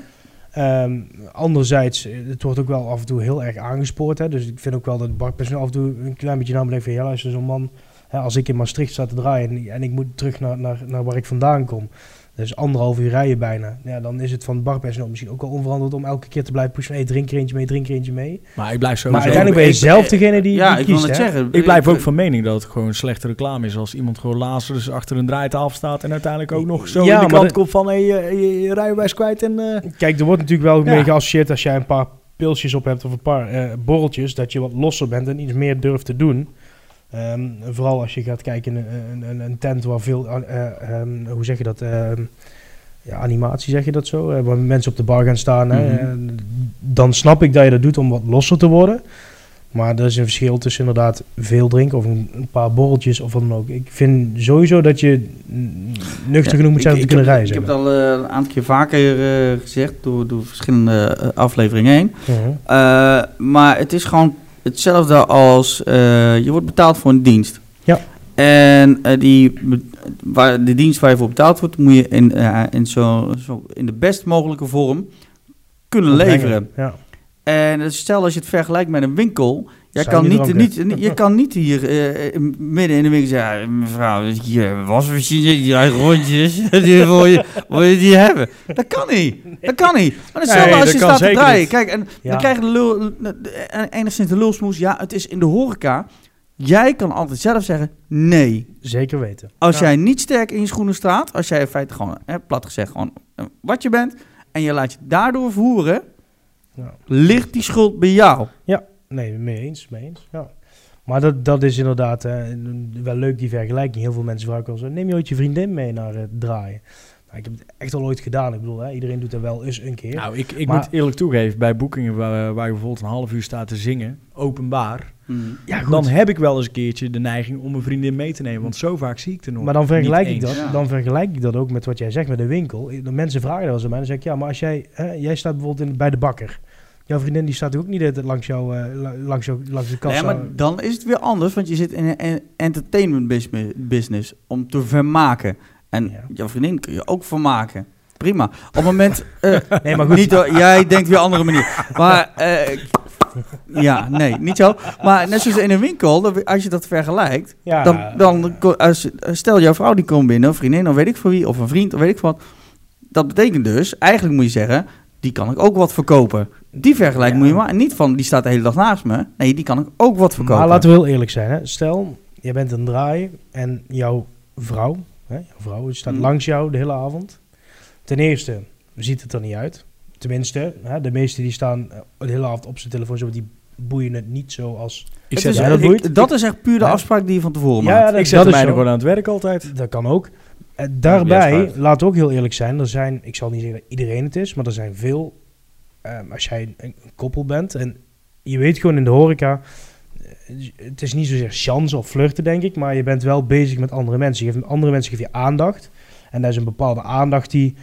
Um, anderzijds, het wordt ook wel af en toe heel erg aangespoord. Hè? Dus ik vind ook wel dat het barpersoneel af en toe een klein beetje naar me denkt van... ja, luister, zo'n man, hè, als ik in Maastricht sta te draaien... en, en ik moet terug naar, naar, naar waar ik vandaan kom... dus anderhalf uur rijden bijna... Ja, dan is het van het barpersoneel misschien ook wel onverantwoord... om elke keer te blijven pushen... hey, drink er eentje mee, drink er eentje mee. Maar ik blijf zo. Maar uiteindelijk ben je zelf degene die, ja, die ik kiest. wil het hè? zeggen. Ik blijf ook van mening dat het gewoon slechte reclame is... als iemand gewoon laatst dus achter een draaitafel staat... en uiteindelijk ook nog zo ja, in de krant komt van... hey, je, je, je rijbewijs kwijt en... Uh... Kijk, er wordt natuurlijk wel ja. mee geassocieerd... als jij een paar pilsjes op hebt of een paar uh, borreltjes... dat je wat losser bent en iets meer durft te doen... Um, vooral als je gaat kijken in een, een, een tent waar veel... Uh, um, hoe zeg je dat... Uh, ja, animatie, zeg je dat zo? Uh, waar mensen op de bar gaan staan. Mm-hmm. Hè, en dan snap ik dat je dat doet om wat losser te worden. Maar er is een verschil tussen inderdaad veel drinken of een, een paar borreltjes of wat dan ook. Ik vind sowieso dat je nuchter ja, genoeg moet zijn om te kunnen heb, reizen. Ik heb het al uh, een aantal keer vaker uh, gezegd door, door verschillende uh, afleveringen heen. Uh-huh. Uh, maar het is gewoon hetzelfde als uh, je wordt betaald voor een dienst. Ja. En uh, die, waar, de dienst waar je voor betaald wordt, moet je in, uh, in, zo, zo, in de best mogelijke vorm kunnen leveren. Ja. En stel als je het vergelijkt met een winkel, jij kan niet, niet, niet, je kan niet hier uh, midden in de winkel zeggen, ja, mevrouw, hier wasmachine, die rondjes, die wil je, wil je die hebben? Dat kan niet, dat kan niet. Maar hetzelfde nee, als je staat te draaien. Kijk, en ja. dan krijg je de lul, enigszins de lulsmoes, ja, het is in de horeca. Jij kan altijd zelf zeggen, nee. Zeker weten. Als ja. jij niet sterk in je schoenen staat, als jij in feite gewoon, hè, plat gezegd, gewoon wat je bent, en je laat je daardoor voeren, ja. ligt die schuld bij jou. Ja, nee, mee eens, mee eens. Ja. Maar dat, dat is inderdaad uh, wel leuk, die vergelijking. Heel veel mensen vragen al zo, neem je ooit je vriendin mee naar het uh, draaien? Nou, ik heb het echt al ooit gedaan. Ik bedoel, hè, iedereen doet dat wel eens een keer. Nou, ik, ik maar, moet eerlijk toegeven, bij boekingen waar, waar je bijvoorbeeld een half uur staat te zingen, openbaar, mm. ja, dan heb ik wel eens een keertje de neiging om een vriendin mee te nemen. Want zo vaak zie ik er nog. Maar dan vergelijk ik dat, ja. dan vergelijk ik dat ook met wat jij zegt met de winkel. De mensen vragen dat wel eens aan mij. Dan zeg ik, ja, maar als jij, hè, jij staat bijvoorbeeld in, bij de bakker. Jouw vriendin die staat ook niet langs, jou, uh, langs, jou, langs de kassa. Nee, maar dan is het weer anders, want je zit in een entertainment business om te vermaken. En ja. jouw vriendin kun je ook vermaken. Prima. Op het moment... Uh, nee, maar goed. Niet, uh, jij denkt weer andere manier. Maar... Uh, ja, nee, niet zo. Maar net zoals in een winkel, als je dat vergelijkt... Ja. Dan, dan als, stel, jouw vrouw die komt binnen, een vriendin, of weet ik voor wie, of een vriend, of weet ik wat. Dat betekent dus, eigenlijk moet je zeggen... die kan ik ook wat verkopen. Die vergelijking ja. moet je maar... niet van, die staat de hele dag naast me. Nee, die kan ik ook wat verkopen. Maar laten we heel eerlijk zijn. Hè. Stel, jij bent aan het draaien en jouw vrouw... Hè, jouw vrouw staat mm. langs jou de hele avond. Ten eerste ziet het er niet uit. Tenminste, hè, de meesten die staan de hele avond op zijn telefoon... zo die boeien het niet zo als... Ik zeg, ja, dat, ik, dat is echt puur de ja. afspraak die je van tevoren maakt. Ja, dat, ik zet mij gewoon aan het werk altijd. Dat kan ook. Uh, daarbij, ja, laat ook heel eerlijk zijn... er zijn, ik zal niet zeggen dat iedereen het is... maar er zijn veel... Um, als jij een, een koppel bent... en je weet gewoon in de horeca... Uh, het is niet zozeer chance of flirten, denk ik... maar je bent wel bezig met andere mensen. Je geeft andere mensen geef je aandacht... en dat is een bepaalde aandacht die...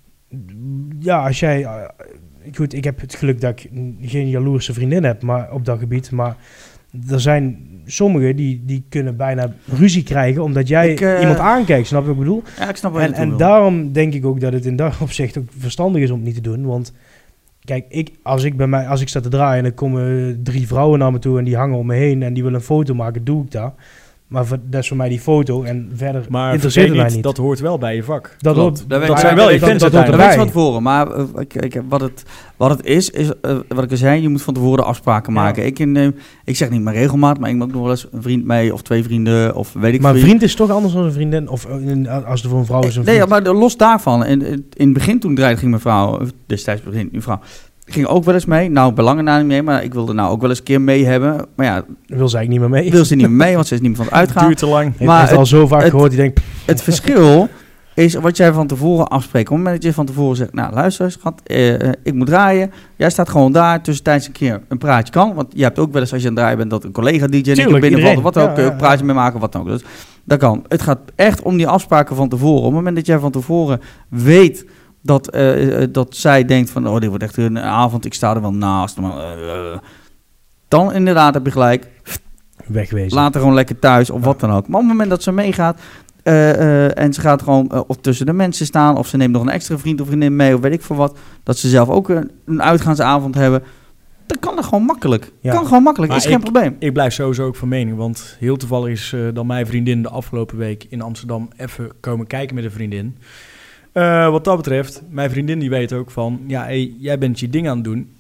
ja, als jij... Uh, goed, ik heb het geluk dat ik geen jaloerse vriendin heb... maar op dat gebied... maar er zijn sommigen die, die kunnen bijna ruzie krijgen... omdat jij ik, uh, iemand aankijkt, snap je wat ik bedoel? Ja, ik snap wat en, je En daarom denk ik ook dat het in dat opzicht ook verstandig is om het niet te doen... want kijk, ik, als, ik bij mij, als ik sta te draaien en er komen drie vrouwen naar me toe... en die hangen om me heen en die willen een foto maken, doe ik dat... Maar voor, dat is voor mij die foto en verder maar interesseert het mij niet. Dat hoort wel bij je vak. Dat, hoort, dat, dat zijn wel je fans dat, dat, dat weet je van tevoren. Maar uh, ik, ik, wat, het, wat het is, is uh, wat ik al zei, je moet van tevoren afspraken maken. Ja. Ik, in, uh, ik zeg niet maar regelmaat, maar ik moet ook nog wel eens een vriend mee of twee vrienden of weet ik Maar vriend. vriend is toch anders dan een vriendin? Of uh, als er voor een vrouw is een vriend? Nee, ja, maar los daarvan. In, in het begin toen draaide ging mijn vrouw, destijds begin mijn vrouw... Ik ging ook wel eens mee. Nou, belangen na niet mee, maar ik wilde nou ook wel eens een keer mee hebben. Maar ja... Wil ze eigenlijk niet meer mee? Wil ze niet meer mee, want ze is niet meer van het uitgaan. Duurt te lang. Maar heeft het al zo vaak het, gehoord, die denkt... Het verschil is wat jij van tevoren afspreekt. Op het moment dat je van tevoren zegt... Nou, luister, schat, eh, uh, ik moet draaien. Jij staat gewoon daar, tussentijds een keer een praatje kan. Want je hebt ook wel eens, als je aan het draaien bent... dat een collega D J en ik binnenvalt of wat ook. Ja, kun je ook een praatje ja. mee maken, wat dan ook. Dus dat kan. Het gaat echt om die afspraken van tevoren. Op het moment dat jij van tevoren weet... Dat, uh, dat zij denkt van, oh, dit wordt echt een avond, ik sta er wel naast. Maar, uh, dan inderdaad heb je gelijk. Wegwezen. Laat haar gewoon lekker thuis of ja. wat dan ook. Maar op het moment dat ze meegaat uh, uh, en ze gaat gewoon uh, of tussen de mensen staan... of ze neemt nog een extra vriend of vriendin mee of weet ik veel wat... dat ze zelf ook een, een uitgaansavond hebben... dan kan dat gewoon makkelijk. Ja. Kan gewoon makkelijk, maar is ik, geen probleem. Ik blijf sowieso ook van mening, want heel toevallig is uh, dan mijn vriendin... de afgelopen week in Amsterdam even komen kijken met een vriendin... Uh, wat dat betreft, mijn vriendin die weet ook van... ja, hey, jij bent je ding aan het doen.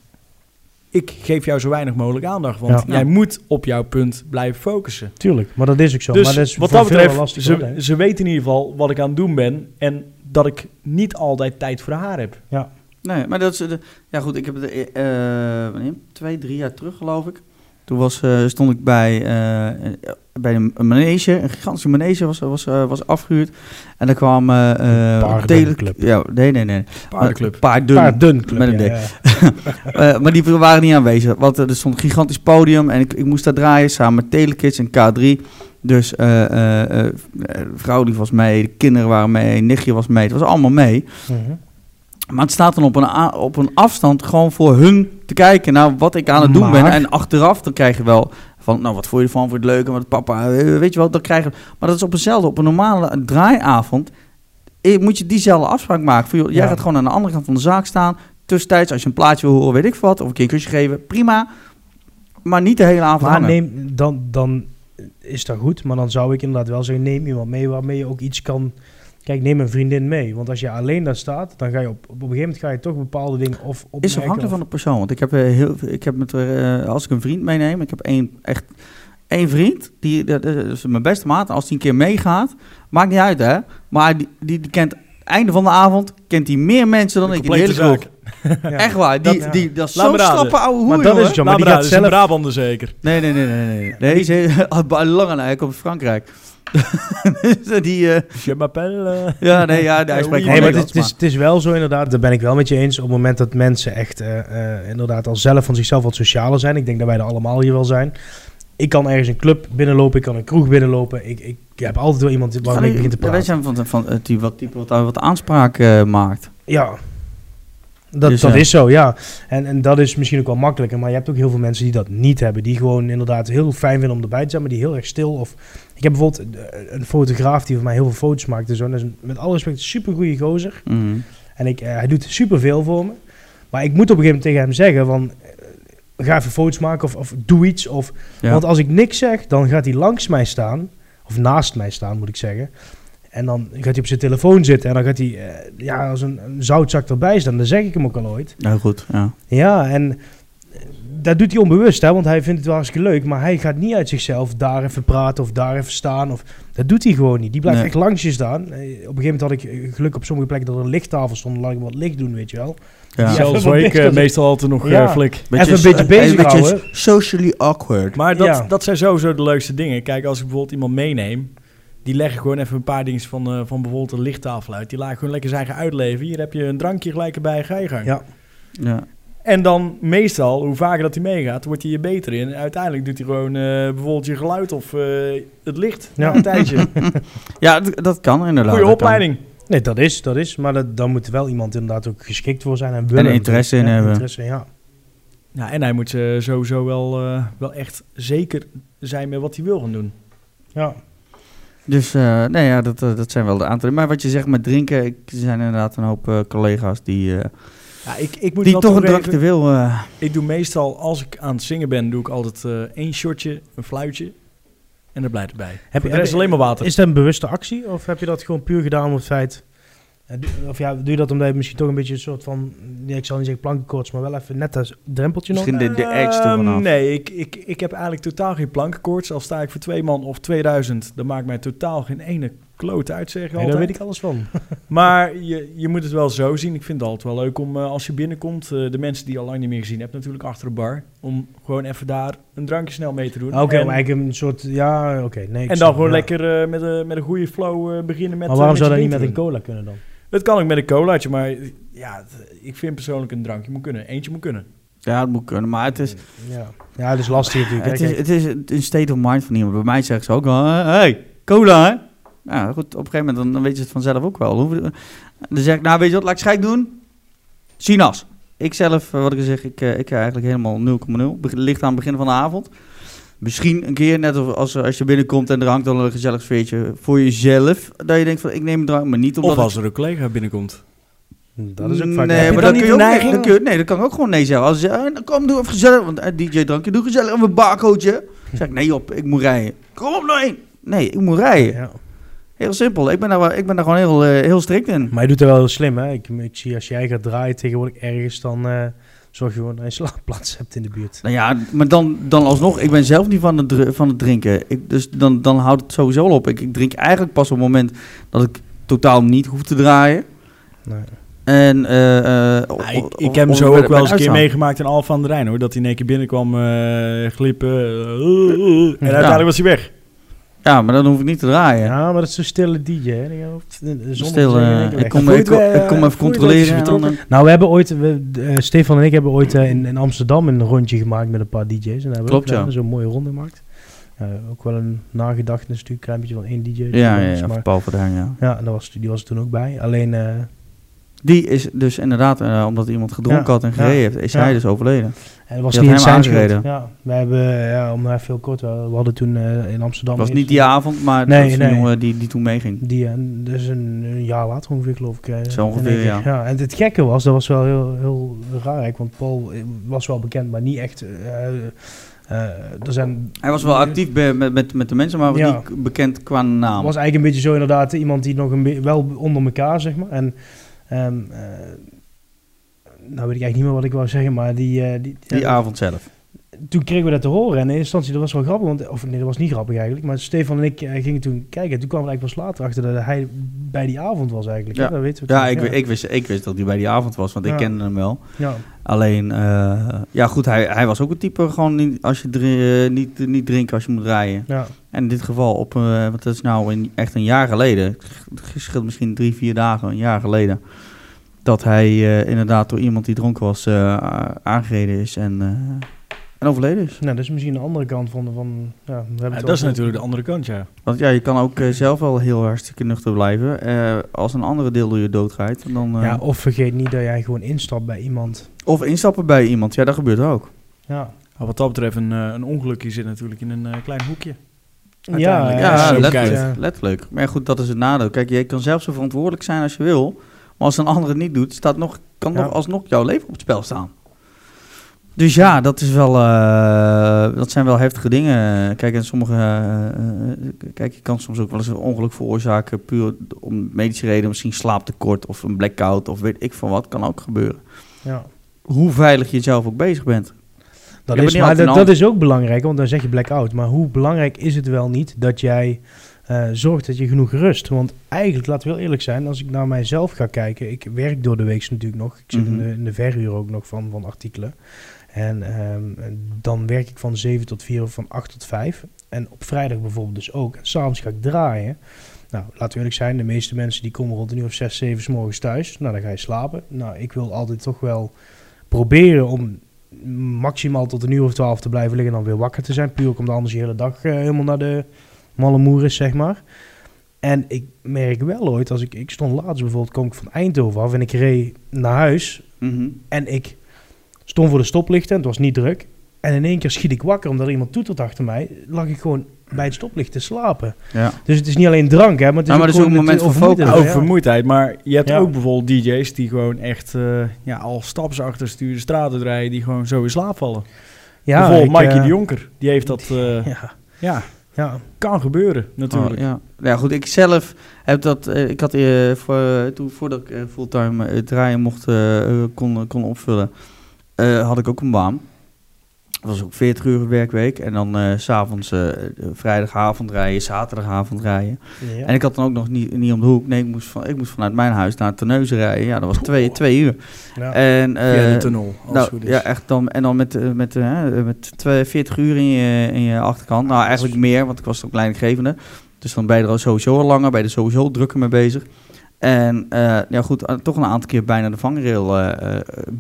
Ik geef jou zo weinig mogelijk aandacht. Want ja. jij moet op jouw punt blijven focussen. Tuurlijk, maar dat is ook zo. Dus maar dat is wat dat betreft, ze, ze weet in ieder geval wat ik aan het doen ben... en dat ik niet altijd tijd voor haar heb. Ja, nee, maar dat is... De, ja goed, ik heb het uh, wanneer? twee, drie jaar terug geloof ik... Toen was, uh, stond ik bij, uh, bij een manege, een gigantische manege was, was, uh, was afgehuurd. En daar kwam... Uh, Paardenclub. Ja, nee, nee, nee. Paardenclub. Paardun. Paardenclub, met een ja, ja. uh, Maar die waren niet aanwezig. Want uh, er stond een gigantisch podium en ik, ik moest daar draaien samen met Telekids en K drie. Dus uh, uh, uh, vrouw die was mee, de kinderen waren mee, nichtje was mee. Het was allemaal mee. Mm-hmm. Maar het staat dan op een, a- op een afstand gewoon voor hun te kijken naar wat ik aan het doen maar... ben. En achteraf dan krijg je wel van, nou wat vond je ervan, voor het leuke, wat papa, weet je wel, dan krijg je... Maar dat is op eenzelfde, op een normale draaiavond, moet je diezelfde afspraak maken. Voor, joh, jij ja. gaat gewoon aan de andere kant van de zaak staan, tussentijds, als je een plaatje wil horen, weet ik wat, of een keer een kusje geven, prima. Maar niet de hele avond maar hangen. neem, dan, dan is dat goed, maar dan zou ik inderdaad wel zeggen, neem iemand mee waarmee je ook iets kan... Kijk, neem een vriendin mee. Want als je alleen daar staat, dan ga je op, op een gegeven moment ga je toch bepaalde dingen of opmerken. Is afhankelijk van de persoon. Want ik heb uh, heel, ik heb met uh, als ik een vriend meeneem, ik heb één echt één vriend die dat is mijn beste maat. Als die een keer meegaat, maakt niet uit hè. Maar die, die, die kent einde van de avond kent hij meer mensen dan de ik in de hele groep. Ja. Echt waar. Die, dat, die, dat is zo'n slappe ouwe hoer. Maar dat is John. Maar die gaat zelf... Brabander zeker. Nee, nee, nee, nee, nee. Nee, nee ze lang hij komt uit Frankrijk. die, uh... Je m'appelle. Ja, nee, ja, hij spreekt nee, maar het, het, is, het is wel zo inderdaad, daar ben ik wel met je eens. Op het moment dat mensen echt uh, uh, inderdaad al zelf van zichzelf wat socialer zijn. Ik denk dat wij er allemaal hier wel zijn. Ik kan ergens een club binnenlopen, ik kan een kroeg binnenlopen. Ik, ik heb altijd wel iemand waarmee ik begin te praten. Wij zijn van, van uh, die wat, type wat, wat aanspraak uh, maakt. Ja, dat, dus, dat uh, is zo, ja. En, en dat is misschien ook wel makkelijker. Maar je hebt ook heel veel mensen die dat niet hebben. Die gewoon inderdaad heel fijn vinden om erbij te zijn, maar die heel erg stil. Of ik heb bijvoorbeeld een fotograaf die voor mij heel veel foto's maakt. En zo. Dat is een, met alle respect een super goede gozer. Mm. En ik, uh, hij doet super veel voor me. Maar ik moet op een gegeven moment tegen hem zeggen van... Uh, ga even foto's maken of, of doe iets. Of, ja. Want als ik niks zeg, dan gaat hij langs mij staan. Of naast mij staan, moet ik zeggen. En dan gaat hij op zijn telefoon zitten. En dan gaat hij uh, ja, als een, een zoutzak erbij staan. Dan zeg ik hem ook al ooit. Ja, goed. Ja, ja en dat doet hij onbewust. Hè, want hij vindt het wel hartstikke leuk. Maar hij gaat niet uit zichzelf daar even praten of daar even staan. Of, dat doet hij gewoon niet. Die blijft nee. echt langs je staan. Uh, op een gegeven moment had ik geluk op sommige plekken dat er een lichttafel stond. Dan laat ik wat licht doen, weet je wel. Ja. Zelfs waar ik uh, meestal altijd nog ja. uh, flik. Beetje, even een beetje bezig uh, houden. Socially awkward. Maar dat, ja. dat zijn sowieso de leukste dingen. Kijk, als ik bijvoorbeeld iemand meeneem... Die leggen gewoon even een paar dingen van, uh, van bijvoorbeeld een lichttafel uit. Die laten gewoon lekker zijn eigen uitleven. Hier heb je een drankje gelijk erbij, ga je gang. Ja. Ja. En dan meestal, hoe vaker dat hij meegaat, wordt hij er beter in. En uiteindelijk doet hij gewoon uh, bijvoorbeeld je geluid of uh, het licht. Ja, een tijdje. Ja, dat, dat kan inderdaad. Goeie opleiding. Kan. Nee, dat is, dat is. Maar dat, dan moet er wel iemand inderdaad ook geschikt voor zijn. En, en interesse in ja, hebben. Interesse, ja. Ja, en hij moet uh, sowieso wel, uh, wel echt zeker zijn met wat hij wil gaan doen. Ja. Dus uh, nee, ja, dat, uh, dat zijn wel de aantallen. Maar wat je zegt met drinken, ik, er zijn inderdaad een hoop uh, collega's die, uh, ja, ik, ik moet die toch een drankje wil. Uh, ik doe meestal, als ik aan het zingen ben, doe ik altijd uh, één shotje, een fluitje en er blijft erbij. Heb je, de rest heb, alleen maar water. Is dat een bewuste actie of heb je dat gewoon puur gedaan om het feit... Of ja, doe je dat omdat je misschien toch een beetje een soort van... Ja, ik zal niet zeggen plankenkoorts, maar wel even net als drempeltje nog? Misschien de, de edge uh, ervan af. Nee, ik, ik, ik heb eigenlijk totaal geen plankenkoorts. Al sta ik voor twee man of tweeduizend, dan maakt mij totaal geen ene klote uit, zeg ik nee, daar weet ik alles van. Maar je, je moet het wel zo zien. Ik vind het altijd wel leuk om, uh, als je binnenkomt... Uh, de mensen die je al lang niet meer gezien hebt, natuurlijk achter de bar... om gewoon even daar een drankje snel mee te doen. Oké, okay, maar eigenlijk een soort... Ja, oké. Okay, nee, en dan gewoon ja. lekker uh, met, uh, met een goede flow uh, beginnen met... Maar waarom uh, met zou dat niet met een cola kunnen dan? Het kan ook met een colaatje, maar ja, ik vind persoonlijk een drankje moet kunnen. Eentje moet kunnen. Ja, het moet kunnen, maar het is... Ja, ja het is lastig natuurlijk. Het is, het is een state of mind van iemand. Bij mij zeggen ze ook wel, hey, cola, hè? Ja, goed, op een gegeven moment dan, dan weet je het vanzelf ook wel. Dan zeg ik, nou weet je wat, laat ik schijk doen? Sinaas. Ik zelf, wat ik zeg, ik, ik eigenlijk helemaal nul komma nul. Ligt aan het begin van de avond. Misschien een keer, net als, als je binnenkomt en er hangt dan een gezellig sfeertje voor jezelf. Dat je denkt van, ik neem een drank, maar niet omdat... Of als er een collega binnenkomt. Dat is ook vaak... Nee, maar dan kun je ook nee, dan kun je, nee, dat kan ik ook gewoon nee zeggen. Als je, uh, kom, doe even gezellig, want uh, D J drankje, doe gezellig, even een barcootje. Dan zeg ik, nee op, ik moet rijden. Kom op, nee. Nee, ik moet rijden. Ja. Heel simpel. Ik ben daar, ik ben daar gewoon heel, uh, heel strikt in. Maar je doet het wel heel slim, hè. Ik, ik zie als jij gaat draaien tegenwoordig ergens, dan... Uh, zorg je gewoon dat je slaapplaats hebt in de buurt. Nou ja, maar dan, dan alsnog, ik ben zelf niet van het, dr- van het drinken. Ik, dus dan, dan houdt het sowieso op. Ik, ik drink eigenlijk pas op het moment dat ik totaal niet hoef te draaien. Nee. En, uh, uh, ja, ik, ik heb hem zo ook wel eens een keer meegemaakt in Alphen aan de Rijn, hoor. Dat hij in één keer binnenkwam, uh, glippen. Uh, uh, uh, en uiteindelijk ja. was hij weg. Ja, maar dan hoef ik niet te draaien. Ja, maar dat is zo'n stille D J, hè? Stil, uh, ik kom, ik, uh, ik kom even controleren. En dan, uh, nou, we hebben ooit, we, uh, Stefan en ik hebben ooit uh, in, in Amsterdam een rondje gemaakt met een paar D J's. En daar hebben Klopt, we ook, ja. zo'n mooie ronde gemaakt. Uh, ook wel een nagedachtenis natuurlijk, een klein beetje van één D J. Ja, ja, ja, maar, Paul van Daan, ja. Ja, en dat was, die was er toen ook bij. Alleen... Uh, die is dus inderdaad, uh, omdat iemand gedronken ja, had en gereden ja, heeft, is ja. hij dus overleden. En dat was niet in zijn schuld. Ja, we hebben, ja, om even heel kort, we hadden toen uh, in Amsterdam... Het was niet die avond, maar nee, dat was nee. een jongen die, die toen meeging. Die, en dus een, een jaar later ongeveer, geloof ik. Uh, Zo ongeveer, ja. ja. En het gekke was, dat was wel heel, heel raar, want Paul was wel bekend, maar niet echt... Uh, Uh, er zijn, hij was wel actief be- met, met, met de mensen, maar was ja. niet bekend qua naam. Het was eigenlijk een beetje zo inderdaad iemand die nog een be- wel onder elkaar, zeg maar. En um, uh, nou weet ik eigenlijk niet meer wat ik wou zeggen, maar die... Uh, die die ja, avond zelf. Toen kregen we dat te horen en in eerste instantie, dat was wel grappig, want, of nee, dat was niet grappig eigenlijk, maar Stefan en ik uh, gingen toen kijken en toen kwamen we eigenlijk pas later achter dat hij bij die avond was eigenlijk. Ja, hè? Dat weten we ja, toen, ik, ja. Ik, wist, ik wist dat hij bij die avond was, want ja. ik kende hem wel. Ja. Alleen, uh, ja goed, hij, hij was ook een type gewoon niet, als je dri- uh, niet, niet drinken als je moet rijden. Ja. En in dit geval, op, uh, want dat is nou een, echt een jaar geleden, het scheelt misschien drie, vier dagen, een jaar geleden, dat hij uh, inderdaad door iemand die dronken was uh, aangereden is en... Uh, En overleden is. Nou, dat is misschien de andere kant van... van ja, we hebben ja, dat is natuurlijk de andere kant, ja. Want ja, je kan ook uh, zelf wel heel hartstikke nuchter blijven. Uh, als een andere deel door je doodrijdt, dan... Uh, ja, of vergeet niet dat jij gewoon instapt bij iemand. Of instappen bij iemand, ja, dat gebeurt ook. Ja. Maar wat dat betreft, een, een ongelukje zit natuurlijk in een uh, klein hoekje. Ja, ja, ja letterlijk, ja. letterlijk. Maar goed, dat is het nadeel. Kijk, je kan zelf zo verantwoordelijk zijn als je wil. Maar als een ander het niet doet, staat nog, kan ja. nog alsnog jouw leven op het spel staan. Dus ja, dat is wel, uh, dat zijn wel heftige dingen. Kijk, en sommige, uh, kijk, je kan soms ook wel eens een ongeluk veroorzaken, puur om medische reden, misschien slaaptekort of een blackout of weet ik van wat, kan ook gebeuren. Ja. Hoe veilig je zelf ook bezig bent. Dat, is, maar dat, dat is ook belangrijk, want dan zeg je blackout. Maar hoe belangrijk is het wel niet dat jij uh, zorgt dat je genoeg rust? Want eigenlijk, laten we heel eerlijk zijn, als ik naar mijzelf ga kijken, ik werk door de week natuurlijk nog, ik zit mm-hmm. in, de, in de verhuur ook nog van, van artikelen. En um, dan werk ik van zeven tot vier of van acht tot vijf. En op vrijdag bijvoorbeeld dus ook. En s'avonds ga ik draaien. Nou, laten we eerlijk zijn, de meeste mensen die komen rond een uur of zes, zeven 's morgens thuis. Nou, dan ga je slapen. Nou, ik wil altijd toch wel proberen om maximaal tot een uur of twaalf te blijven liggen en dan weer wakker te zijn. Puur ook omdat anders je hele dag uh, helemaal naar de malle moer is, zeg maar. En ik merk wel ooit, als ik, ik stond laatst bijvoorbeeld, kom ik van Eindhoven af en ik reed naar huis. Mm-hmm. En ik stond voor de stoplichten en het was niet druk. En in één keer schiet ik wakker omdat er iemand toetert achter mij. Lag ik gewoon bij het stoplicht te slapen. Ja. Dus het is niet alleen drank, hè, maar het is, ja, maar ook, het is ook een moment van vermoeidheid. focus. Ook vermoeidheid, maar je hebt ja. ook bijvoorbeeld D J's die gewoon echt uh, ja, al stappen ze achter sturen, de straat uitrijden, die gewoon zo in slaap vallen. Ja, bijvoorbeeld ik, Mikey uh, de Jonker, die heeft dat... Uh, ja. ja. Ja. Kan gebeuren, natuurlijk. Oh, ja. ja, goed, ik zelf heb dat... Uh, ik had uh, voor, toen, voordat ik uh, fulltime uh, draaien mocht, uh, kon, kon opvullen, uh, had ik ook een baan. Dat was ook veertig uur werkweek. En dan uh, 's avonds uh, vrijdagavond rijden, zaterdagavond rijden. Ja. En ik had dan ook nog niet, niet om de hoek. Nee, ik moest, van, ik moest vanuit mijn huis naar Terneuzen rijden. Ja, dat was twee, oh. twee uur. Ja. En, uh, Via de tunnel, als nou, goed is. Ja, echt dan. En dan met, uh, met, uh, met twee, veertig uur in je, in je achterkant. Nou, eigenlijk meer, want ik was ook leidinggevende. Dus dan ben je er sowieso al langer, ben je er sowieso drukker mee bezig. En uh, ja goed, uh, toch een aantal keer bijna de vangrail... Uh, uh,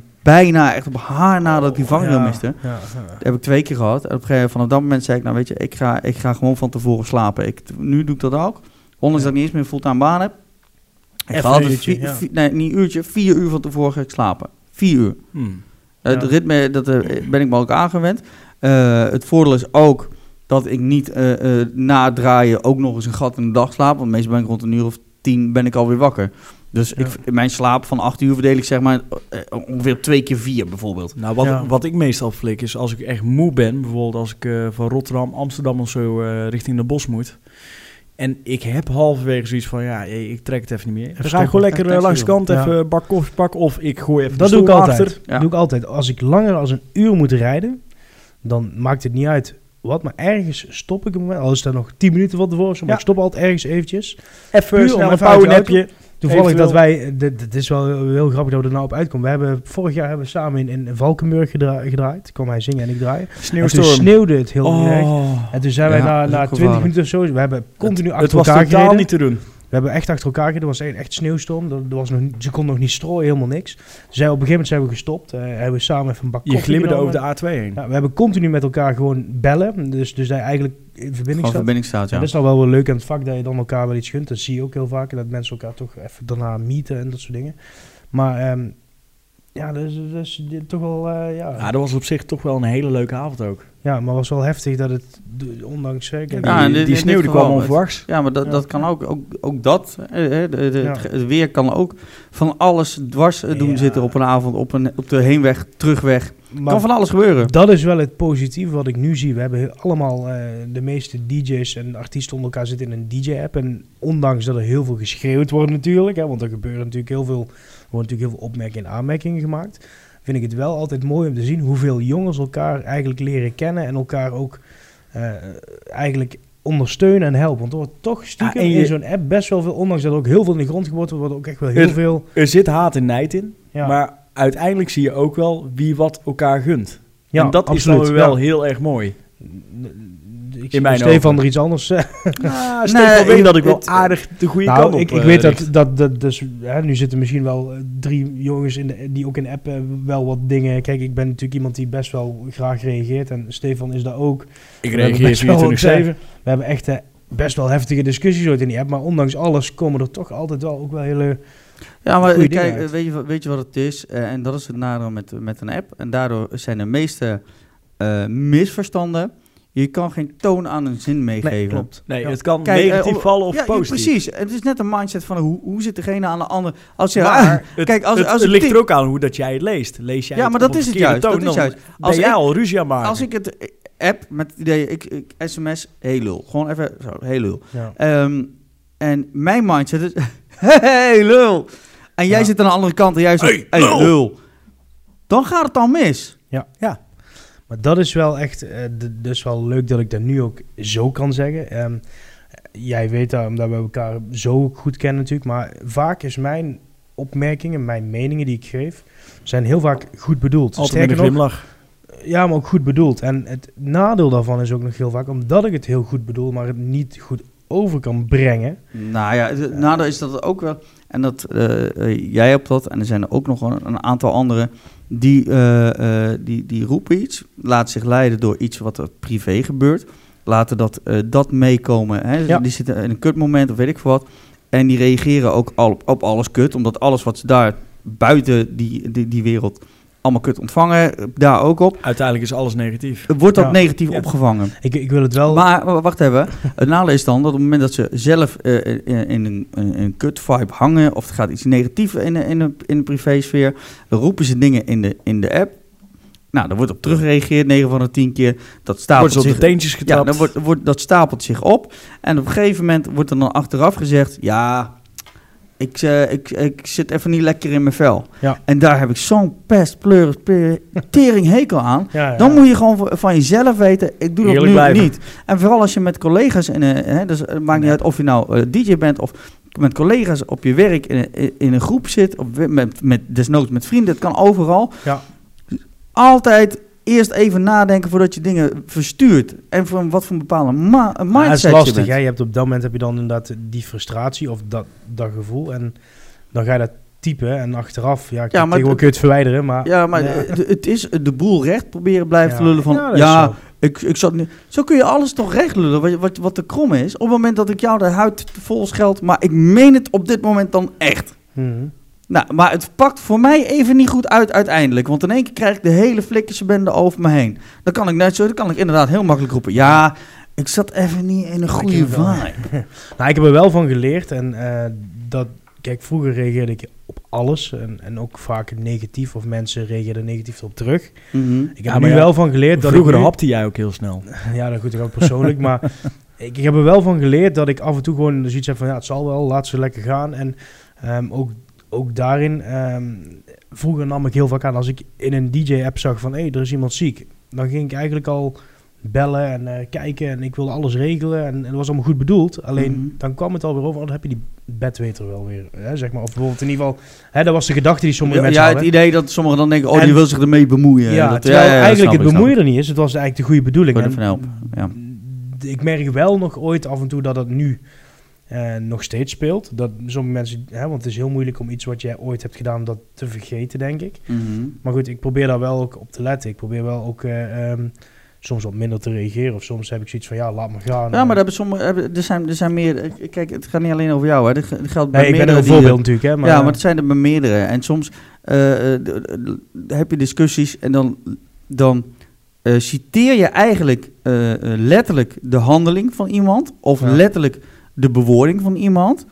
bijna echt op haar nadat ik die vangrail ja, miste. Ja, ja. Dat heb ik twee keer gehad. En op een gegeven moment, vanaf dat moment zei ik, nou weet je, ik ga, ik ga gewoon van tevoren slapen. Ik, nu doe ik dat ook. Ondanks ja. dat ik niet eens meer een fulltime baan heb. Ik ga altijd uurtje, vier, ja. vier, nee, niet een uurtje, vier uur van tevoren ga ik slapen. Vier uur. Hmm. Uh, Ja. Het ritme, dat uh, ben ik me ook aangewend. Uh, het voordeel is ook dat ik niet uh, uh, na het draaien ook nog eens een gat in de dag slaap. Want meestal ben ik rond een uur of tien ben ik alweer wakker. Dus Ja. ik, mijn slaap van acht uur verdeel ik zeg maar uh, ongeveer twee keer vier bijvoorbeeld. Nou, wat, Ja. wat ik meestal flik is als ik echt moe ben, bijvoorbeeld als ik uh, van Rotterdam, Amsterdam of zo uh, richting de bos moet. En ik heb halverwege zoiets van, ja, ik trek het even niet meer. Dan ga ik stoppen. gewoon lekker uh, langs de kant Ja. even een bak koffie pakken of ik gooi even Dat de doe ik stoel altijd. achter. Ja. doe ik altijd. Als ik langer dan een uur moet rijden, dan maakt het niet uit wat. Maar ergens stop ik een moment. Al is dat nog tien minuten van tevoren, maar Ja. ik stop altijd ergens eventjes. Even Puur snel om een even uit de powernapje. Toevallig Eventueel. dat wij, dit, dit is wel heel, heel grappig dat we er nou op uitkomen. We hebben, vorig jaar hebben we samen in, in Valkenburg gedra- gedraaid. Kwam hij zingen en ik draaien. En Sneeuwstorm. toen sneeuwde het heel erg. Oh, En toen zijn wij Ja, na, dat is na ook twintig gevaarlijk. minuten of zo, we hebben continu het achter was elkaar totaal gereden. niet te doen. We hebben echt achter elkaar gereden. Er was een echt sneeuwstorm. Er, er was nog, niet- ze kon nog niet strooien, helemaal niks. Dus zij, op een gegeven moment zijn we gestopt. Uh, hebben we samen even een bak Je koffie glimmerde genomen. over de A twee heen. Ja, we hebben continu met elkaar gewoon bellen. Dus, dus dat je eigenlijk in verbinding Gewoon staat. verbinding staat, Ja. ja. Dat is nou wel wel leuk aan het vak dat je dan elkaar wel iets gunt. Dat zie je ook heel vaak. Dat mensen elkaar toch even daarna meeten en dat soort dingen. Maar um, ja, dat is, dat is toch wel... Uh, ja. Ja, dat was op zich toch wel een hele leuke avond ook. ja, maar was wel heftig dat het, de, ondanks... Uh, kijk, Ja, die, en dit- die in sneeuw dit die kwam geval, onverwachts. Ja, maar dat, Ja. dat kan ook, ook, ook dat. eh, hè, de, de, Ja. het, het weer kan ook van alles dwars eh, doen Ja. zitten op een avond, op, een, op de heenweg, terugweg. maar Kan van alles gebeuren. dat is wel het positieve wat ik nu zie. We hebben heel- allemaal, uh, de meeste D J's en artiesten onder elkaar zitten in een D J-app. En ondanks dat er heel veel geschreeuwd wordt natuurlijk, hè, want er gebeuren natuurlijk heel veel, er worden natuurlijk heel veel opmerkingen en aanmerkingen gemaakt, vind ik het wel altijd mooi om te zien hoeveel jongens elkaar eigenlijk leren kennen en elkaar ook uh, eigenlijk ondersteunen en helpen. Want er wordt toch stiekem Ja, en je- in zo'n app best wel veel, ondanks dat er ook heel veel in de grond geboord wordt, wordt ook echt wel heel Er- veel... Er zit haat en nijd in, Ja, maar uiteindelijk zie je ook wel wie wat elkaar gunt. ja, en dat absoluut, is dan weer wel ja. heel erg mooi. Ik in mijn Stefan ogen. er iets anders uh, Nou, Stefan Nee, weet ik- dat ik wel het- aardig de goede nou, kant op ik, ik eh, weet richt. dat, dat, dat dus, hè, nu zitten misschien wel eh, drie jongens in de, die ook in de app eh, wel wat dingen... Kijk, ik ben natuurlijk iemand die best wel graag reageert en Stefan is daar ook. Ik we hebben reageer best wel vierentwintig zeven. We hebben echt eh, best wel heftige discussies ooit in die app, maar ondanks alles komen er toch altijd wel ook wel hele... Ja, maar goeie kijk, dingen uit. eh, weet je, wat- weet je wat het is? Eh, en dat is het nadeel met, met een app. En daardoor zijn de meeste eh, misverstanden. Je kan geen toon aan een zin meegeven. Nee, klopt. Nee, Ja. het kan Kijk, negatief eh, op- vallen of ja, ja, positief. precies. Het is net een mindset van hoe, hoe zit degene aan de andere... Als je, Maar het, kijk, als, het, als het ik ligt tik- er ook aan hoe dat jij het leest. Lees jij Ja, het maar op dat een is het verkeerde juist. Dat toon, is dan juist. ben Als jij ik- al ruzie aan maken. Als ik het eh, app met het idee, ik, ik sms, hey lul. Gewoon even zo, hey lul. Ja. Ehm, en mijn mindset is, hey lul. En jij Ja. zit aan de andere kant en jij zegt, Hey, hey, lul. lul. Dan gaat het al mis. Ja. Ja. Maar dat is wel echt, uh, d- dus wel leuk dat ik dat nu ook zo kan zeggen. Um, jij weet dat, omdat we elkaar zo goed kennen natuurlijk. Maar vaak is mijn opmerkingen, mijn meningen die ik geef, zijn heel vaak goed bedoeld. Altijd met een Sterker nog, glimlach. ja, maar ook goed bedoeld. En het nadeel daarvan is ook nog heel vaak, omdat ik het heel goed bedoel, maar het niet goed over kan brengen. Nou ja, het nadeel is dat het ook wel... En dat uh, uh, jij hebt dat, en er zijn er ook nog een, een aantal anderen... Die, uh, uh, die, die roepen iets, laten zich leiden door iets wat er privé gebeurt. Laten dat, uh, dat meekomen. Hè? Ja. Die zitten in een kutmoment of weet ik veel wat. En die reageren ook al op, op alles kut. Omdat alles wat ze daar buiten die, die, die wereld allemaal kut ontvangen, daar ook op. Uiteindelijk is alles negatief. Wordt dat Ja. negatief Ja. opgevangen. Ik, ik wil het wel... Maar w- wacht even. Het nadeel is dan dat op het moment dat ze zelf uh, in, in, een, in een kut vibe hangen, of er gaat iets negatiefs in, in, een, in een privésfeer, dan roepen ze dingen in de, in de app. Nou, daar wordt op teruggereageerd, negen van de tien keer. Dat stapelt Wordt ze op zich, de teentjes ja, getrapt. dan wordt, wordt, dat stapelt zich op. En op een gegeven moment wordt er dan achteraf gezegd, ja, ik, uh, ik, ik zit even niet lekker in mijn vel. Ja. En daar heb ik zo'n pest, pleuris, pe- tering hekel aan. Ja, ja. Dan moet je gewoon v- van jezelf weten, ik doe dat Eerlijk nu blijven. niet. En vooral als je met collega's, in een, hè, dus het maakt niet Nee. uit of je nou uh, D J bent of met collega's op je werk in een, in een groep zit, of met, met, desnoods met vrienden, het kan overal. Ja. Altijd eerst even nadenken voordat je dingen verstuurt. En voor wat voor een bepaalde ma- Ja, mindset het is je lastig. bent. Hè? Je hebt op dat moment heb je dan inderdaad die frustratie of dat, dat gevoel. En dan ga je dat typen en achteraf, ja, Ja, ja maar maar kun je het verwijderen. Maar, Ja, maar Ja. Het, het is de boel recht proberen blijven Ja. lullen van, Ja, ja, dat is zo. ik, ik zat niet... Zo kun je alles toch recht lullen, wat, wat, wat de krom is. Op het moment dat ik jou de huid vol scheld, maar ik meen het op dit moment dan echt. Mhm. Nou, maar het pakt voor mij even niet goed uit uiteindelijk. Want in één keer krijg ik de hele flikkersbende over me heen. Dan kan ik net zo, dan kan ik inderdaad heel makkelijk roepen. Ja, ik zat even niet in een goede ik wel. vibe. Nou, ik heb er wel van geleerd. En uh, dat, kijk, vroeger reageerde ik op alles. En, en ook vaak negatief. Of mensen reageerden negatief op terug. Mm-hmm. Ik heb Ja, er maar nu ja, wel van geleerd dat Vroeger ik nu, hapte jij ook heel snel. ja, dat goed, dat gaat persoonlijk. Maar ik, ik heb er wel van geleerd dat ik af en toe gewoon zoiets heb van, ja, het zal wel, laat ze lekker gaan. En um, ook, ook daarin, um, vroeger nam ik heel vaak aan, als ik in een D J-app zag van, hé, hey, er is iemand ziek. Dan ging ik eigenlijk al bellen en uh, kijken en ik wilde alles regelen en, en dat was allemaal goed bedoeld. Alleen Mm-hmm. dan kwam het alweer over, oh, dan heb je die bedweter wel weer, hè, zeg maar. Of bijvoorbeeld in ieder geval, hè, dat was de gedachte die sommige Ja, mensen ja, het hadden. idee dat sommigen dan denken, oh, En- die wil zich ermee bemoeien. Ja, dat, terwijl ja, ja, ja, eigenlijk snap het ik, bemoeien er niet is. Het was eigenlijk de goede bedoeling. Voor de En verhelp, ja. d- Ik merk wel nog ooit af en toe dat het nu uh, nog steeds speelt. Dat sommige mensen, hè, want het is heel moeilijk om iets wat jij ooit hebt gedaan, dat te vergeten, denk ik. Mm-hmm. Maar goed, ik probeer daar wel ook op te letten. Ik probeer wel ook uh, um, soms wat minder te reageren. Of soms heb ik zoiets van, ja, laat maar gaan. Ja, maar daar hebben sommige, hebben- er, zijn, er zijn meer... Kijk, het gaat niet alleen over jou, hè. Het geldt bij Nee, ik ben er meerdere een die- voorbeeld natuurlijk, hè. Maar, ja, maar het zijn er bij meerdere. En soms uh, uh, d- d- heb je discussies en dan, dan uh, citeer je eigenlijk uh, uh, letterlijk de handeling van iemand. Of Ja. letterlijk de bewoording van iemand.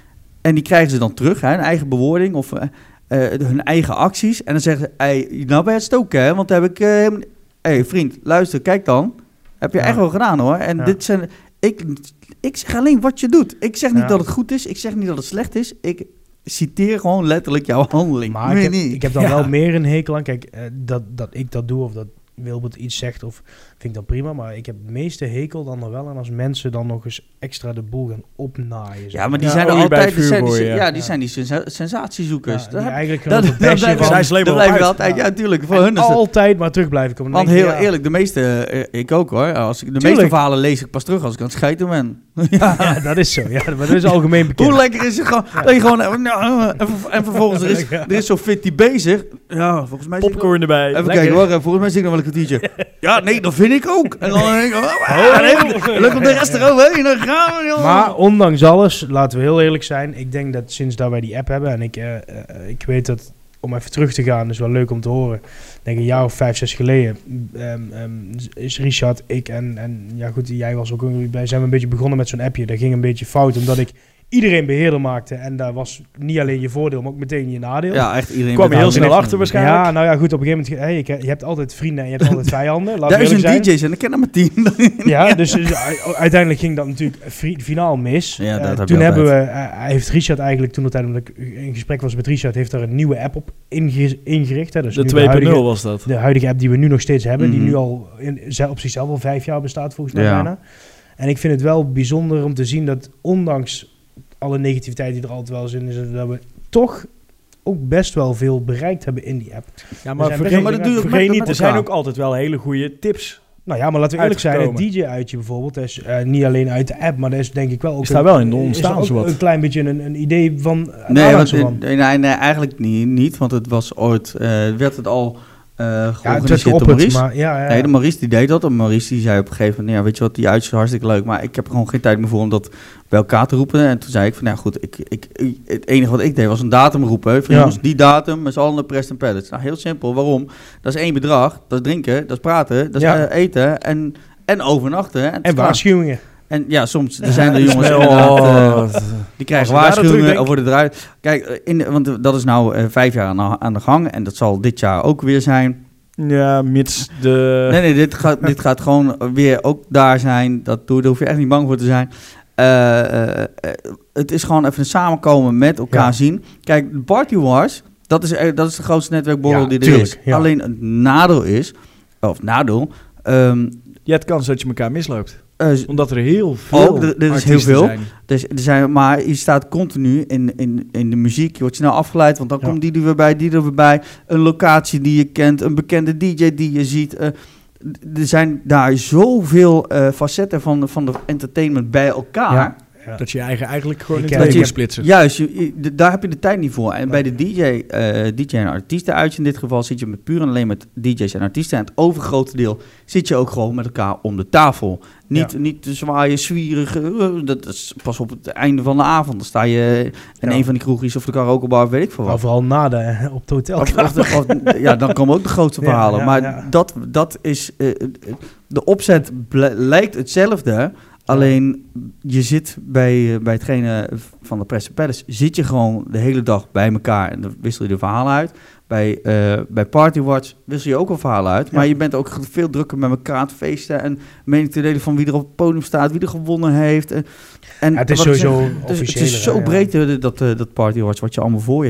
En die krijgen ze dan terug, hè, hun eigen bewoording of uh, uh, hun eigen acties. En dan zeggen ze, hey, nou ben je het stoken, hè, want dan heb ik... Hé uh, hey, vriend, luister, kijk dan. Heb je Ja. echt wel gedaan, hoor. En Ja. dit zijn... Ik, ik zeg alleen wat je doet. Ik zeg niet Ja. dat het goed is. Ik zeg niet dat het slecht is. Ik citeer gewoon letterlijk jouw handeling. Maar Meer ik heb, niet. ik heb dan Ja. wel meer een hekel aan. Kijk, uh, dat, dat ik dat doe of dat Wilbert iets zegt, of vind ik dat prima. Maar ik heb het meeste hekel dan er wel aan als mensen dan nog eens extra de boel gaan opnaaien. zeg Ja, maar die Ja, zijn er olie bij altijd... het Die zijn, die, vuur zijn- gooien, ja, ja. die Ja. zijn die sensa- sensatiezoekers. Ja, Dat die heb- eigenlijk dat- gewoon dat het beste blijven van- Zij slepen dat wel blijven we uit. altijd... Ja. Ja, tuurlijk. Voor en hun is het... altijd maar terug blijven komen. Dan Want denk ik, heel ja, eerlijk, de meeste... eh, ik ook, hoor. Als ik, de Tuurlijk. meeste verhalen lees ik pas terug als ik aan het schijten ben. Ja, dat is zo. Ja, maar dat is algemeen bekend. Hoe lekker is het gewoon... Dat je gewoon... eh, nou, en, ver- en vervolgens, er is, er is zo'n fit die bezig. Ja, volgens mij... zit ik nog- Popcorn erbij. Even Lekker. kijken hoor, eh, volgens mij zit ik nog wel een kwartiertje. Ja, nee, dat vind ik ook. En dan denk ik, oh, ah, nee, lukt op de rest er overheen, dan gaan we, joh. Maar ondanks alles, laten we heel eerlijk zijn. Ik denk dat sinds dat wij die app hebben, en ik, uh, uh, ik weet dat, om even terug te gaan, is wel leuk om te horen. Ik denk een jaar of vijf, zes geleden um, um, is Richard, ik en, en ja goed, jij was ook, wij zijn een beetje begonnen met zo'n appje. Dat ging een beetje fout, omdat ik iedereen beheerder maakte. En daar was niet alleen je voordeel, maar ook meteen je nadeel. Ja, echt iedereen... Kwam je heel betaalt snel niks. achter waarschijnlijk. Ja, nou ja, goed, op een gegeven moment, hey, je, je hebt altijd vrienden en je hebt altijd vijanden. Laten we Duizend eerlijk zijn. D J's en ik ken er maar tien. Ja, dus, dus u- uiteindelijk ging dat natuurlijk fi- finaal mis. Ja, dat Eh, heb je toen hebben we, altijd. eh, hij heeft Richard eigenlijk, toen het tijd dat ik in gesprek was met Richard, heeft daar een nieuwe app op inge- ingericht. Hè. Dus De nu twee punt nul huidige, was dat. de huidige app die we nu nog steeds hebben, Mhm. die nu al in, ze- op zichzelf al vijf jaar bestaat volgens mij Ja. bijna. En ik vind het wel bijzonder om te zien dat ondanks alle negativiteit die er altijd wel is in, is dat we toch ook best wel veel bereikt hebben in die app. Ja, We maar zijn vergeet, best wel- dat doe je ook vergeet met- niet, met er zijn elkaar. ook altijd wel hele goede tips. Nou ja, maar laten we eerlijk zijn, het Uitgekomen. D J-uitje bijvoorbeeld, dat is uh, niet alleen uit de app, maar dat is denk ik wel ook Is daar wel in de is ontstaan er ook zowat. een klein beetje een, een idee van een Nee, want, aanhangsel van. nee, nee, nee, eigenlijk niet, niet, want het was ooit... eh, werd het al uh, Ja, het werd georganiseerd door geopperd, Maurice. maar ja, ja. Nee, de Maurice die deed dat. En Maurice die zei op een gegeven moment... Ja, weet je wat, die uitjes is hartstikke leuk. Maar ik heb er gewoon geen tijd meer voor om dat bij elkaar te roepen. En toen zei ik van... Nou goed, ik, ik, ik, het enige wat ik deed was een datum roepen. Van Ja. jongens, die datum met z'n allen naar Preston Palace. Nou, heel simpel. Waarom? Dat is één bedrag. Dat is drinken, dat is praten, dat is Ja. eh, eten en, en overnachten. En, het is En klaar. waarschuwingen. En ja, soms er zijn er Ja, jongens oh, inderdaad, eh, wat- die krijgen Als je daar aan waarschuwingen terugdenkt. of worden eruit. Kijk, eh, in de, want eh, dat is nou eh, vijf jaar aan de, aan de gang. En dat zal dit jaar ook weer zijn. Ja, mits de... Nee, nee, dit gaat, dit gaat gewoon weer ook daar zijn. Dat, daar hoef je echt niet bang voor te zijn. Uh, uh, uh, het is gewoon even een samenkomen met elkaar Ja. zien. Kijk, de Party Wars, dat is, eh, dat is de grootste netwerkborrel Ja, die er tuurlijk, is. ja. Alleen het nadeel is, of nadeel... Um, Je hebt kans dat je elkaar misloopt. uh, Omdat er heel veel Ook, er- er is heel artiesten veel. zijn. dus, er zijn, maar je staat continu in, in, in de muziek. Je wordt snel afgeleid, want dan Ja. komt die er weer bij, die er weer bij. Een locatie die je kent, een bekende D J die je ziet. Uh, d- er zijn daar zoveel uh, facetten van, van de entertainment bij elkaar. Ja. Ja. Dat je je eigen eigenlijk gewoon Ik in ken- twee dat moet je- splitsen. Juist, je, je- d- daar heb je de tijd niet voor. En Nee. bij de D J, uh, D J en artiesten uit in dit geval zit je met puur en alleen met D J's en artiesten. En het overgrote deel zit je ook gewoon met elkaar om de tafel. Niet, Ja. niet te zwaaien, zwierig. uh, dat is pas op het einde van de avond. Dan sta je in Ja. een van die kroegjes of de karaokebar, weet ik veel Maar wat. vooral na de, eh, op het hotel. Of, of de- of- ja, dan komen ook de grootste Ja, verhalen. ja, maar ja. Dat, dat is... uh, uh, de opzet ble- lijkt hetzelfde. Alleen je zit bij, uh, bij hetgene van de Preston Palace... zit je gewoon de hele dag bij elkaar en dan wissel je de verhalen uit. Bij, uh, bij Party Watch wissel je ook al verhalen uit. Maar Ja. je bent ook veel drukker met elkaar aan het feesten... en mening te delen van wie er op het podium staat... wie er gewonnen heeft. En, en Ja, het is wat ik sowieso zeg, het is- Het officiëler, is zo hè, ja. breed, uh, dat, uh, dat Party Watch, wat je allemaal voor je hebt.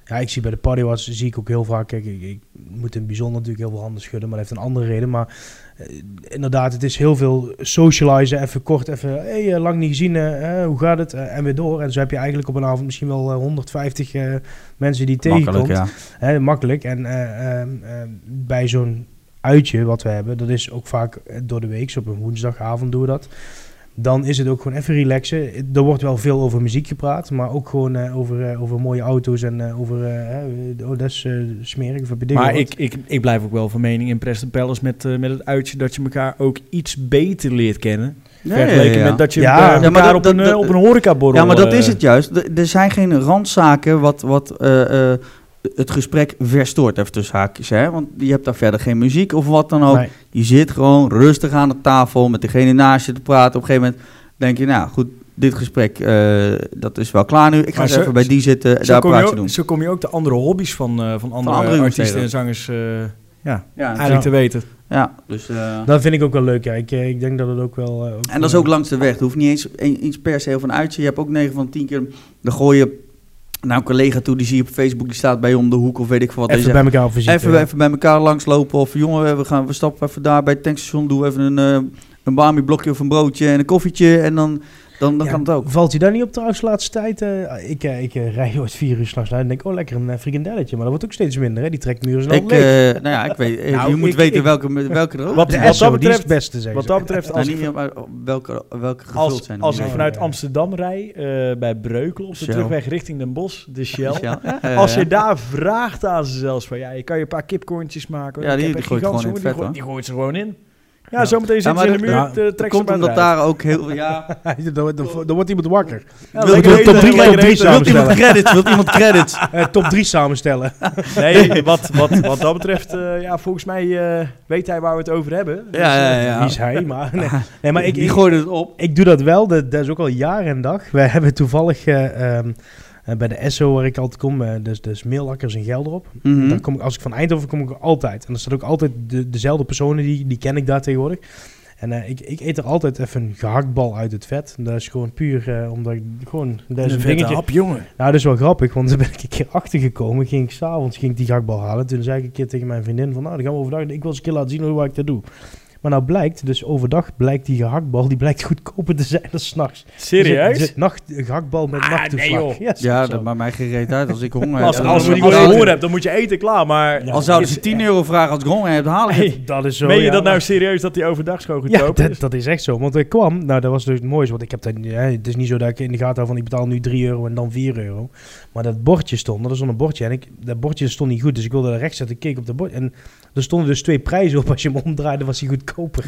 Ja, ik zie bij de Party Awards, zie ik ook heel vaak, kijk, ik, ik moet in het bijzonder natuurlijk heel veel handen schudden, maar dat heeft een andere reden. Maar uh, inderdaad, het is heel veel socializen, even kort, even, hé, hey, lang niet gezien, uh, hoe gaat het? Uh, en weer door. En zo heb je eigenlijk op een avond misschien wel uh, honderdvijftig uh, mensen die je tegenkomt. Makkelijk, ja. Hè, makkelijk. En uh, uh, uh, bij zo'n uitje wat we hebben, dat is ook vaak door de week, zo op een woensdagavond doen we dat. Dan is het ook gewoon even relaxen. Er wordt wel veel over muziek gepraat, maar ook gewoon uh, over, uh, over mooie auto's en uh, over... Uh, oh, dat is uh, smerig. Of heb je dingen maar gehoord? ik, ik, ik blijf ook wel van mening in Preston Palace met, uh, met het uitje dat je elkaar ook iets beter leert kennen. Ja, vergeleken ja, ja. met dat je Ja, uh, ja, elkaar maar dat- op, een, dat- uh, op een horecaborrel... Ja, maar dat uh, is het juist. D- er zijn geen randzaken wat, wat uh, uh, het gesprek verstoort, even tussen haakjes. Hè? Want je hebt daar verder geen muziek of wat dan ook. Nee. Je zit gewoon rustig aan de tafel met degene naast je te praten. Op een gegeven moment denk je, nou goed, dit gesprek, uh, dat is wel klaar nu. Ik ga Maar eens zo- even bij die zitten, Zo daar kom, je praatje ook, doen. zo kom je ook de andere hobby's van, uh, van andere, andere artiesten steden. en zangers uh, ja, Ja, eigenlijk Ja. te weten. ja, dus... Uh, Dat vind ik ook wel leuk, ja. Ik, ik denk dat het ook wel... Uh, ook en dat is ook langs de weg. Het hoeft niet eens een- iets per se van uitje. Je hebt ook negen van tien keer, dan gooi je naar een collega toe, die zie je op Facebook, die staat bij je om de hoek of weet ik veel wat. even Die bij zegt, elkaar visite. even, even bij elkaar langslopen of jongen, we, gaan, we stappen even daar bij het tankstation, doe even een, uh, een bami blokje of een broodje en een koffietje en dan, dan, dan Ja, kan het ook. Valt je daar niet op trouwens de laatste tijd? Uh, ik uh, ik uh, rij ooit vier uur s'nachts naar en denk, oh lekker een uh, frikandelletje. Maar dat wordt ook steeds minder, hè? Die trekmuren zijn al Ik, leeg. uh, nou ja, ik weet, uh, Nou, je moet ik- weten ik- welke, welke er ook Wat- de wat Esso, dat die is betreft- het beste, zeggen Wat ze. dat betreft, Nou, als, niet, maar welke, welke gevuld als, zijn. als ik Ja, vanuit ja. Amsterdam rij, uh, bij Breukel, op de Shell. terugweg richting Den Bosch, de Shell. Ja, ja, ja, Als ja. je daar vraagt aan ze zelfs van, ja, je kan je een paar kipkorntjes maken. Ja, Ik die- heb die een gooit gigantische gewoon in het honger, vet, die, hoor. gooit, die gooit ze gewoon in. Ja, Ja. zometeen Ja, zitten maar ze in de dat- muur, ja, de, Dat trek ze komt maar omdat eruit. daar ook heel... Ja, dan, dan, dan wordt iemand wakker. Ja, Wil lekker je eten, top drie lekker top drie eten. wilt iemand samenstellen? credits? Wilt iemand credits? Uh, top drie samenstellen. Nee, wat, wat, wat dat betreft, uh, ja, volgens mij uh, weet hij waar we het over hebben. Dus, Ja, ja, uh, ja. Wie is hij? Maar, nee, nee, maar ik, die ik, gooide het op. ik doe dat wel. Dat, dat is ook al jaar en dag. Wij hebben toevallig uh, um, uh, bij de Esso waar ik altijd kom, uh, dus, dus Meelakkers in Gelderop. Mhm. Dan kom ik, als ik van Eindhoven kom, ik er altijd. En er staat ook altijd de, dezelfde personen, die, die ken ik daar tegenwoordig. En uh, ik, ik eet er altijd even een gehaktbal uit het vet. Dat is gewoon puur uh, omdat ik gewoon... Dat is een een vette dingetje. hap, jongen. Nou, dat is wel grappig, want toen ben ik een keer achtergekomen. Ging ik s'avonds ging ik die gehaktbal halen. Toen zei ik een keer tegen mijn vriendin van, nou, dan gaan we overdag. Ik wil eens een keer laten zien hoe ik dat doe. Maar nou blijkt, dus overdag blijkt die gehaktbal, die blijkt goedkoper te zijn dan 's nachts. Serieus? Dus, nacht, een gehaktbal met Ah, nachttoeslag. nee, joh. Ja, is Ja, toch dat zo. maakt mij geen reet uit als ik honger heb. Als, Dan- als we dan- die dan- gewoon honger hebt, dan moet je eten klaar. Maar Ja. Al zouden is- ze tien euro vragen als ik honger heb, dan haal ik het. Hey, Dat is zo, meen je ja. dat nou serieus dat die overdag gewoon Ja, goedkoop dat, is? dat is echt zo. Want ik kwam, nou dat was dus het mooiste. Want ik heb dat, ja, het is niet zo dat ik in de gaten hou van ik betaal nu drie euro en dan vier euro. Maar dat bordje stond, dat is zo'n bordje. En ik, dat bordje stond niet goed, dus ik wilde daar rechts zetten. Ik keek op dat bord en er stonden dus twee prijzen op. Als je hem omdraaide, was hij goedkoper.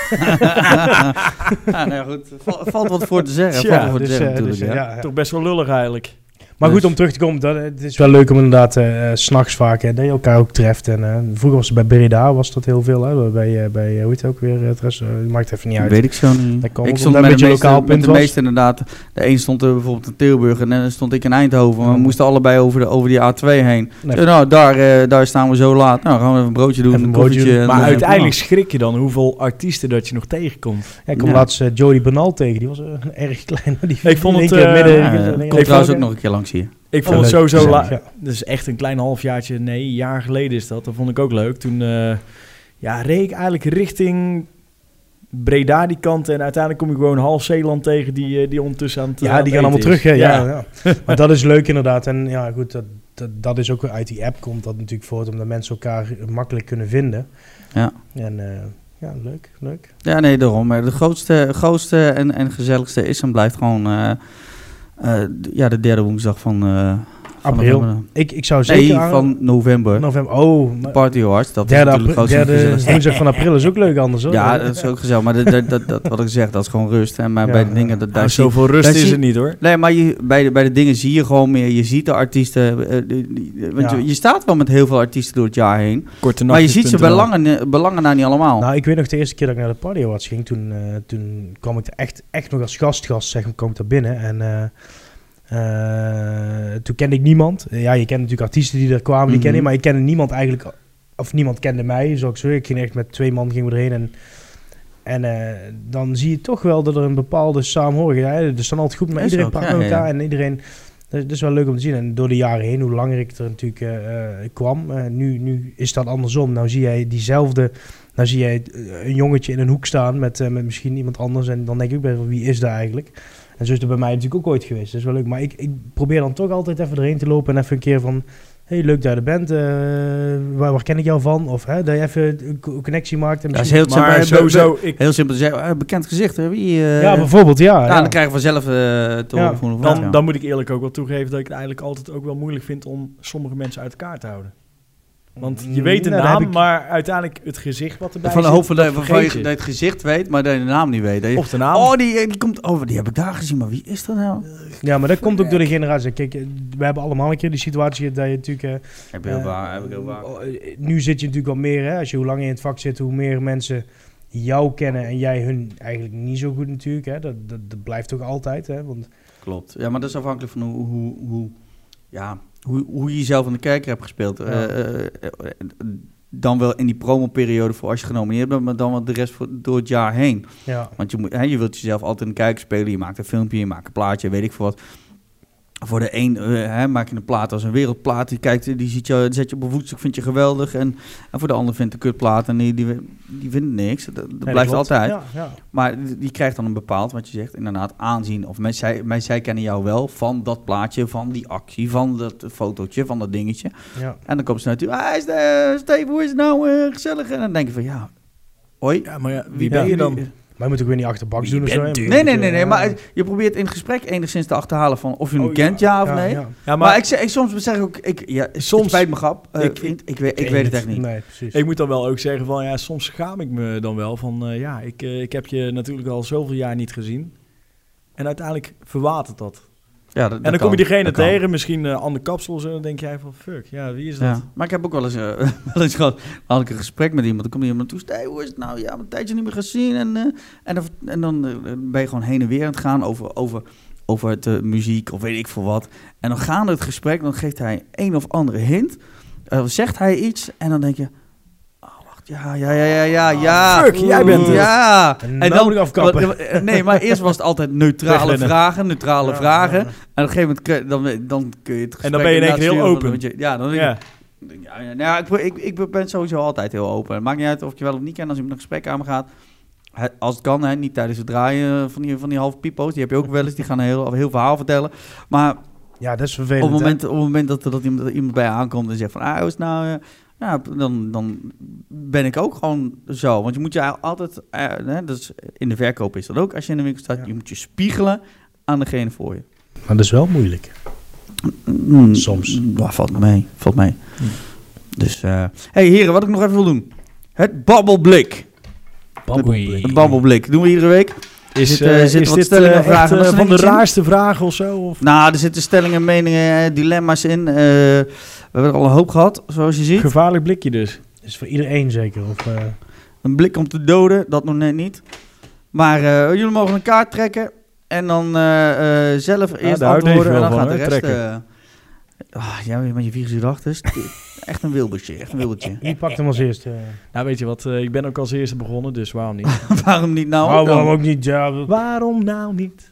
Ja, nou ja, goed. Val- valt wat voor te zeggen. Tja, valt wat voor te Dus, zeggen eh, natuurlijk. dus, ja. ja, ja. Toch best wel lullig eigenlijk. Maar Dus- goed, om terug te komen, dat, het is wel leuk om inderdaad uh, 's nachts vaak hè, dat je elkaar ook treft. En, uh, vroeger was het bij Breda, was dat heel veel. Hè? Bij, uh, bij uh, hoe heet het ook weer? Uh, het rest, uh, maakt even niet uit. Weet ik zo niet. Dat kan Ik ook stond omdat met het de een beetje meeste, lokaal met punt de was. meeste inderdaad. De een stond er bijvoorbeeld in Tilburg en dan stond ik in Eindhoven. Maar we Ja. moesten allebei over, de, over die A twee heen. Nee. Zo, nou, daar, eh, daar staan we zo laat. Nou, gaan we even een broodje doen, Even een een broodje koffietje. doen. en Maar dan- uiteindelijk schrik je dan hoeveel artiesten dat je nog tegenkomt. Ja, ik kwam Ja. laatst uh, Jody Banal tegen, die was uh, erg klein. Die Ik vond in het, één keer uh, midden- Ja, midden- eh, midden- komt trouwens ook midden- nog een keer langs hier. Ik Ja, vond het leuk. sowieso... Gezellig, La- ja. dus echt een klein halfjaartje, nee, een jaar geleden is dat. Dat vond ik ook leuk. Toen uh, ja, reed ik eigenlijk richting Breda die kant. En uiteindelijk kom je gewoon half Zeeland tegen die, uh, die ondertussen aan het Ja, aan die het gaan allemaal eten terug. is. Hè? Ja. Ja. Maar dat is leuk inderdaad. En ja, goed, dat, dat, dat is ook uit die app komt dat natuurlijk voort, omdat mensen elkaar makkelijk kunnen vinden. Ja. En uh, ja, leuk, leuk. Ja, nee, daarom. Maar de grootste, grootste en, en gezelligste is en blijft gewoon uh, uh, d- ja, de derde woensdag van, uh, van April. november. Ik, ik zou zeker Nee, aan- van november. november. Oh, De maar Party Awards, dat is derde, natuurlijk april, grootste en derde gezelligste. woensdag van april is ook leuk anders hoor. Ja, dat is ook gezellig. Maar dat, dat, dat, dat, wat ik zeg, dat is gewoon rust. En maar Ja, bij de ja. dingen, dat, daar Nou, zie je... zoveel rust daar is zie- er niet hoor. Nee, maar je, bij, de, bij de dingen zie je gewoon meer. Je ziet de artiesten. eh, die- die- want Ja. je, je staat wel met heel veel artiesten door het jaar heen. Korte Maar je ziet ze bij nachtjes punt n l. lange, belangen nou niet allemaal. Nou, ik weet nog de eerste keer dat ik naar de Party Awards ging, toen, uh, toen kwam ik er echt, echt nog als gastgast, zeg maar, kwam ik daar binnen. En uh, uh, toen kende ik niemand. Uh, ja, je kent natuurlijk artiesten die er kwamen, die Mhm. ken je, maar ik kende niemand eigenlijk, of niemand kende mij, zou ik zeggen. Ik ging echt met twee man gingen we erheen en... En uh, dan zie je toch wel dat er een bepaalde saamhorigheid is. Er staan altijd goed, maar Is iedereen ook, praat ja, met elkaar ja. en iedereen... Dat, dat is wel leuk om te zien. En door de jaren heen, hoe langer ik er natuurlijk uh, kwam, uh, nu, nu is dat andersom. Nou zie jij diezelfde, nou zie jij een jongetje in een hoek staan met, uh, met misschien iemand anders. En dan denk ik bij wie is dat eigenlijk? En zo is het bij mij natuurlijk ook ooit geweest. Dat is wel leuk. Maar ik, ik probeer dan toch altijd even erheen te lopen en even een keer van... Hey, leuk dat je er bent. Uh, waar, waar ken ik jou van? Of hè, dat je even een connectie maakt. En dat is heel maar simpel. Sowieso, ik, heel simpel te zeggen. Bekend gezicht. Hè? Wie, uh, ja, bijvoorbeeld. Ja, ja, ja. dan krijgen we vanzelf uh, te ja. horen. Dan, ja. dan moet ik eerlijk ook wel toegeven dat ik het eigenlijk altijd ook wel moeilijk vind om sommige mensen uit elkaar te houden. Want je weet de nou, naam, ik... maar uiteindelijk het gezicht wat erbij van de zit, hoop van dat de, vergeet van je, je. dat je het gezicht weet, maar dat je de naam niet weet. Dat je, Of de naam. oh, die, die komt over. Die heb ik daar gezien, maar wie is dat nou? Ja, maar dat komt ook door de generatie. Kijk, we hebben allemaal een keer die situatie dat je natuurlijk... Uh, heb ik heel waar, heb ik heel waar. Uh, nu zit je natuurlijk wat meer, hè. Als je hoe langer in het vak zit, hoe meer mensen jou kennen en jij hun eigenlijk niet zo goed natuurlijk. Hè. Dat, dat, dat blijft toch altijd, hè. Want... Klopt. Ja, maar dat is afhankelijk van hoe... hoe, hoe ja, hoe, hoe je jezelf in de kijker hebt gespeeld. Ja. Uh, uh, uh, dan wel in die promoperiode voor als je genomineerd bent, maar dan wel de rest voor, door het jaar heen. Ja. Want je, moet, hè, je wilt jezelf altijd in de kijker spelen. Je maakt een filmpje, je maakt een plaatje, weet ik veel wat. Voor de een uh, hè, maak je een plaat als een wereldplaat. Die kijkt, die ziet je, die zet je op een voetstuk, vind je geweldig. En, en voor de ander vindt een kutplaat en die, die, die vindt niks. Dat, dat nee, blijft dat altijd. Ja, ja. Maar die, die krijgt dan een bepaald, wat je zegt, inderdaad aanzien. Of mensen, zij, mij, zij kennen jou wel van dat plaatje, van die actie, van dat fotootje, van dat dingetje. Ja. En dan komen ze natuurlijk, ah, is de, Steve, hoe is het nou uh, gezellig? En dan denk je van, ja, hoi. Ja, maar ja, wie, wie ben je dan? Wie, Maar je moet ook weer niet achterbaks doen of zo. Nee, nee, nee, nee, nee. Maar je probeert in het gesprek enigszins te achterhalen van of je hem oh, kent, ja, ja of ja, nee. Ja. Ja, maar, maar ik, zeg, ik soms zeg ik ook, ik, ja, soms spijt me grap. Uh, ik, vriend, ik, weet, ik weet het echt niet. Nee, ik moet dan wel ook zeggen van, ja, soms schaam ik me dan wel van, uh, ja, ik, uh, ik heb je natuurlijk al zoveel jaar niet gezien. En uiteindelijk verwatert dat. Ja, dat, en dan dat kom je diegene tegen, kan. misschien uh, ander kapsel, zo, dan denk jij van, fuck, ja, wie is dat? Ja. Maar ik heb ook wel eens, uh, wel eens gehad, had ik een gesprek met iemand, dan komt iemand toe, hey, hoe is het nou? Ja, een tijdje niet meer gezien. En, uh, en, dan, en dan uh, ben je gewoon heen en weer aan het gaan over, over, over het uh, muziek of weet ik veel wat. En dan gaande het gesprek, dan geeft hij een of andere hint, uh, zegt hij iets en dan denk je, Ja, ja, ja, ja, ja, ja. Fuck, jij bent het. Ja. En, en dan moet ik afkappen. Nee, maar eerst was het altijd neutrale vragen, neutrale ja, vragen. Ja, ja. En op een gegeven moment dan, dan kun je het gesprek... En dan ben je in één keer heel open. Je, ja, dan ja. Ik, ja, ja, nou, ik, ik, ik ben sowieso altijd heel open. Het maakt niet uit of je wel of niet kent als je met een gesprek aan me gaat. Als het kan, hè, niet tijdens het draaien van die, van die halve pipo's. Die heb je ook wel eens, die gaan een heel, heel verhaal vertellen. Maar... Ja, dat is vervelend. Op het moment, op het moment dat, dat, iemand, dat iemand bij je aankomt en zegt van... Ah, hoe is het nou... Uh, Ja, dan, dan ben ik ook gewoon zo. Want je moet je altijd... Uh, hè, dat is, in de verkoop is dat ook. Als je in de winkel staat, ja. je moet je spiegelen aan degene voor je. Maar dat is wel moeilijk. Mm, Soms. Nou, valt mee. Valt mee. Mm. Dus, uh, hey heren, wat ik nog even wil doen. Het babbelblik. Babbelblik. Het babbelblik. Doen we iedere week. Is, uh, is dit stellingen, uh, vragen? Uh, van de raarste vragen of zo? Of? Nou, er zitten stellingen, meningen, dilemma's in. Uh, we hebben er al een hoop gehad, zoals je ziet. Gevaarlijk blikje dus. Is voor iedereen zeker. Of, uh... Een blik om te doden, dat nog net niet. Maar uh, jullie mogen een kaart trekken en dan uh, uh, zelf ja, eerst antwoorden en dan van, gaat de rest... Uh, oh, ja, met je virus erachter. Echt een wilbertje, echt een wilbertje. Wie pakt hem als eerste? Uh... Nou, weet je wat, uh, ik ben ook als eerste begonnen, dus waarom niet? Waarom niet nou? Oh, waarom ook niet? Ja, waarom nou niet?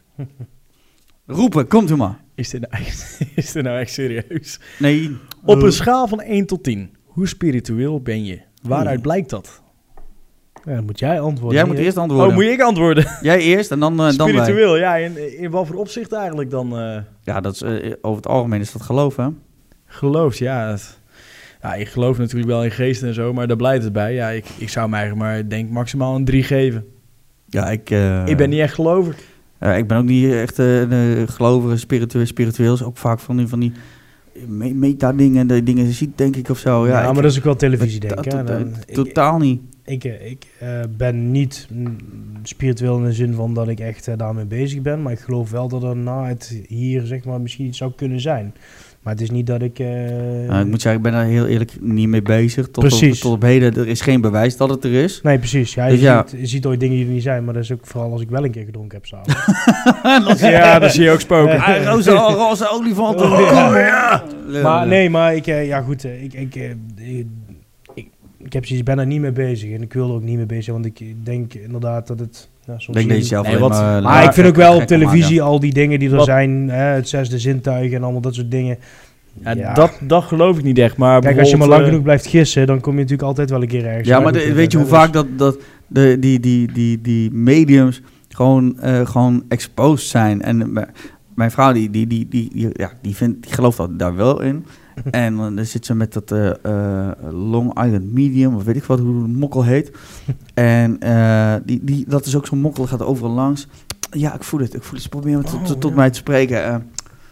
Roepen, komt u maar. Is dit nou echt, is dit nou echt serieus? Nee. Op een schaal van één tot tien, hoe spiritueel ben je? Waaruit blijkt dat? Ja, dan moet jij antwoorden. Jij moet eerst antwoorden. Oh, moet ik antwoorden? Jij eerst en dan, uh, dan spiritueel, wij. ja. In, in wat voor opzicht eigenlijk dan? Uh... Ja, dat is, uh, over het algemeen is dat geloof, hè? Geloof, ja. Het, ja, ik geloof natuurlijk wel in geesten en zo, maar daar blijft het bij. Ja, ik, ik zou mij eigenlijk maar, denk maximaal een drie geven. Ja, ik... Uh, ik ben niet echt gelovig. Uh, ik ben ook niet echt uh, uh, gelovig, spiritueel, spiritueel is ook vaak van die... Van die me- meta-dingen, de dingen ziet, denk ik, of zo. Ja, ja ik, maar dat is ook wel televisie, denk ik. To- to- totaal niet. Ik, ik uh, ben niet mm, spiritueel in de zin van dat ik echt uh, daarmee bezig ben. Maar ik geloof wel dat er na het hier, zeg maar, misschien iets zou kunnen zijn. Maar het is niet dat ik... Uh... Nou, ik moet zeggen, ik ben daar heel eerlijk niet mee bezig. Tot precies. Op, tot op heden, er is geen bewijs dat het er is. Nee, precies. Ja, je, dus ziet, ja. je ziet ooit dingen die er niet zijn. Maar dat is ook vooral als ik wel een keer gedronken heb s'avonds. Ja, dan zie je ook spoken. Ja, roze, roze olifant. Oh, ja. Ja. Maar nee, maar ik... Uh, ja, goed. Uh, ik... ik, uh, ik Ik heb zoiets, ben er niet mee bezig en ik wil er ook niet mee bezig zijn, want ik denk inderdaad dat het Ja, soms Ik denk dat je zelf Nee, alleen wat- maar... Maar laat- ik vind ook wel op gek televisie al die dingen die er Wat- zijn, hè, het zesde zintuig en allemaal dat soort dingen. Ja, Ja. Dat, dat geloof ik niet echt. Maar Kijk, als je maar lang bijvoorbeeld, genoeg blijft gissen, dan kom je natuurlijk altijd wel een keer ergens. Ja, maar uit de- op het weet je hoe net, hè, vaak dat, dat de, die, die, die, die mediums gewoon, eh, gewoon exposed zijn. En eh, m- mijn vrouw, die, die, die, die, die- ja, die, vindt, die gelooft dat, daar wel in. En dan zit ze met dat eh, eh, Long Island Medium, of weet ik wat, hoe de mokkel heet. En eh, die, die, dat is ook zo'n mokkel, gaat overal langs. Ja, ik voel het, ik voel het. Ze proberen me tot, Oh, tot, tot ja. mij te spreken. Eh,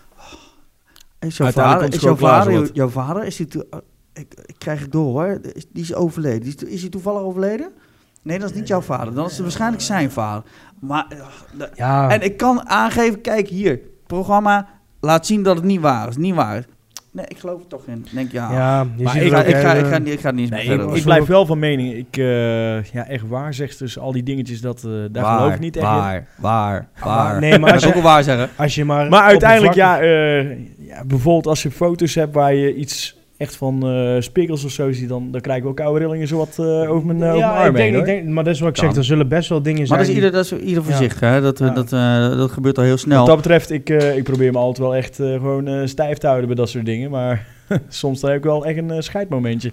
is jouw Uiteindelijk vader, komt is het jouw gewoon klaar, vader, zo jouw, wat. jouw vader, is die toe, oh, ik, ik krijg het door hoor, Is- die is overleden. Die is, to- is hij toevallig overleden? Nee, dat is niet jouw vader. Dan is het waarschijnlijk zijn vader. Maar, eh, de- Ja, en ik kan aangeven, kijk hier, programma laat zien dat het niet waar is. Niet waar is. Nee, ik geloof er toch in. Ik denk, ja, ja, je Maar ziet ik- het ik, ook, ga, ik, ga, hè, ik, ga, niet- ik ga niet eens Nee, meer verder. ik, over. ik blijf wel van mening. Ik, uh, ja, echt waar zegt dus al die dingetjes, dat, uh, daar waar, geloof ik niet echt in. waar, waar, waar. nee, maar Ik als kan ook je, wel waar zeggen. als je maar... Maar uiteindelijk, ja, oppervlakkig- uh, ja, bijvoorbeeld als je foto's hebt waar je iets echt van uh, spiegels of zo ziet, dan, dan krijg ik ook koude rillingen zo wat uh, over mijn, uh, over ja, mijn arm ik denk, heen, ik denk, maar dat is wat ik Kan. zeg, er zullen best wel dingen Maar zijn dat is die- ieder, dat is ieder voor Ja. zich. Hè? Dat, eh, Ja. dat, uh, dat gebeurt al heel Wat snel. dat betreft, ik, uh, ik probeer me altijd wel echt uh, gewoon uh, stijf te houden bij dat soort dingen, maar soms dan heb ik wel echt een uh, scheidmomentje.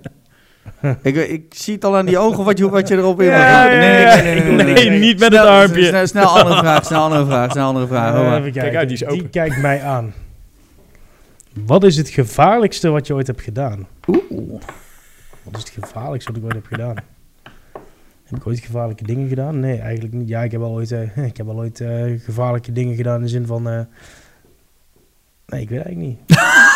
Ik, ik zie het al aan die ogen wat je, wat je erop in Ja, wil. ja, ja. Nee, niet met het Snel- armpje. Snel, snel andere vraag, snel andere vraag, snel andere vraag. Eh, Hoor maar. even Kijk kijken. uit, die is open. Die kijkt mij aan. Wat is het gevaarlijkste wat je ooit hebt gedaan? Oeh. Wat is het gevaarlijkste wat ik ooit heb gedaan? Heb ik ooit gevaarlijke dingen gedaan? Nee, eigenlijk niet. Ja, ik heb wel ooit, uh, ik heb wel ooit uh, gevaarlijke dingen gedaan in de zin van... Uh, nee, ik weet eigenlijk niet.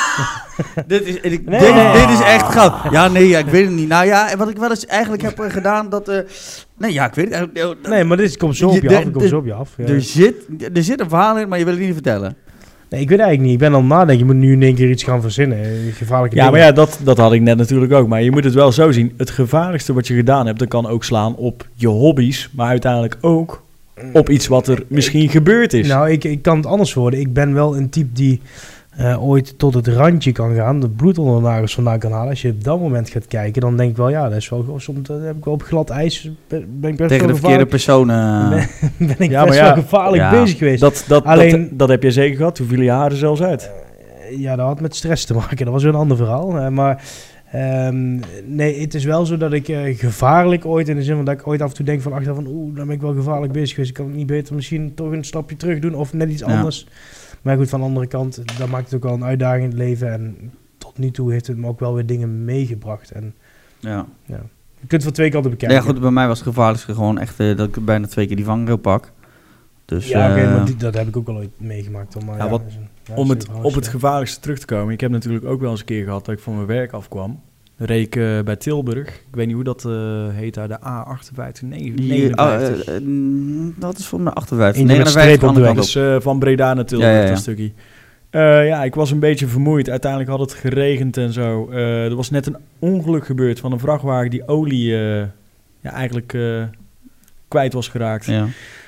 dit, is, ik, Nee, dit, nee. dit is echt goud. Ja, nee, ja, ik weet het niet. Nou ja, wat ik wel eens eigenlijk heb uh, gedaan, dat... Uh, nee, ja, ik weet het eigenlijk niet. Nee, maar dit komt zo op je Je- af. Het komt de- zo op je af. Ja. Er zit, er zit een verhaal in, maar je wil het niet vertellen. Nee, ik weet eigenlijk niet. Ik ben aan het nadenken. Je moet nu in één keer iets gaan verzinnen. eh, Gevaarlijke Ja, dingen. maar ja, dat, dat had ik net natuurlijk ook. Maar je moet het wel zo zien. Het gevaarlijkste wat je gedaan hebt, dat kan ook slaan op je hobby's. Maar uiteindelijk ook op iets wat er misschien gebeurd is. Nou, ik, ik kan het anders worden. Ik ben wel een type die uh, ooit tot het randje kan gaan. De bloed onder de nagels vandaan kan halen. Als je op dat moment gaat kijken, dan denk ik wel... Ja, dat is wel... Soms uh, heb ik wel op glad ijs... Ben, ben ik best Tegen wel de verkeerde gevaarlijk, persoon. Uh, ben, ben ik Ja, best maar ja, wel gevaarlijk ja. bezig geweest. dat, dat, Alleen- dat, dat heb je zeker gehad. Hoe vielen je haren zelfs uit? Uh, ja, dat had met stress te maken. Dat was weer een ander verhaal. Uh, maar um, nee, het is wel zo dat ik uh, gevaarlijk ooit... in de zin van dat ik ooit af en toe denk van... achteraf van, oeh, dan ben ik wel gevaarlijk bezig geweest. Ik kan het niet beter misschien toch een stapje terug doen... of net iets Ja. anders. Maar goed, van de andere kant... dat maakt het ook wel een uitdaging in het leven. En tot nu toe heeft het me ook wel weer dingen meegebracht. En ja. je kunt het van twee kanten bekijken. Ja, goed, bij mij was het gevaarlijkste gewoon echt uh, dat ik bijna twee keer die vangrail pak. Dus, Ja, oké, uh, maar die, dat heb ik ook al ooit meegemaakt. Dan, maar Ja, ja, wat- dat is een- ja, Om dat het, is een op het ja. gevaarlijkste terug te komen. Ik heb natuurlijk ook wel eens een keer gehad dat ik van mijn werk afkwam. Reed ik uh, bij Tilburg. Ik weet niet hoe dat uh, heet daar. De A achtenvijftig, die, negenenvijftig. uh, uh, uh, dat is voor mijn achterwijs. Eentje met negenenvijftig streep op de andere weg. kant op. Dus uh, van Breda naar Tilburg, Ja, ja, ja. dat stukje. Uh, ja, ik was een beetje vermoeid. Uiteindelijk had het geregend en zo. Uh, er was net een ongeluk gebeurd van een vrachtwagen die olie uh, ja, eigenlijk uh, kwijt was geraakt. Ja.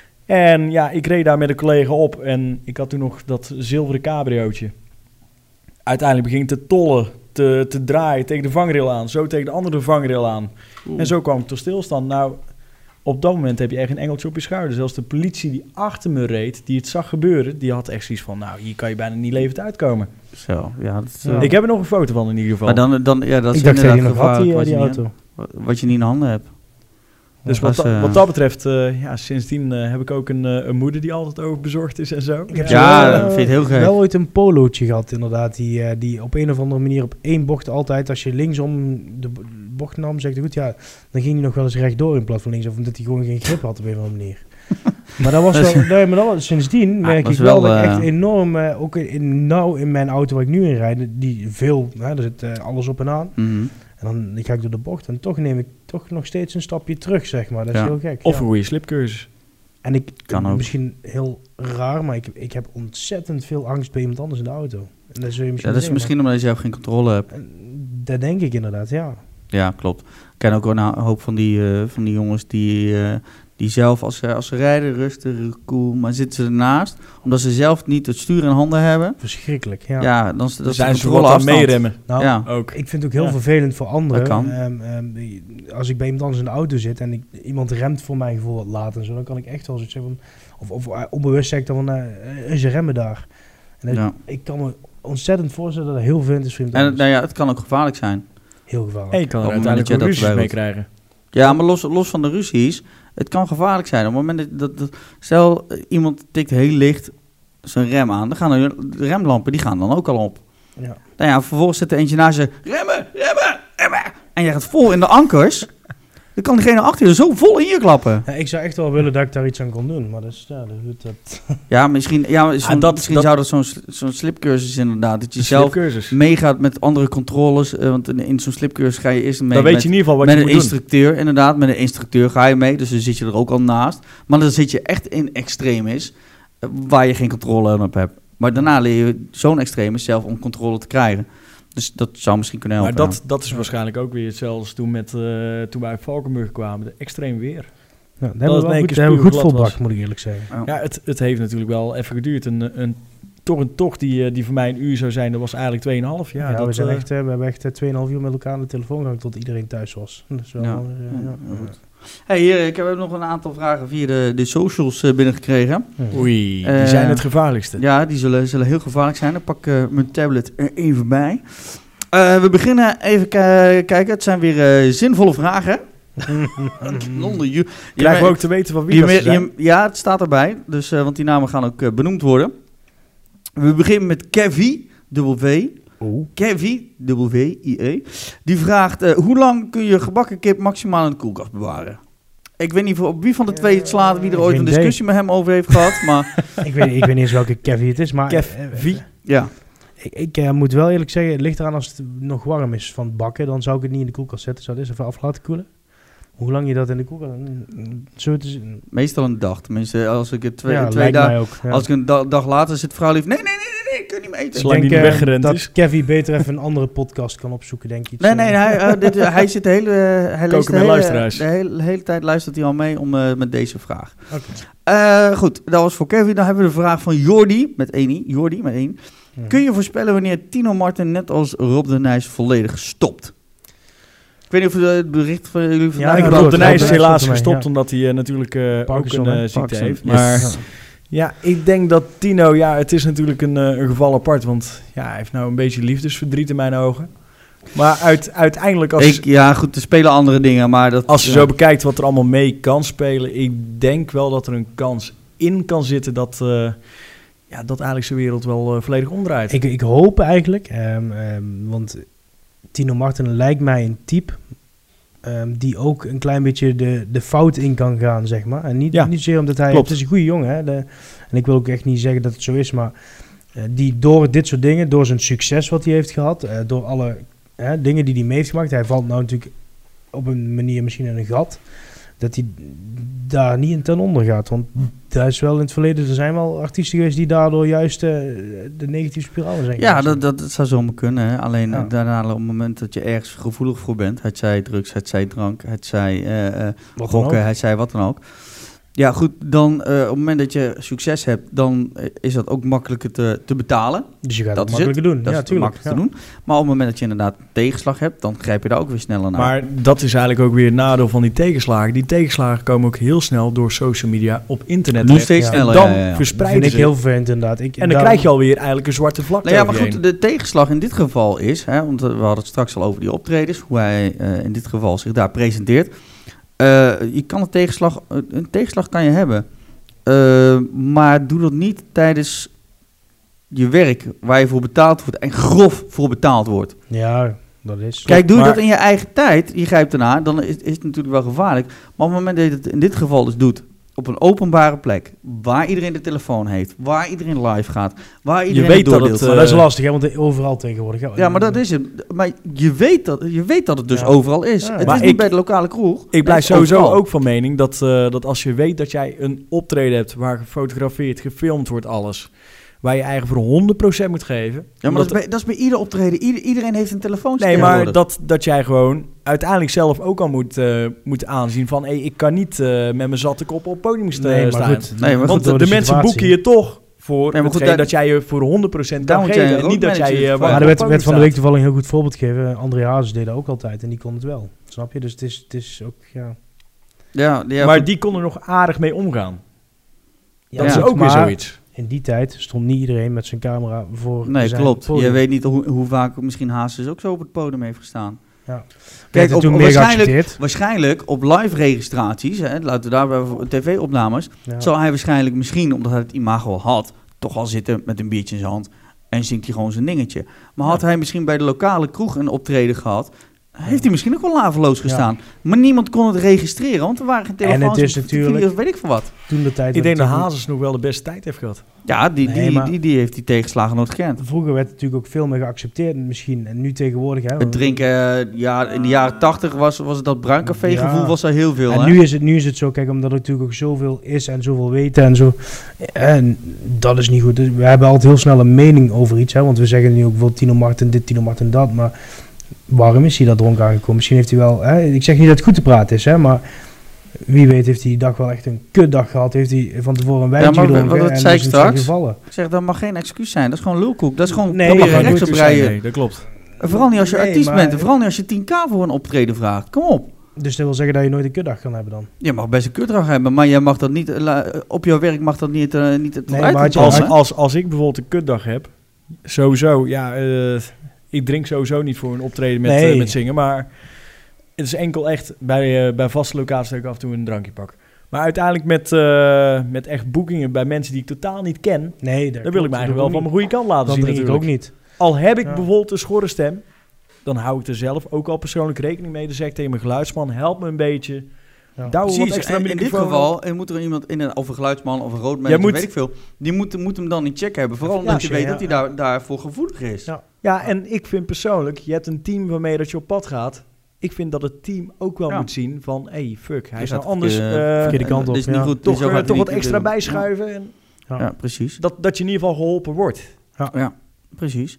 En ja, ik reed daar met een collega op en ik had toen nog dat zilveren cabriootje. Uiteindelijk beging ik te tollen, te, te draaien tegen de vangrail aan, zo tegen de andere vangrail aan. Oeh. En zo kwam ik tot stilstand. Nou, op dat moment heb je echt een engeltje op je schouder. Zelfs de politie die achter me reed, die het zag gebeuren, die had echt zoiets van, nou, hier kan je bijna niet levend uitkomen. Zo, ja. Dat is, Ja. uh, Ik heb er nog een foto van in ieder geval. maar dan, dan, ja, dat is Ik dacht dat je inderdaad nog had, die, gevaarlijk die wat, je auto. niet, wat je niet in handen hebt. dus dat wat, is, da- uh, wat dat betreft, uh, ja, sindsdien uh, heb ik ook een, uh, een moeder die altijd overbezorgd is en zo. Ik heb Ja, zo wel, dat eh, vind je heel gek. wel ooit een polootje gehad, inderdaad. Die, uh, die op een of andere manier op één bocht altijd, als je linksom de bo- bocht nam, zegt hij goed, ja, dan ging hij nog wel eens rechtdoor in plaats van linksaf, omdat hij gewoon geen grip had op een of andere manier. Maar dat was Dat is- wel, nee, maar dat was, sindsdien merk dat ik is wel, wel, dat ik echt eh, enorm, uh, ook in, nou in mijn auto waar ik nu in rijd, die veel, hè, daar zit uh, alles op en aan. Mhm. En dan ga ik door de bocht en toch neem ik toch nog steeds een stapje terug, zeg maar. Dat is Ja. heel gek. Of ja. een goede slipcursus. En ik, Kan ook. misschien heel raar, maar ik, ik heb ontzettend veel angst bij iemand anders in de auto. En dat zul je Ja, misschien dat is zeggen, misschien omdat je zelf geen controle hebt. maar- En dat denk ik inderdaad, ja. Ja, klopt. Ik ken ook wel een hoop van die, uh, van die jongens die, uh, Die zelf, als ze, als ze rijden, rustig, cool, maar zitten ze ernaast, omdat ze zelf niet het stuur in handen hebben. Verschrikkelijk, ja. Ja, dan, dan, dan Dan zijn is de ze controle wat aan afstand. meeremmen. Nou, Ja. Ook. ik vind het ook heel Ja. vervelend voor anderen. Dat kan. Ehm, ehm, als ik bij iemand anders in de auto zit en ik, iemand remt voor mijn gevoel wat laat en zo, dan kan ik echt wel zoiets zeggen van, of, of uh, onbewust zeg ik dan van, uh, ze remmen daar. En dat, Ja. ik kan me ontzettend voorstellen dat het heel vervelend is voor iemand En anders. nou ja, het kan ook gevaarlijk zijn. Heel gevaarlijk. En je kan er Op het moment uiteindelijk dat ook je dat ruzies mee erbij krijgen. Ja, maar los, los van de ruzies, het kan gevaarlijk zijn. Op het moment dat, dat, dat stel, eh, iemand tikt heel licht zijn rem aan, dan gaan er, de remlampen die gaan dan ook al op. Ja. Nou ja, vervolgens zit er eentje naast je, remmen, remmen, remmen. En je gaat vol in de ankers. Dan kan diegene achter je zo vol in je klappen. Ja, ik zou echt wel willen dat ik daar iets aan kon doen, maar dat is, ja, dat, dat, Ja, misschien, ja, zo'n- dat- misschien dat- zou dat zo'n, sl- zo'n slipcursus inderdaad, dat je Een zelf slipcursus. meegaat met andere controles. eh, want in, in zo'n slipcursus ga je eerst mee Dan weet met, je in ieder geval wat met je een moet doen. instructeur, inderdaad. Met een instructeur ga je mee, dus dan zit je er ook al naast. Maar dan zit je echt in extremis, eh, waar je geen controle op hebt. Maar daarna leer je zo'n extremis zelf om controle te krijgen. Dus dat zou misschien kunnen Maar helpen. dat, dat is waarschijnlijk ook weer hetzelfde als toen, met, uh, toen wij uit Valkenburg kwamen. De extreem weer. ja, dat het hebben we in wel één goed, keer dat hebben we goed spuugglad volbracht, was. moet ik eerlijk zeggen. Ja. Ja, het, het heeft natuurlijk wel even geduurd. Een, een, toch een tocht die, uh, die voor mij een uur zou zijn, dat was eigenlijk twee komma vijf. Ja, Ja, dat, we, zijn uh, echt, uh, we hebben echt uh, twee komma vijf uur met elkaar aan de telefoon gehangen tot iedereen thuis was. Dat is wel, Ja. uh, Ja, ja, ja, goed. Hey, hier, ik heb nog een aantal vragen via de, de socials uh, binnengekregen. ja. Oei, die Eh, zijn het gevaarlijkste. Ja, die zullen, zullen heel gevaarlijk zijn. Ik pak uh, mijn tablet er even bij. Uh, we beginnen even k- kijken. Het zijn weer uh, zinvolle vragen. Londen, je, Krijgen we ook te weten van wie je, dat ze je, zijn? je, ja, het staat erbij. Dus, uh, want die namen gaan ook uh, benoemd worden. We beginnen met Kevy, dubbel V. Oeh. Kevy, dubbel V, I E. Die vraagt, uh, hoe lang kun je gebakken kip maximaal in de koelkast bewaren? Ik weet niet op wie van de twee het slaat, wie er ooit Geen een idee. discussie met hem over heeft gehad. Maar ik, weet, ik weet niet eens welke Kevy het is, maar... Kev, eh, eh, wie? ja, Ik, ik eh, moet wel eerlijk zeggen, het ligt eraan als het nog warm is van het bakken, dan zou ik het niet in de koelkast zetten. Zou het eens even af laten koelen. Hoe lang je dat in de koelkast... mm, Zo het is, meestal een dag. Tenminste, als ik het twee, ja, twee lijkt dagen... mij ook. Ja. Als ik een da- dag later zit, vrouw lief, nee, nee, nee, nee, nee, kun je niet meer eten. Zolang ik die denk niet eh, weggerend dat is. Kevy beter even een andere podcast kan opzoeken, denk ik. Iets, Nee, nee, eh, hij, uh, dit, uh, hij zit de hele, uh, hij leest Koken de met hele, luisteraars. de hele, de hele tijd luistert hij al mee om, uh, met deze vraag. Oké. Uh, goed, dat was voor Kevin. Dan hebben we de vraag van Jordi, met één i. Jordi, met één. Ja. Kun je voorspellen wanneer Tino Martin net als Rob de Nijs volledig stopt? Ik weet niet of u het bericht van jullie vandaag... ik Ja, bedoel, Rob de het Nijs is Rob de Nijs helaas stopt ermee, gestopt ja. omdat hij uh, natuurlijk uh, ook Parkinson, een hè? uh, ziekte Parkinson, heeft. yes. Maar Ja. ja, ik denk dat Tino, ja, het is natuurlijk een, uh, een geval apart. Want ja, hij heeft nou een beetje liefdesverdriet in mijn ogen. Maar uit, uiteindelijk, als, Ik, ja, goed, er spelen andere dingen, maar dat... als je ja. zo bekijkt wat er allemaal mee kan spelen, ik denk wel dat er een kans in kan zitten dat, uh, ja, dat eigenlijk zijn wereld wel uh, volledig omdraait. Ik, ik hoop eigenlijk, um, um, want Tino Martin lijkt mij een type um, die ook een klein beetje de, de fout in kan gaan, zeg maar. En niet, Ja, niet zozeer omdat hij... klopt. Het is een goede jongen, hè. De, en ik wil ook echt niet zeggen dat het zo is, maar uh, die door dit soort dingen, door zijn succes wat hij heeft gehad, uh, door alle uh, dingen die hij mee heeft gemaakt, hij valt nou natuurlijk op een manier misschien in een gat, dat hij daar niet in ten onder gaat. Want daar is wel in het verleden, er zijn wel artiesten geweest die daardoor juist uh, de negatieve spiraal zijn. Ja, gegaan. dat, dat, dat zou zomaar kunnen. Hè. Alleen Ja. uh, daarna, op het moment dat je ergens gevoelig voor bent, het zij drugs, het zij drank, het zij uh, uh, Wat dan gokken, ook. het zij wat dan ook. Ja, goed, dan uh, op het moment dat je succes hebt, dan uh, is dat ook makkelijker te, te betalen. Dus je gaat Dat het is makkelijker doen. Dat ja, is tuurlijk. makkelijk te doen. Maar op het moment dat je inderdaad tegenslag hebt, dan grijp je daar ook weer sneller naar. Maar dat is eigenlijk ook weer het nadeel van die tegenslagen. Die tegenslagen komen ook heel snel door social media op internet. Doen terecht. steeds Ja. sneller. En dan ja, ja, ja. Dat verspreiden vind ik ze. heel vervelend inderdaad. Ik, En dan krijg je alweer eigenlijk een zwarte vlakte Nou ja, maar over je goed, heen. de tegenslag in dit geval is, hè, want uh, we hadden het straks al over die optredens, hoe hij uh, in dit geval zich daar presenteert. Uh, je kan een tegenslag, uh, een tegenslag kan je hebben, uh, maar doe dat niet tijdens je werk waar je voor betaald wordt en grof voor betaald wordt. Ja, dat is... Kijk, doe je maar- dat in je eigen tijd, je grijpt ernaar, dan is, is het natuurlijk wel gevaarlijk. Maar op het moment dat je het in dit geval dus doet, op een openbare plek, waar iedereen de telefoon heeft, waar iedereen live gaat, waar iedereen weet het dat doordeelt. het, Maar uh, dat is lastig, hè, want overal tegenwoordig. Ja, maar dat is het. Maar je weet dat, je weet dat het dus Ja. overal is. Ja. Het Maar is niet ik- bij de lokale kroeg. Ik blijf Het is sowieso overal. ook van mening dat, uh, dat als je weet dat jij een optreden hebt waar gefotografeerd, gefilmd wordt, alles. waar je eigen voor honderd procent moet geven. Ja, maar dat is, bij, dat is bij ieder optreden. Ieder, iedereen heeft een telefoontje. Nee, maar dat, dat jij gewoon uiteindelijk zelf ook al moet, uh, moet aanzien van... Hey, ik kan niet uh, met mijn zatte kop op het podium sta- nee, staan. Goed, nee, maar Want goed, de, de mensen boeken je toch voor nee, goed, dat, dat jij je voor honderd procent kan geven. En niet dat jij... Uh, maar er werd, werd van de week toevallig een heel goed voorbeeld gegeven. André Hazes deed dat ook altijd en die kon het wel. Snap je? Dus het is, het is ook... Ja. Ja, ja, maar goed. die kon er nog aardig mee omgaan. Ja, dat ja, is ook weer zoiets. In die tijd stond niet iedereen met zijn camera voor nee, zijn klopt. podium. Je weet niet hoe, hoe vaak misschien Hazes ook zo op het podium heeft gestaan. Ja. Kijk, op, op waarschijnlijk, waarschijnlijk op live registraties, hè, laten we daar bij tv-opnames, ja. zal hij waarschijnlijk misschien, omdat hij het imago al had, toch al zitten met een biertje in zijn hand en zingt hij gewoon zijn dingetje. Maar had ja. hij misschien bij de lokale kroeg een optreden gehad, heeft hij misschien ook wel laveloos gestaan. Ja. Maar niemand kon het registreren, want er waren geen telefoons. En het is natuurlijk... Video's, weet ik veel wat. Toen de tijd ik denk dat Hazes nog wel de beste tijd heeft gehad. Ja, die, nee, die, die, die heeft die tegenslagen nooit gekend. Vroeger werd het natuurlijk ook veel meer geaccepteerd misschien. En nu tegenwoordig... Hè, het drinken, ja, in de jaren tachtig was, was het dat bruincafé-gevoel ja. was er heel veel. En hè? Nu, is het, nu is het zo, kijk, omdat er natuurlijk ook zoveel is en zoveel weten en zo. En dat is niet goed. Dus we hebben altijd heel snel een mening over iets. Hè, want we zeggen nu ook wel Tino Martin dit, Tino Martin dat. Maar waarom is hij dat dronken aangekomen? Misschien heeft hij wel... Hè, ik zeg niet dat het goed te praten is, hè, maar... Wie weet heeft hij die dag wel echt een kutdag gehad. Heeft hij van tevoren een wijntje ja, gedronken dat en zei is ik straks. gevallen. Ik zeg, dat mag geen excuus zijn. Dat is gewoon lulkoek. Dat is gewoon nee, proberen rechts op rijden. Nee, dat klopt. Vooral niet als je nee, artiest maar, bent. En vooral niet als je tien k voor een optreden vraagt. Kom op. Dus dat wil zeggen dat je nooit een kutdag kan hebben dan? Je mag best een kutdag hebben, maar je mag dat niet, uh, op jouw werk mag dat niet, uh, niet het nee, uit als, als, als ik bijvoorbeeld een kutdag heb, sowieso, ja, uh, ik drink sowieso niet voor een optreden met, nee. uh, met zingen, maar het is enkel echt bij, uh, bij vaste locaties dat ik af en toe een drankje pak. Maar uiteindelijk met, uh, met echt boekingen bij mensen die ik totaal niet ken, nee, dan wil ik me eigenlijk wel van mijn goede kant laten dat zien. Dat drink ik ook niet. Al heb ik ja. bijvoorbeeld een schorre stem, dan hou ik er zelf ook al persoonlijk rekening mee. Dan zeg ik tegen mijn geluidsman, help me een beetje. Ja. Douwe wat extra en in dit geval en moet er iemand in een, of een geluidsman of een roadmanager, moet, weet ik veel, die moet, moet hem dan in check hebben. Vooral omdat ja, je weet ja, dat hij ja. daar, daarvoor gevoelig is. Ja. ja, en ik vind persoonlijk, je hebt een team waarmee dat je op pad gaat. Ik vind dat het team ook wel ja. moet zien van, hey, fuck, hij is nou anders. Uh, verkeerde kant op. Is niet ja. goed, toch uh, toch wat niet extra bijschuiven. Ja. En ja. ja, precies. Dat, dat je in ieder geval geholpen wordt. Ja, ja precies.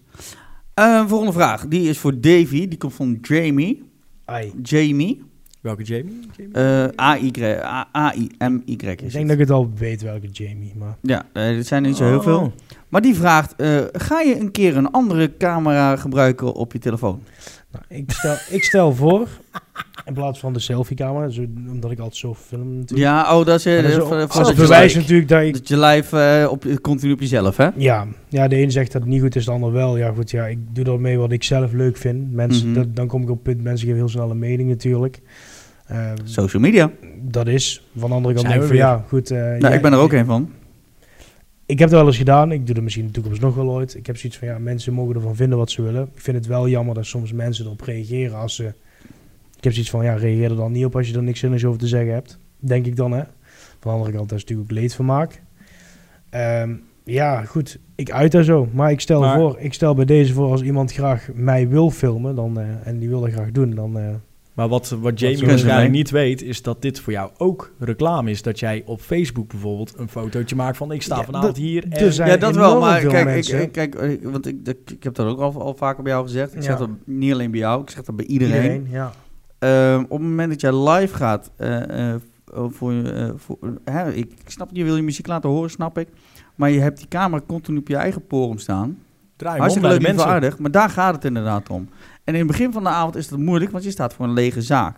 Uh, volgende vraag, die is voor Davy, die komt van Jamie. Ai. Jamie. Welke Jamie? Jamie? Uh, A I M Y is Ik denk het. dat ik het al weet welke Jamie, maar... Ja, uh, er zijn er niet zo heel oh. veel. Maar die vraagt, uh, ga je een keer een andere camera gebruiken op je telefoon? Nou, ik, stel, ik stel voor, in plaats van de selfie-camera, zo, omdat ik altijd zo film natuurlijk. Ja, oh, dat is... Uh, dat is als bewijs natuurlijk dat ik... Dat je live uh, op, continu op jezelf, hè? Ja, ja, de een zegt dat het niet goed is, de ander wel. Ja, goed, ja, ik doe dat mee wat ik zelf leuk vind. Mensen, mm-hmm. dat, dan kom ik op het punt, mensen geven heel snel een mening natuurlijk. Uh, Social media. Dat is. Van de andere kant denk ik van, ja, goed. Uh, nou, ja, ik ben er ook een van. Ik heb het wel eens gedaan. Ik doe het misschien in de toekomst nog wel ooit. Ik heb zoiets van, ja, mensen mogen ervan vinden wat ze willen. Ik vind het wel jammer dat soms mensen erop reageren als ze... Ik heb zoiets van, ja, reageer er dan niet op als je er niks zinnigs over te zeggen hebt. Denk ik dan, hè. Van de andere kant, dat is natuurlijk ook leedvermaak. Um, ja, goed. Ik uit daar zo. Maar ik stel maar, voor, ik stel bij deze voor, als iemand graag mij wil filmen dan, uh, en die wil dat graag doen, dan... Uh, Maar wat, wat Jamie waarschijnlijk niet weet, is dat dit voor jou ook reclame is. Dat jij op Facebook bijvoorbeeld een fotootje maakt van ik sta ja, vanavond hier. En dus ja, dat wel. Maar kijk, ik, kijk, want ik, ik, ik heb dat ook al, al vaker bij jou gezegd. Ik ja. zeg dat niet alleen bij jou, ik zeg dat bij iedereen. iedereen ja. uh, op het moment dat jij live gaat, uh, uh, voor, uh, voor, hè, ik, ik snap, je wil je muziek laten horen, snap ik. Maar je hebt die camera continu op je eigen porum staan. Draai hartstikke leuk en aardig, maar daar gaat het inderdaad om. En in het begin van de avond is het moeilijk, want je staat voor een lege zaak.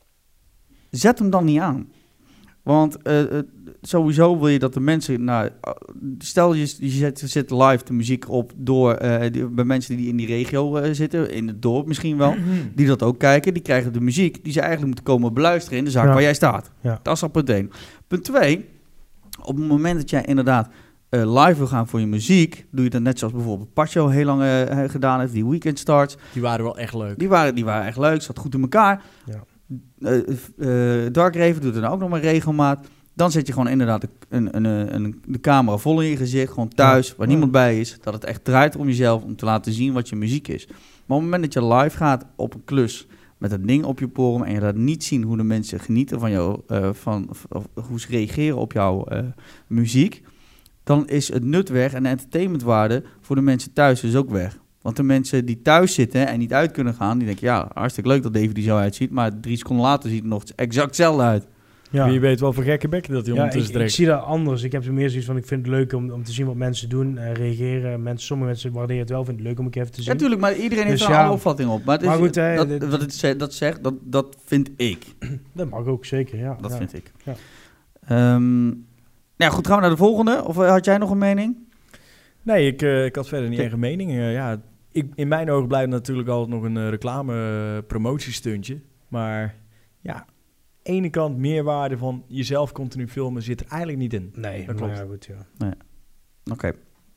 Zet hem dan niet aan. Want uh, uh, sowieso wil je dat de mensen... Nou, stel je, je zet, zet live de muziek op door uh, die, bij mensen die in die regio uh, zitten, in het dorp misschien wel, mm-hmm. die dat ook kijken, die krijgen de muziek die ze eigenlijk moeten komen beluisteren in de zaak ja. waar jij staat. Ja. Dat is al punt één. Punt twee, op het moment dat jij inderdaad Uh, live wil gaan voor je muziek, doe je dat net zoals bijvoorbeeld Pacho heel lang uh, gedaan heeft, die Weekend Starts. Die waren wel echt leuk. Die waren, die waren echt leuk, zat goed in elkaar. Ja. Uh, uh, Dark Raven doet er dan ook nog maar regelmaat. Dan zet je gewoon inderdaad een, een, een, een, de camera vol in je gezicht, gewoon thuis, ja. waar ja. niemand bij is. Dat het echt draait om jezelf, om te laten zien wat je muziek is. Maar op het moment dat je live gaat op een klus met dat ding op je porum en je laat niet zien hoe de mensen genieten van jou, uh, van, of, of hoe ze reageren op jouw uh, muziek, dan is het nut weg en de entertainmentwaarde voor de mensen thuis is ook weg. Want de mensen die thuis zitten en niet uit kunnen gaan, die denken, ja, hartstikke leuk dat Davy er zo uitziet, maar drie seconden later ziet het nog exact hetzelfde uit. Ja. Wie weet wel voor gekke bekken dat hij Ja, ik, ondertussen ik trekt. zie dat anders. Ik heb er meer zoiets van, ik vind het leuk om, om te zien wat mensen doen, uh, reageren. Mensen, sommige mensen waarderen het wel, vinden het leuk om een keer even te zien. Ja, natuurlijk, maar iedereen heeft Dus er een ja. andere opvatting op. Maar, het is, Maar goed, hè, dat, dit- wat het zegt, dat zegt, dat, dat vind ik. Dat mag ook zeker, ja. Dat ja. vind ik. Ja. Ehm, ja, goed, gaan we naar de volgende. Of uh, had jij nog een mening? Nee, ik, uh, ik had verder niet Oké. echt een mening. Uh, ja, ik, in mijn ogen blijft natuurlijk altijd nog een uh, reclame-promotiestuntje. Maar ja, ene kant meerwaarde van jezelf continu filmen zit er eigenlijk niet in. Nee, Dat klopt. maar ja, goed, ja. Oké. Okay.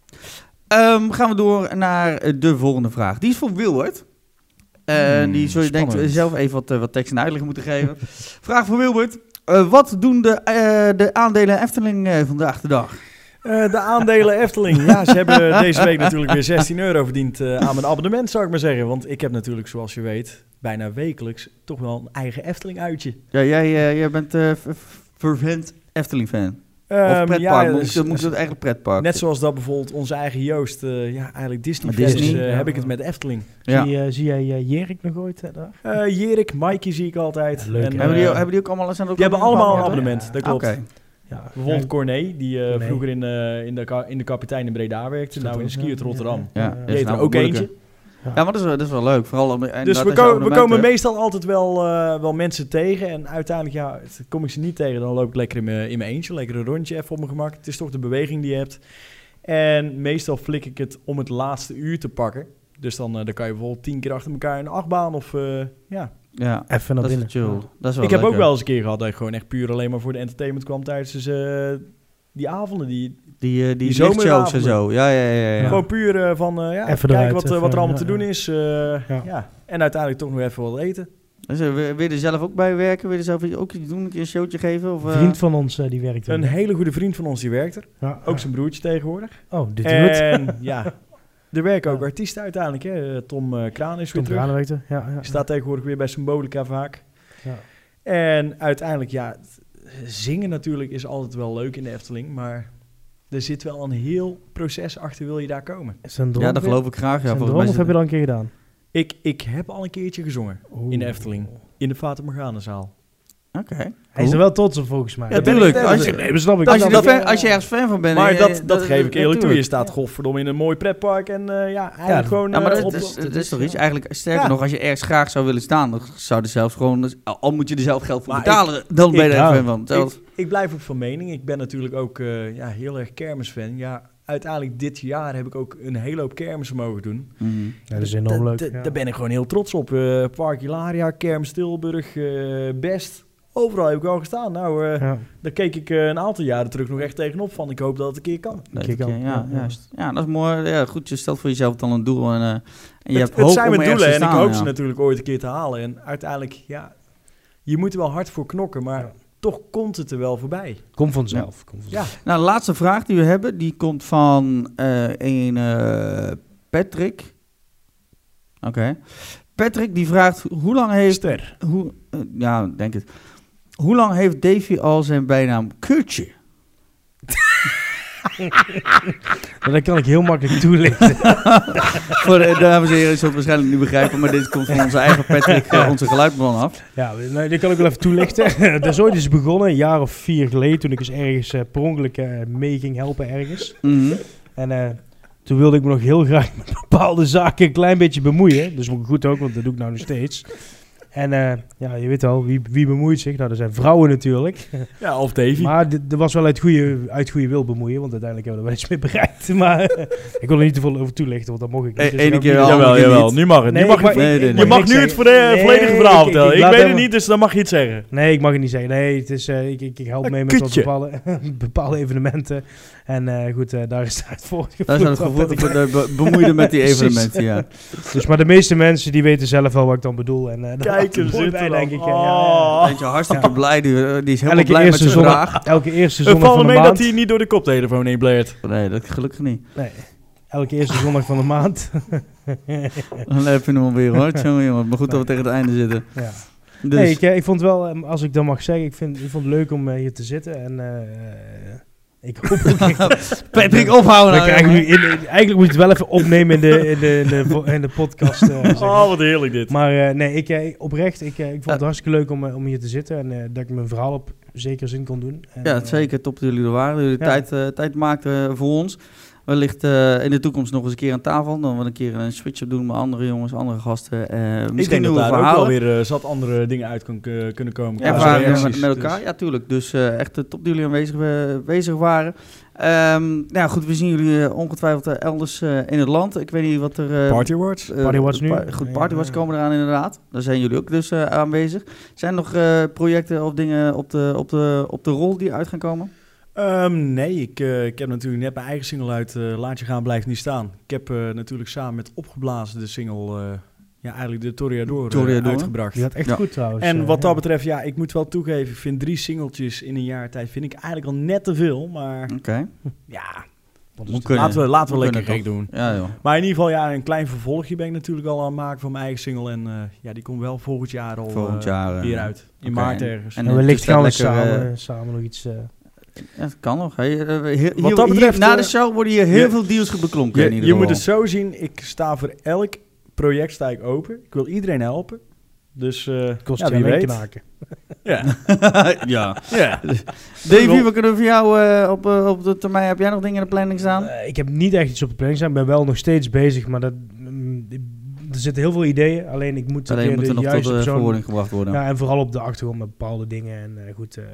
Um, gaan we door naar uh, de volgende vraag. Die is voor Wilbert. Uh, Hmm, die zul je denk spannend. zelf even wat, uh, wat tekst en uitleg moeten geven. Vraag voor Wilbert. Uh, wat doen de, uh, de aandelen Efteling uh, vandaag de dag? Uh, de aandelen Efteling. Ja, ze hebben deze week natuurlijk weer zestien euro verdiend uh, aan mijn abonnement, zou ik maar zeggen. Want ik heb natuurlijk, zoals je weet, bijna wekelijks toch wel een eigen Efteling-uitje. Ja, jij, uh, jij bent uh, fervent Efteling-fan. Um, Of pretpark, ja, moet, dus- moet, moet het eigenlijk pretpark. Net zoals dat bijvoorbeeld onze eigen Joost, uh, ja, eigenlijk Disney, Disney, Disney uh, ja. heb ik het met Efteling. Ja. Zie, uh, zie jij uh, Jerik nog ooit uh, daar? Uh, Jerik, Mikey zie ik altijd. Ja, leuk, En, hè? hebben, die, uh, hebben die ook allemaal... Zijn er ook die hebben allemaal een abonnement, Ja. dat klopt. Oké. Ja, Bijvoorbeeld Corné, die uh, Corné. vroeger in, uh, in, de ka- in de kapitein in Breda werkte, Is dat nou in de ook, ski uit ja? Rotterdam. Ja. Ja, Ja. Die heeft er nou ook moeilijker. eentje. Ja, maar dat is, wel- dat is wel leuk. Vooral, om- en Dus dat we, als je ko- we abonnementen- komen meestal altijd wel, uh, wel mensen tegen. En uiteindelijk, ja, het- kom ik ze niet tegen, dan loop ik lekker in mijn, in mijn eentje. Lekker een rondje even op mijn gemak. Het is toch de beweging die je hebt. En meestal flik ik het om het laatste uur te pakken. Dus dan, uh, dan kan je bijvoorbeeld tien keer achter elkaar in een achtbaan of uh, ja. Ja, Even naar dat is binnen. chill. Dat is wel Ik heb leuk, ook ja. wel eens een keer gehad dat ik gewoon echt puur alleen maar voor de entertainment kwam tijdens dus, uh, die avonden. Die, Die, uh, die, die lichtshows en zomeravonden. zo. Ja, ja, ja. ja, ja. Gewoon puur uh, van, uh, ja, Even kijken eruit, wat, uh, even, wat er allemaal ja, te doen ja. is. Uh, ja. Ja. En uiteindelijk toch nog even wat eten. Dus, uh, wil wil je er zelf ook bij werken? Wil je er zelf ook iets doen? Een keer een showtje geven? Of, Een uh, vriend van ons uh, die werkt er. Een hele goede vriend van ons die werkt er. Ja, Ook ja. zijn broertje tegenwoordig. Oh, dit is goed. En ja, er werken ook Ja. artiesten uiteindelijk. Hè. Tom uh, Kraan is weer Tom terug. Kraan werkt er. Ja, ja, Die staat tegenwoordig weer bij Symbolica vaak. ja. En uiteindelijk, ja, t- zingen natuurlijk is altijd wel leuk in de Efteling. Maar er zit wel een heel proces achter, wil je daar komen. Is het een droom? Ja, dat weer? geloof ik graag. Is Ja, het een volgens droom mij of zit- heb je dat een keer gedaan? Ik, ik heb al een keertje gezongen in de Efteling. In de Fata Morgana-zaal. Oké. Hij is er wel trots op volgens mij. Ja, Dat ben tuurlijk. ik- Als je- nee, dat snap ik. Als je, Dat er snap ik. fan- als je ergens fan van bent... Maar eh, dat, dat geef ik ja, eerlijk toe. Je tuurlijk. staat godverdomme in een mooi pretpark. En uh, ja, eigenlijk Ja, gewoon... Ja, maar uh, dat, op- is, op- dat is toch ja. iets? Eigenlijk, sterker Ja. nog, als je ergens graag zou willen staan, dan zou je zelfs gewoon... Al moet je er zelf geld voor Maar betalen, dan ben je ik- er ja. fan van. Zelfs- Ik, ik blijf ook van mening. Ik ben natuurlijk ook uh, ja, heel erg kermisfan. Ja, uiteindelijk dit jaar heb ik ook een hele hoop kermissen mogen doen. Mhm. Ja, dat is enorm Da- leuk. da- ja. Daar ben ik gewoon heel trots op. Uh, Park Hilaria, Kermis Tilburg, uh, Best. Overal heb ik al gestaan. Nou, uh, Ja. daar keek ik uh, een aantal jaren terug nog echt tegenop van. Ik hoop dat het een keer kan. Nee, Kijk oké, aan. ja, Ja, ja. juist. Ja, dat is mooi. Ja, goed, je stelt voor jezelf dan een doel en, uh, en je het hebt het hoop zijn om mijn ergens doelen te en ik staan, hoop ja. ze natuurlijk ooit een keer te halen. En uiteindelijk, ja, je moet er wel hard voor knokken. Maar Ja. toch komt het er wel voorbij. Kom vanzelf. Kom Ja. vanzelf. Nou, de laatste vraag die we hebben, die komt van uh, een uh, Patrick. Oké. Okay. Patrick die vraagt, hoe lang heeft... Ster. Hoe, uh, ja, denk het. Hoe lang heeft Davy al zijn bijnaam Kutje? Dat kan ik heel makkelijk toelichten. Voor de dames en heren, je zult het waarschijnlijk niet begrijpen, maar dit komt van onze eigen Patrick, uh, onze geluidsman af. Ja, nee, dit kan ik wel even toelichten. Dat is ooit eens begonnen, een jaar of vier geleden, toen ik eens ergens uh, per ongeluk uh, mee ging helpen ergens. Mm-hmm. En uh, toen wilde ik me nog heel graag met bepaalde zaken een klein beetje bemoeien. Dus goed ook, want dat doe ik nou nog steeds. En uh, ja, je weet al, wie, wie bemoeit zich? Nou, dat zijn vrouwen natuurlijk. Ja, of Davy. Maar er was wel uit goede, uit goede wil bemoeien, want uiteindelijk hebben we er wel iets mee bereikt. Maar uh, ik wil er niet te veel over toelichten, want dat mocht ik niet. E- Dus ene ik heb keer niet- wel, Jawel, andere keer jawel. niet. Nu mag het. Nee, nu mag ik mag- je, nee, nee, je nee. mag ik nu zeg- het voor de nee, volledige ik- verhaal ik- vertellen. ik Ik, laat weet het hem- niet, dus dan mag je het zeggen. Nee, ik mag het niet zeggen. Nee, het is, uh, ik, ik, ik help Een mee met wat kutje. bepaalde, bepaalde evenementen. En uh, goed, uh, daar is het uit voortgevloeid. Dat is het gevoel voor de be- bemoeide met die Precies. evenementen, ja. Dus, maar de meeste mensen die weten zelf wel wat ik dan bedoel. En, uh, daar Kijk hem hoort mooi zitten bij, dan. denk ik. Ja, ja, ja. Eentje hartstikke blij, die, die is helemaal Elke blij met eerste, zijn zondag, vraag. elke eerste Het zondag valt van me de mee dat maand. hij niet door de koptelefoon heen bleert. Nee, dat gelukkig niet. Nee, elke eerste zondag van de maand. Dan heb je hem alweer hoor, jongen, jongen. Maar goed dat we tegen het einde zitten. Ja. Dus, Nee, ik, uh, ik vond wel, um, als ik dat mag zeggen, ik, vind, ik vond het leuk om uh, hier te zitten. En uh, Ik hoop ook echt. Patrick, ophouden. We nou, krijgen nu jongen. in, in- eigenlijk moet je het wel even opnemen in de, in de, in de, vo- in de podcast. eh, zeg maar. Oh, wat heerlijk dit. Maar eh, nee, ik, eh, oprecht, ik, eh, ik vond het Ja. hartstikke leuk om, eh, om hier te zitten. En eh, dat ik mijn verhaal op zeker zin kon doen. En, Ja, eh, zeker. Top dat jullie er waren. Dat jullie Ja. tijd, eh, tijd maakten voor ons. Wellicht eh, in de toekomst nog eens een keer aan tafel. Dan we een keer een switch-up doen met andere jongens, andere gasten. Eh, Ik misschien denk dat nieuwe daar ook verhalen. wel weer uh, zat andere dingen uit kan, uh, kunnen komen. qua Ervaringen reacties. met, met elkaar, Dus- ja, tuurlijk. Dus uh, echt uh, top dat jullie aanwezig uh, bezig waren. Um, nou goed, we zien jullie uh, ongetwijfeld uh, elders uh, in het land. Ik weet niet wat er... Uh, Party Awards? Uh, Party Awards nu. Pa- goed, Party Awards Ja, ja. komen eraan inderdaad. Daar zijn jullie ook dus uh, aanwezig. Zijn er nog uh, projecten of dingen op de, op, de, op de rol die uit gaan komen? Um, nee, ik, uh, ik heb natuurlijk net mijn eigen single uit uh, Laat je gaan, blijft niet staan. Ik heb uh, natuurlijk samen met Opgeblazen de single, uh, ja eigenlijk de Toreador, uh, Toreador. uitgebracht. Die gaat echt Ja. goed trouwens. En eh, wat dat ja. betreft, ja, ik moet wel toegeven, ik vind drie singeltjes in een jaar tijd vind ik eigenlijk al net te veel. Maar Oké. Okay. ja, Wat is Moet het? kunnen. laten we, laten we Moet lekker kunnen, gek doen. Ja, joh. Maar in ieder geval, ja, een klein vervolgje ben ik natuurlijk al aan het maken van mijn eigen single. En uh, ja, die komt wel volgend jaar al Volgend uh, jaar, uh, weer uit. In oké, maart en- ergens. en- En wellicht dus dat gaan we lekker, samen, eh, samen nog iets... eh, Ja, dat kan nog. Hey, uh, hier, Wat dat hier- betreft, na de uh, show worden hier heel je- veel deals beklonken. in Je, ieder je geval. moet het zo zien, ik sta voor elk project sta ik open. Ik wil iedereen helpen. Dus uh, kost ja, je wie een weet. weekje maken. Ja. ja. ja. Davy, we kunnen voor jou uh, op, uh, op de termijn. Heb jij nog dingen in de planning staan? Eh, ik heb niet echt iets op de planning staan. Ik ben wel nog steeds bezig, maar dat, mm, er zitten heel veel ideeën. Alleen ik moet een Alleen keer moet er de nog tot juiste de persoon... verwoording gebracht worden. Ja, en vooral op de achtergrond met bepaalde dingen. En uh, goed, uh,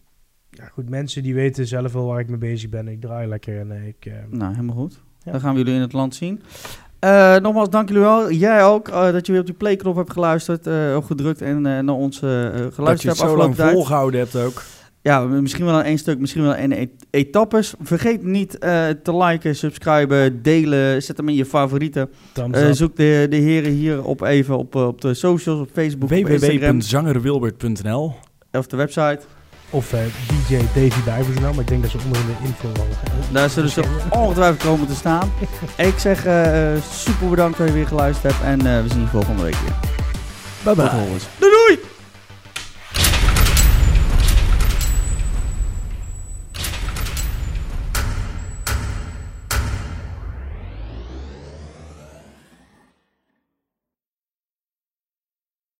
ja, goed, mensen die weten zelf wel waar ik mee bezig ben. Ik draai lekker en uh, ik... Uh, Nou, helemaal goed. Ja. Dan gaan we jullie in het land zien. Uh, nogmaals, dank jullie wel. Jij ook, uh, dat je weer op die playknop hebt geluisterd, uh, of gedrukt en uh, naar ons uh, geluisterd Dat je hebt het zo lang afgelopen tijd. volgehouden hebt ook. Ja, misschien wel aan één stuk, misschien wel in et- etappes. Vergeet niet uh, te liken, subscriben, delen, zet hem in je favorieten. thumbs Uh, up. zoek de, de heren hier op even op, uh, op de socials, op Facebook, w op w w Instagram punt zangerwilbert punt n l of de website. Of uh, D J Davy Bijvergenaam, maar ik denk dat ze onder in de info wel... Uh, Daar zullen ze ongetwijfeld komen te staan. Ik zeg uh, super bedankt dat je weer geluisterd hebt en uh, we zien je volgende week weer. Bye bye. Tot horens. Doei doei!